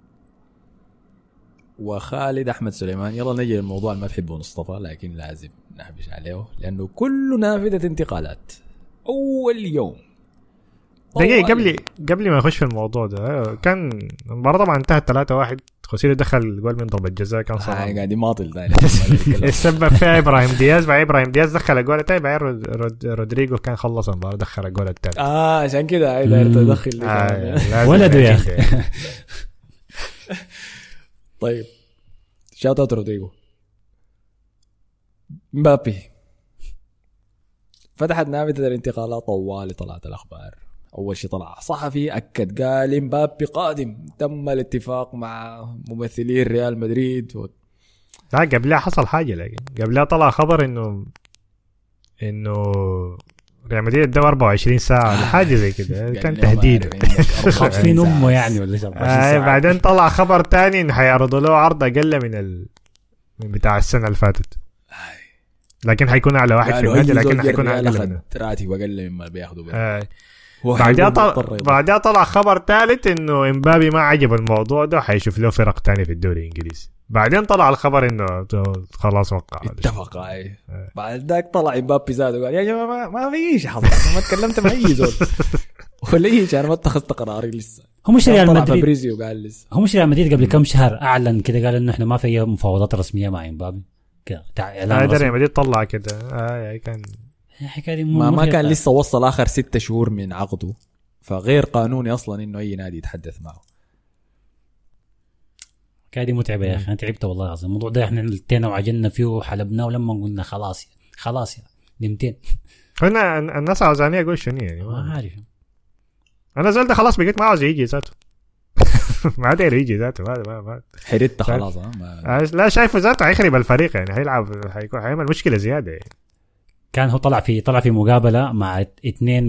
وخالد أحمد سليمان يلا نجي للموضوع اللي ما تحبه مصطفى لكن لازم نحبش عليه لأنه كله نافذة انتقالات أول يوم. دقيقة قبل ما نخش في الموضوع ده، كان المباراة طبعا انتهت 3-1. خوسيليو دخل جول من ضربة جزاء كان صعب قاعد يماطل ده السبب فيها إبراهيم دياز. بعد إبراهيم دياز دخل الجول الثاني، بعد رودريجو كان خلص المباراة دخل الجول الثالث. عشان كده داير تدخل ولده يا أخي. طيب شاوت اوت رودريجو. مبابي فتحت نافذة الانتقالات طوالي، طلعت الأخبار. أول شيء طلع صحفي أكد قال مبابي قادم، تم الاتفاق مع ممثلين ريال مدريد لا قبلها حصل حاجة، لكن قبلها طلع خبر إنه ريال مدريد ده 24 ساعة حاجة زي كده. كان تهديد خاطفين أمه يعني ولا شيء. بعدين طلع خبر تاني إنه حيعرضوا له عرض أقل من بتاع السنة اللي فاتت، لكن حيكون على واحد في النادي، لكن حيكون أقل راتب أقل مما بياخدوا. بعدها طلع خبر ثالث إنه إمبابي ما عجب الموضوع ده، حيشوف له فرق تاني في الدوري الإنجليزي. بعدين طلع الخبر إنه خلاص وقع اتفق. بعد ذاك طلع إمبابي زاد وقال يا جماعة ما في شيء حصل، ما تكلمت مع أي زول ولا أي شيء، أنا ما اتخذت قراري لسه. هو مش ريال طلع مدريد فابريزيو قال لسه هو مش ريال مدريد قبل كم شهر اعلن كده، قال انه احنا ما في اي مفاوضات رسميه مع امبابي كده ريال مدريد طلع كده كان الحكايه دي ما كان لسه وصل اخر 6 شهور من عقده، فغير قانوني اصلا انه اي نادي يتحدث معه. كادي متعبه يا اخي، انا تعبت والله العظيم الموضوع ده. احنا التينا وعجلنا فيه وحلبناه ولما قلنا خلاص يا نمتين. هنا الناس عاوزاني اقول شنو يعني ما عارف انا زلت خلاص بقيت ما عاوز يجي ذاته. ما عاد يجي ذاته ما حريت خلاص. لا شايفه ذاته هيخرب الفريق يعني، هيلعب هيعمل مشكله زياده يعني. كان هو طلع في مقابله مع 2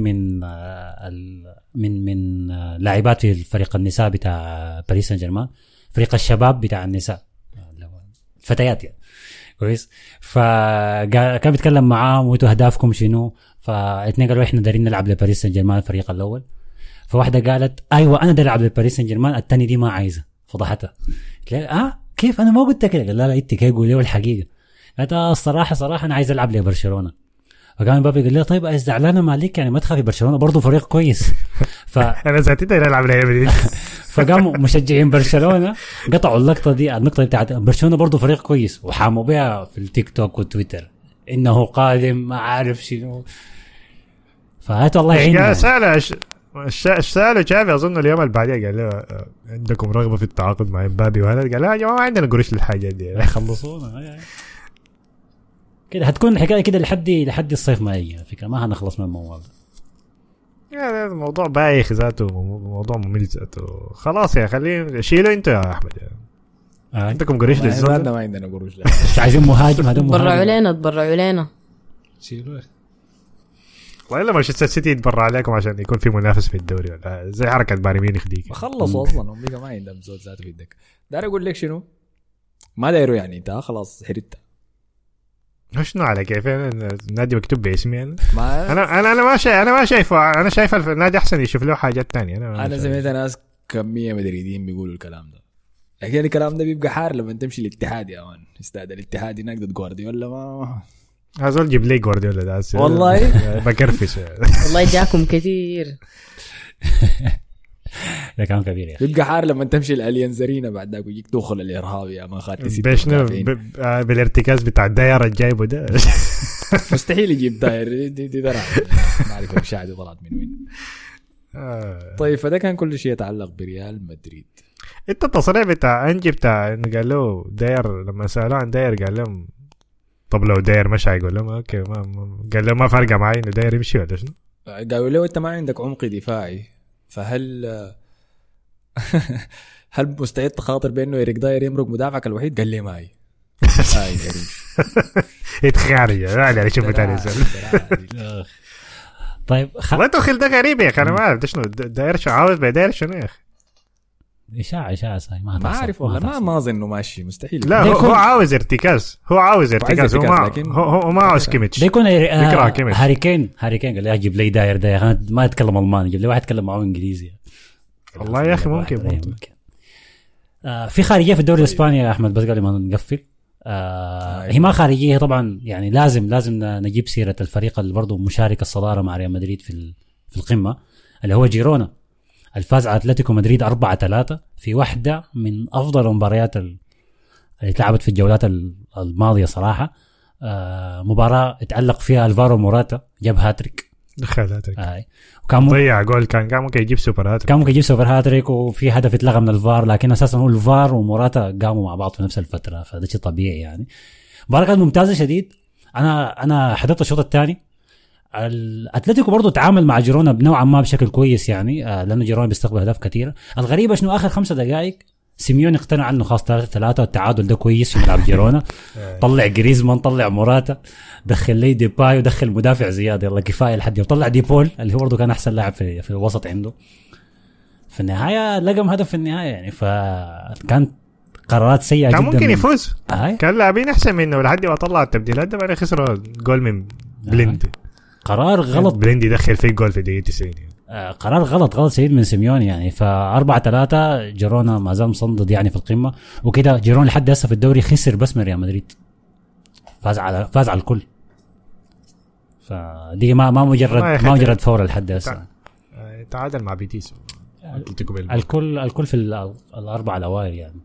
من لاعبات في الفريق النساء بتاع باريس سان جيرمان، فريق الشباب بتاع النساء الفتيات يعني كويس. فكان بيتكلم معاهم وانتوا اهدافكم شنو، فاثنين قالوا احنا دايرين نلعب لباريس سان جيرمان الفريق الاول. فواحده قالت ايوه انا داير العب لباريس سان جيرمان، الثانيه دي ما عايزه، فضحتها. قلت كيف انا ما قلت كده؟ قال لا انت كده قولي الحقيقه. قالت الصراحه انا عايز العب لبرشلونه. فقام مبابي قال لي طيب ايش زعلانه مالك يعني، ما تخافي برشلونه برضه فريق كويس. انا ذاتي داير العب لباريس. فقاموا مشجعين برشلونه قطعوا النقطه دي بتاعت برشلونه برضه فريق كويس، وحاموا بها في التيك توك والتويتر انه قادم ما عارف شنو. فهات الله يعيننا. سأله جافي أظن اليوم اللي بعديه قال له عندكم رغبة في التعاقد مع مبابي، وهذا قال لا يا جماعة ما عندنا قروش للحاجات دي يخلصونا كده. هتكون الحكاية كده لحد الصيف ما يجي فكرة، ما هنخلص من الموضوع ده. يعني الموضوع بايخ ذاته، موضوع ممل ذاته. خلاص يا خليه شيلوا انتوا يا أحمد عندكم قروش للزول. ما عندنا قروش. مش عايزين مهاجم. هذا تبرعوا لنا شيلوا والله مانشستر سيتي يتبرع عليكم عشان يكون في منافس في الدوري ولا زي حركه بايرن ميونخ ديك. خلصوا اصلا هم بقى ما عندهم زول ذاته في الدك. داير اقول لك شنو ما دايروا يعني انت خلاص حريت شنو على كيف النادي مكتوب باسمي ما انا ما شايفه. انا شايف النادي احسن يشوف له حاجات تانية. انا سمعت ناس كميه مدريدين بيقولوا الكلام ده، لكن الكلام ده بيبقى حار لما تمشي الاتحاد يا مان. استاد الاتحاد هناك ضد جوارديولا ما هذول جيب لي جوارديولا ده والله بكرفش. والله جاكم كثير. ده كان كبير يعني. بيبقى حار لما تمشي الاليانز ارينا بعد ذاك ويجيك تدخل الارهاب يا ما خاطر بشنو بالارتكاز بتاع الداير الجايبه ده. مستحيل يجيب داير دي ترى ما اعرف الشاعر دي طلعت من وين. طيب فده كان كل شيء يتعلق بريال مدريد. انت التصريح بتاع انجي بتاع انه قال له داير لما سالوه عن داير قال لهم طب لو داير مش هيقول لهم اوكي قال له ما فرقه معي انه داير يمشي ولا شنو. قالوا له انت ما عندك عمق دفاعي، فهل هل مستعد تخاطر بانه إيريك داير يمرق مدافعك الوحيد؟ قال لي ماي هاي غريب يتخارج يعني شوفوا تاني طيب والله تخيل ده غريب يا اخي. انا ما اعرف شنو داير شو عاوز بداير شنو يا اخي. إشاعة صحيح ما عارف والله ما أظن إنه ماشي مستحيل. لا هو عاوز ارتكاز هو ما عاوز كيميتش. ده يكون هاريكين قال لي أجيب لي داير ده أنا ما أتكلم ألماني، جيب لي واحد يتكلم معه إنجليزي. والله يا أخي ممكن. في خارجية في الدوري الإسباني يا أحمد بس قبل ما نقفل. هي ما خارجية طبعا يعني لازم نجيب سيرة الفريق اللي برضو مشارك الصدارة مع ريال مدريد في القمة اللي هو جيرونا. الفاز على أتلتيكو مدريد 4-3 في واحدة من أفضل المباريات اللي اتلعبت في الجولات الماضية صراحة. مباراة اتعلق فيها الفارو موراتا جاب هاتريك دخل هاتريك وكان ضيع جول كان ممكن يجيب سوبر هاتريك وفي هدف اتلغى من الفار، لكن أساسا هو الفار وموراتا قاموا مع بعض في نفس الفترة، فده شيء طبيعي يعني. مباراة كانت ممتازة شديد. أنا حضرت الشوط الثاني. الاتلتيكو برضو تعامل مع جيرونا بنوعا ما بشكل كويس يعني لانه جيرونا بيستقبل اهداف كثيره. الغريبه شنو اخر 5 دقائق سيميون اقتنع انه خلاص 3-3 والتعادل ده كويس في ملعب جيرونا. طلع جريزمان طلع موراتا دخل لي ديباي ودخل مدافع زياده يلا كفايه لحد وطلع ديبول اللي هو برضو كان احسن لاعب في الوسط عنده. في النهايه لقم هدف في النهايه يعني فكانت قرارات سيئه جدا. كان ممكن يفوز كان لاعبين احسن منه لحد ما طلع التبديلات ده بعدين خسروا جول من بليند. قرار غلط. بليند يدخل فيه جول في دقيقة 90 قرار غلط سيد من سيميوني يعني. ف4-3 جيرونا ما زال مصندد يعني في القمة وكده. جيرونا لحد هسه في الدوري خسر بس من ريال مدريد، فاز على الكل. فدي ما مجرد فورة لحد هسه. تعادل مع بيتيس الكل في الاربعه الاوائل يعني.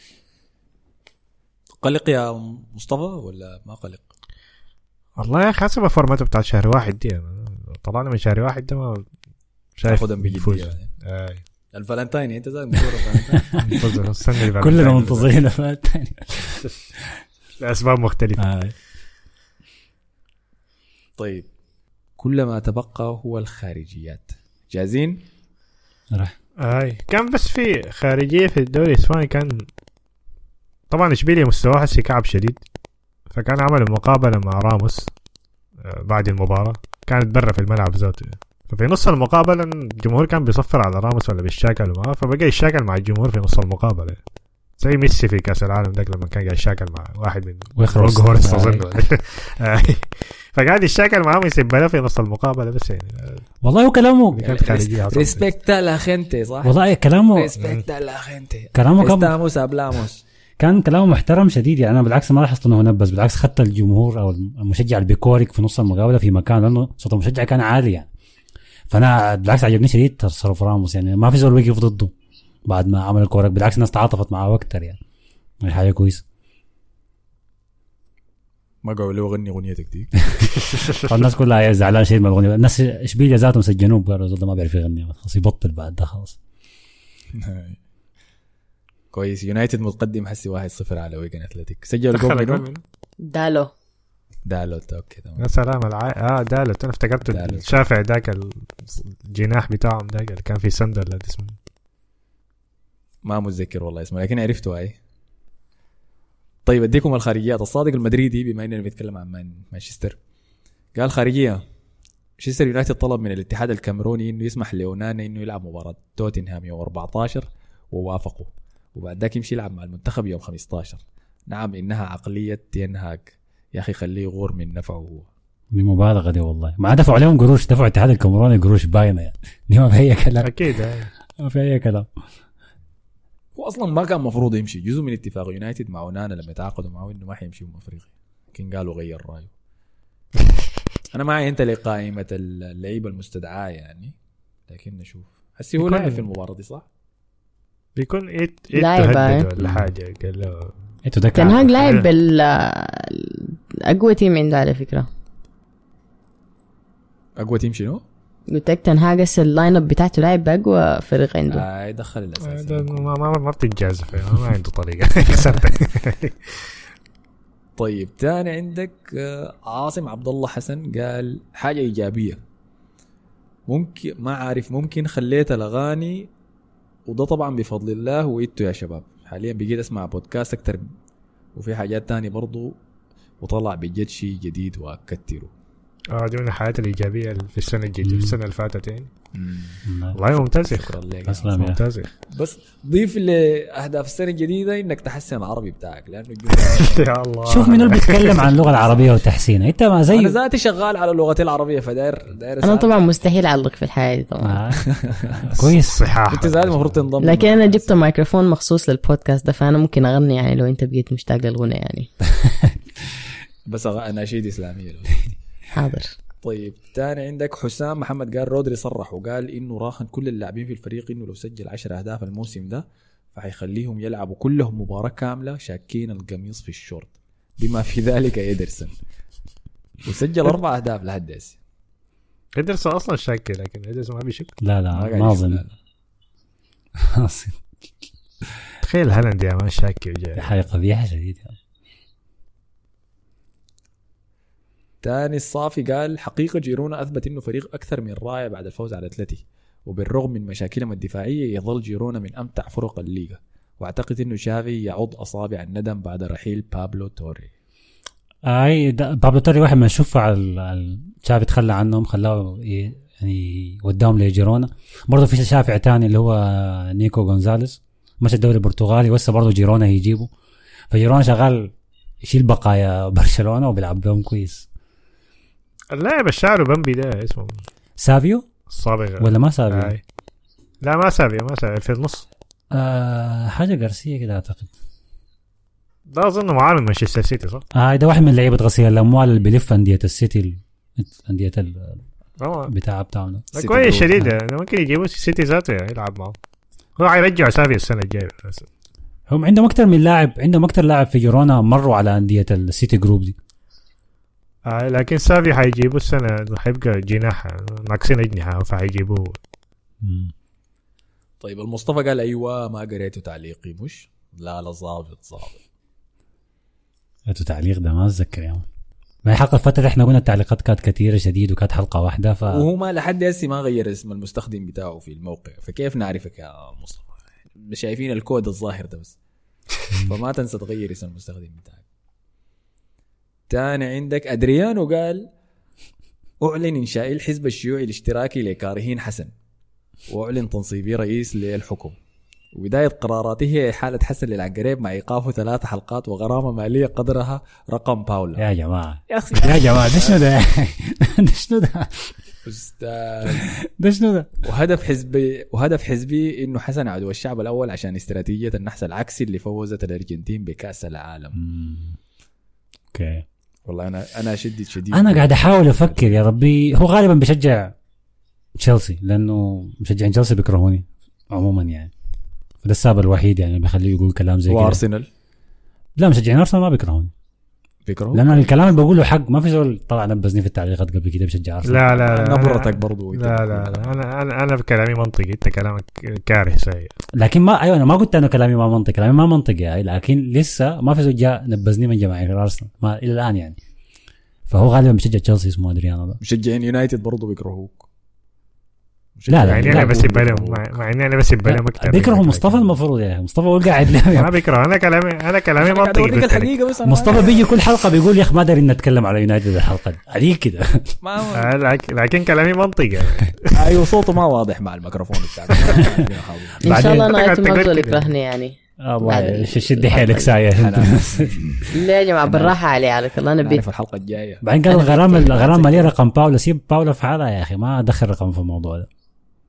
قلق يا مصطفى ولا ما قلق؟ والله يا اخي حسب الفورمات بتاع شهر واحد دي طلعنا من شهر واحد ده ما شايف خدهم بجديه يعني. الفالنتاين انت زي الفالنتاين كلنا منتظرين الفالنتاين لاسباب مختلفه. طيب كل ما تبقى هو الخارجيات. جاهزين؟ راح كان بس في خارجيه في الدوري الاسباني. كان طبعا اشبيليا مستواه هسه كعب شديد، فكان عمل مقابله مع راموس بعد المباراه، كانت برا في الملعب ذاته. ففي نص المقابله الجمهور كان بيصفر على راموس ولا بيشاكل معاه، فبقى يشاكل مع الجمهور في نص المقابله زي ميسي في كاس العالم داك لما كان قاعد يشاكل مع واحد من هورست اظن فقاعد يشاكل معاه ويسب له في نص المقابله. بس يعني والله هو كلامه ريسبكت لا خنتي صح. والله كلامه ريسبكت لا خنتي كلامه استاموس ابلاموس كان كلامه محترم شديد يعني. انا بالعكس ما لاحظت انه نبز، بالعكس خدت الجمهور او المشجع البيكوريك في نص المقابله في مكان لانه صوت المشجع كان عالي يعني. فانا بالعكس عجبني شديد تصرف راموس يعني، ما في زول وقف ضده بعد ما عمل الكورك، بالعكس الناس تعاطفت معه اكثر يعني. حاجه كويسه. ما قالوا له غني اغنيتك دي الناس كلها زعلان شيء من الاغنيه. الناس اشبيليا ذاتهم سجنوه قالوا زول ما بيعرف يغني خلاص يبطل بعد ده خلاص. كويس. يونايتد متقدم حسي 1-0 على ويجن اتلتيك. سجل جول منو؟ دالو اوكي تمام. يا سلام دالو. انا افتكرت الشافعي ذاك الجناح بتاعهم ذاك اللي كان في سندرلاند اسمه ما متذكر والله اسمه لكن عرفته هاي. طيب اديكم الخارجيات. الصادق المدريدي بما اننا بنتكلم عن مانشستر قال خارجيه مانشستر يونايتد طلب من الاتحاد الكاميروني انه يسمح لأونانا انه يلعب مباراه توتنهام يوم 14 ووافقوا، وبعد ذاك يمشي يلعب مع المنتخب يوم 15. نعم انها عقليه تنهاج يا اخي خليه يغور من نفعه هو. دي مبالغه دي والله. ما دفعوا عليهم قروش، دفعوا الاتحاد الكاميروني قروش باينه يعني. ما في اي كلام اكيد ما في اي كلام. هو اصلا ما كان مفروض يمشي. جزء من اتفاق يونايتد مع اونانا لما يتعاقدوا معه انه ما حيمشي من افريقيا، لكن قالوا غير رايه. انا معي انت لقائمه اللعيبه المستدعاه يعني، لكن نشوف هسي هو لاعب في المباراه دي صح؟ بيكون لاعب ولا حاجه. قال له كان هاج لاعب اقوى تيم عنده على فكره. اقوى تيم شنو؟ قلت لك تنهاج اللاين اب بتاعته لاعب باقوى فريق عنده. يدخل الاساسي ما بتتجازف ما عنده طريقه. طيب تاني عندك عاصم عبد الله حسن قال حاجه ايجابيه ممكن ما عارف ممكن خليت الاغاني، وده طبعا بفضل الله وإنتوا يا شباب. حاليا بقيت اسمع بودكاست اكتر وفي حاجات تاني برضو وطلع بجد شيء جديد واكتره. دي من الحاجات الإيجابية في السنة الجديدة في السنة اللي فاتت يعني. والله ممتاز. شكرا لك. ممتاز. بس ضيف لأهداف السنة الجديدة إنك تحسن العربي بتاعك لأنه يا الله. شوف منو بيتكلم عن اللغة العربية وتحسينها. أنت ما زي أنا ذاتي شغال على اللغة العربية فداير أنا طبعا مستحيل أعلق في الحياة دي طبعا. كويس. صحاح. أنت ذاتي المفروض تنضم. لكن أنا جبت ميكروفون مخصوص للبودكاست ده فأنا ممكن أغني يعني لو أنت بقيت مشتاق للغنى يعني. بس أناشيد إسلامية. حاضر. طيب تاني عندك حسام محمد قال رودري صرح وقال إنه راهن كل اللاعبين في الفريق إنه لو سجل 10 أهداف الموسم ده فحيخليهم يلعبوا كلهم مباراة كاملة شاكين القميص في الشورت بما في ذلك إيدرسون، وسجل 4 أهداف لحد هسه. إيدرسون أصلا شاكي لكن إيدرسون ما بيشك. لا ما أظن. تخيل هالاند يا مان شاكي وجاي. حاجة قبيحة شديدة. تاني الصافي قال حقيقة جيرونا أثبت إنه فريق أكثر من رائع بعد الفوز على أتلتي، وبالرغم من مشاكلهم الدفاعية يظل جيرونا من أمتع فرق الليغا، واعتقد إنه شافي يعض أصابع الندم بعد رحيل بابلو توري. بابلو توري واحد ما نشوفه على شافي تخلى عنهم خلاه يعني وداهم لجيرونا. برضه في شافع تاني اللي هو نيكو غونزاليز مشى الدوري البرتغالي وسه برضه جيرونا هيجيبه، فجيرونا شغال يشيل بقايا برشلونة وبيلعب بهم كويس. اللاعب الشعر بمبي ده اسمه سافيو الصابغ ولا ما سافيو؟ لا ما سافيو في النص. حاجة غارسيا كده أعتقد. ده أظن معاه من مانشستر سيتي صح؟ ده واحد من لعيبة غسيل الأموال اللي بيلف أندية السيتي أندية بتاع بتاعنا كويس شديد. ممكن يجيبوا سيتي ذاته يلعب معه. هو حيرجع سافي السنه الجايه. هم عندهم اكثر من لاعب، عندهم اكثر لاعب في جيرونا مروا على انديه السيتي جروب دي. لكن سافي حيجيبوا السنه حيبقى جناح ناقصين اجنحه فحيجيبوه. طيب المصطفى قال ايوه ما قريته تعليقي مش لا ظابط قريته تعليق ده ما اتذكر يا ما حق الفترة احنا قلنا التعليقات كانت كثيرة شديد وكانت حلقة واحدة وهو ما لحد هسه ما غير اسم المستخدم بتاعه في الموقع، فكيف نعرفك يا مصطفى؟ مش شايفين الكود الظاهر ده بس. فما تنسى تغير اسم المستخدم بتاعك. تاني عندك أدريانو قال أعلن إنشاء الحزب الشيوعي الاشتراكي لكارهين حسن، وأعلن تنصيبي رئيس للحكم، وبداية قراراته هي حالة حسن للعقريب مع إيقافه 3 حلقات وغرامة مالية قدرها رقم باولا. يا جماعة يا جماعة ده شنو ده؟ ده شنو ده؟ أستاذ ده شنو ده؟ وهدف حزبي إنه حسن عدو الشعب الأول عشان استراتيجية النحس العكسي اللي فوزت الأرجنتين بكأس العالم. أوكي والله أنا شديد أنا قاعد أحاول أفكر يا ربي. هو غالبا بيشجع تشيلسي لأنه مشجعين تشيلسي بيكرهوني عموما يعني، فده السبب الوحيد يعني بيخليه يقول كلام زي كده. وارسنال لا مشجعين ارسنال ما بيكرهوني لأن الكلام اللي بقوله حق. ما في زول طلع نبزني في التعليقات قبل كده بشجع ارسنال. لا نبرتك برضو. لا انا بكلامي منطقي، انت كلامك كاره سيء. لكن ما ايوه انا ما قلت انه كلامي ما منطقي، كلامي ما منطقي يعني، لكن لسه ما في زول جاء نبزني من جماهير ارسنال ما الى الان يعني. فهو غالبا بشجع تشيلسي اسمه ادريانو ده. مشجعين يونايتد برضو بيكرهوك. لا يعني انا بس بلهم مع اني انا بس بلهم اكثر. بيكره مصطفى المفروض يعني مصطفى هو قاعد ما بيكره. انا كلامي منطقي الحقيقه بس مصطفى بيجي كل حلقه بيقول يا اخ ما داري نتكلم على يونايتد الحلقه دي كده. لكن كلامي منطقي ايوه صوته ما واضح مع الميكروفون بتاعك. ان شاء الله انا ما يكرهني يعني. شد حيلك سايه. لا يا جماعه بالراحه عليك الله نبي في الحلقه الجايه. بعدين قال الغرام مالي رقم باولا، سيب باولا في حالها يا اخي ما ادخل رقم في الموضوع ده.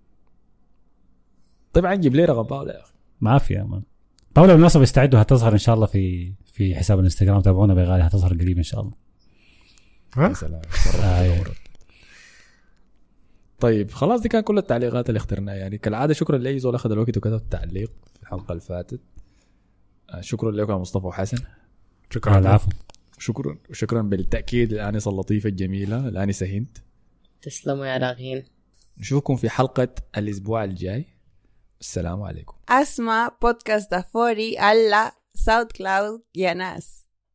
طبعا جيب لي رقم باولا يا اخي. ما في يا مان. باولا بالمناسبة استعدوا هتظهر ان شاء الله في حساب الانستغرام تابعونا بغالي، هتظهر قريب ان شاء الله. طيب خلاص دي كان كل التعليقات اللي اخترناها يعني. كالعاده شكرا لاي زول اخذ الوقت وكتب التعليق في الحلقه اللي فاتت. شكرا لكم يا مصطفى وحسن. شكرا. العفو. شكرا بالتاكيد الانسه اللطيفه الجميله الانسه هند. تسلموا يا راغين. نشوفكم في حلقه الاسبوع الجاي. السلام عليكم. اسمع بودكاست دافوري على ساوند كلاود يا ناس.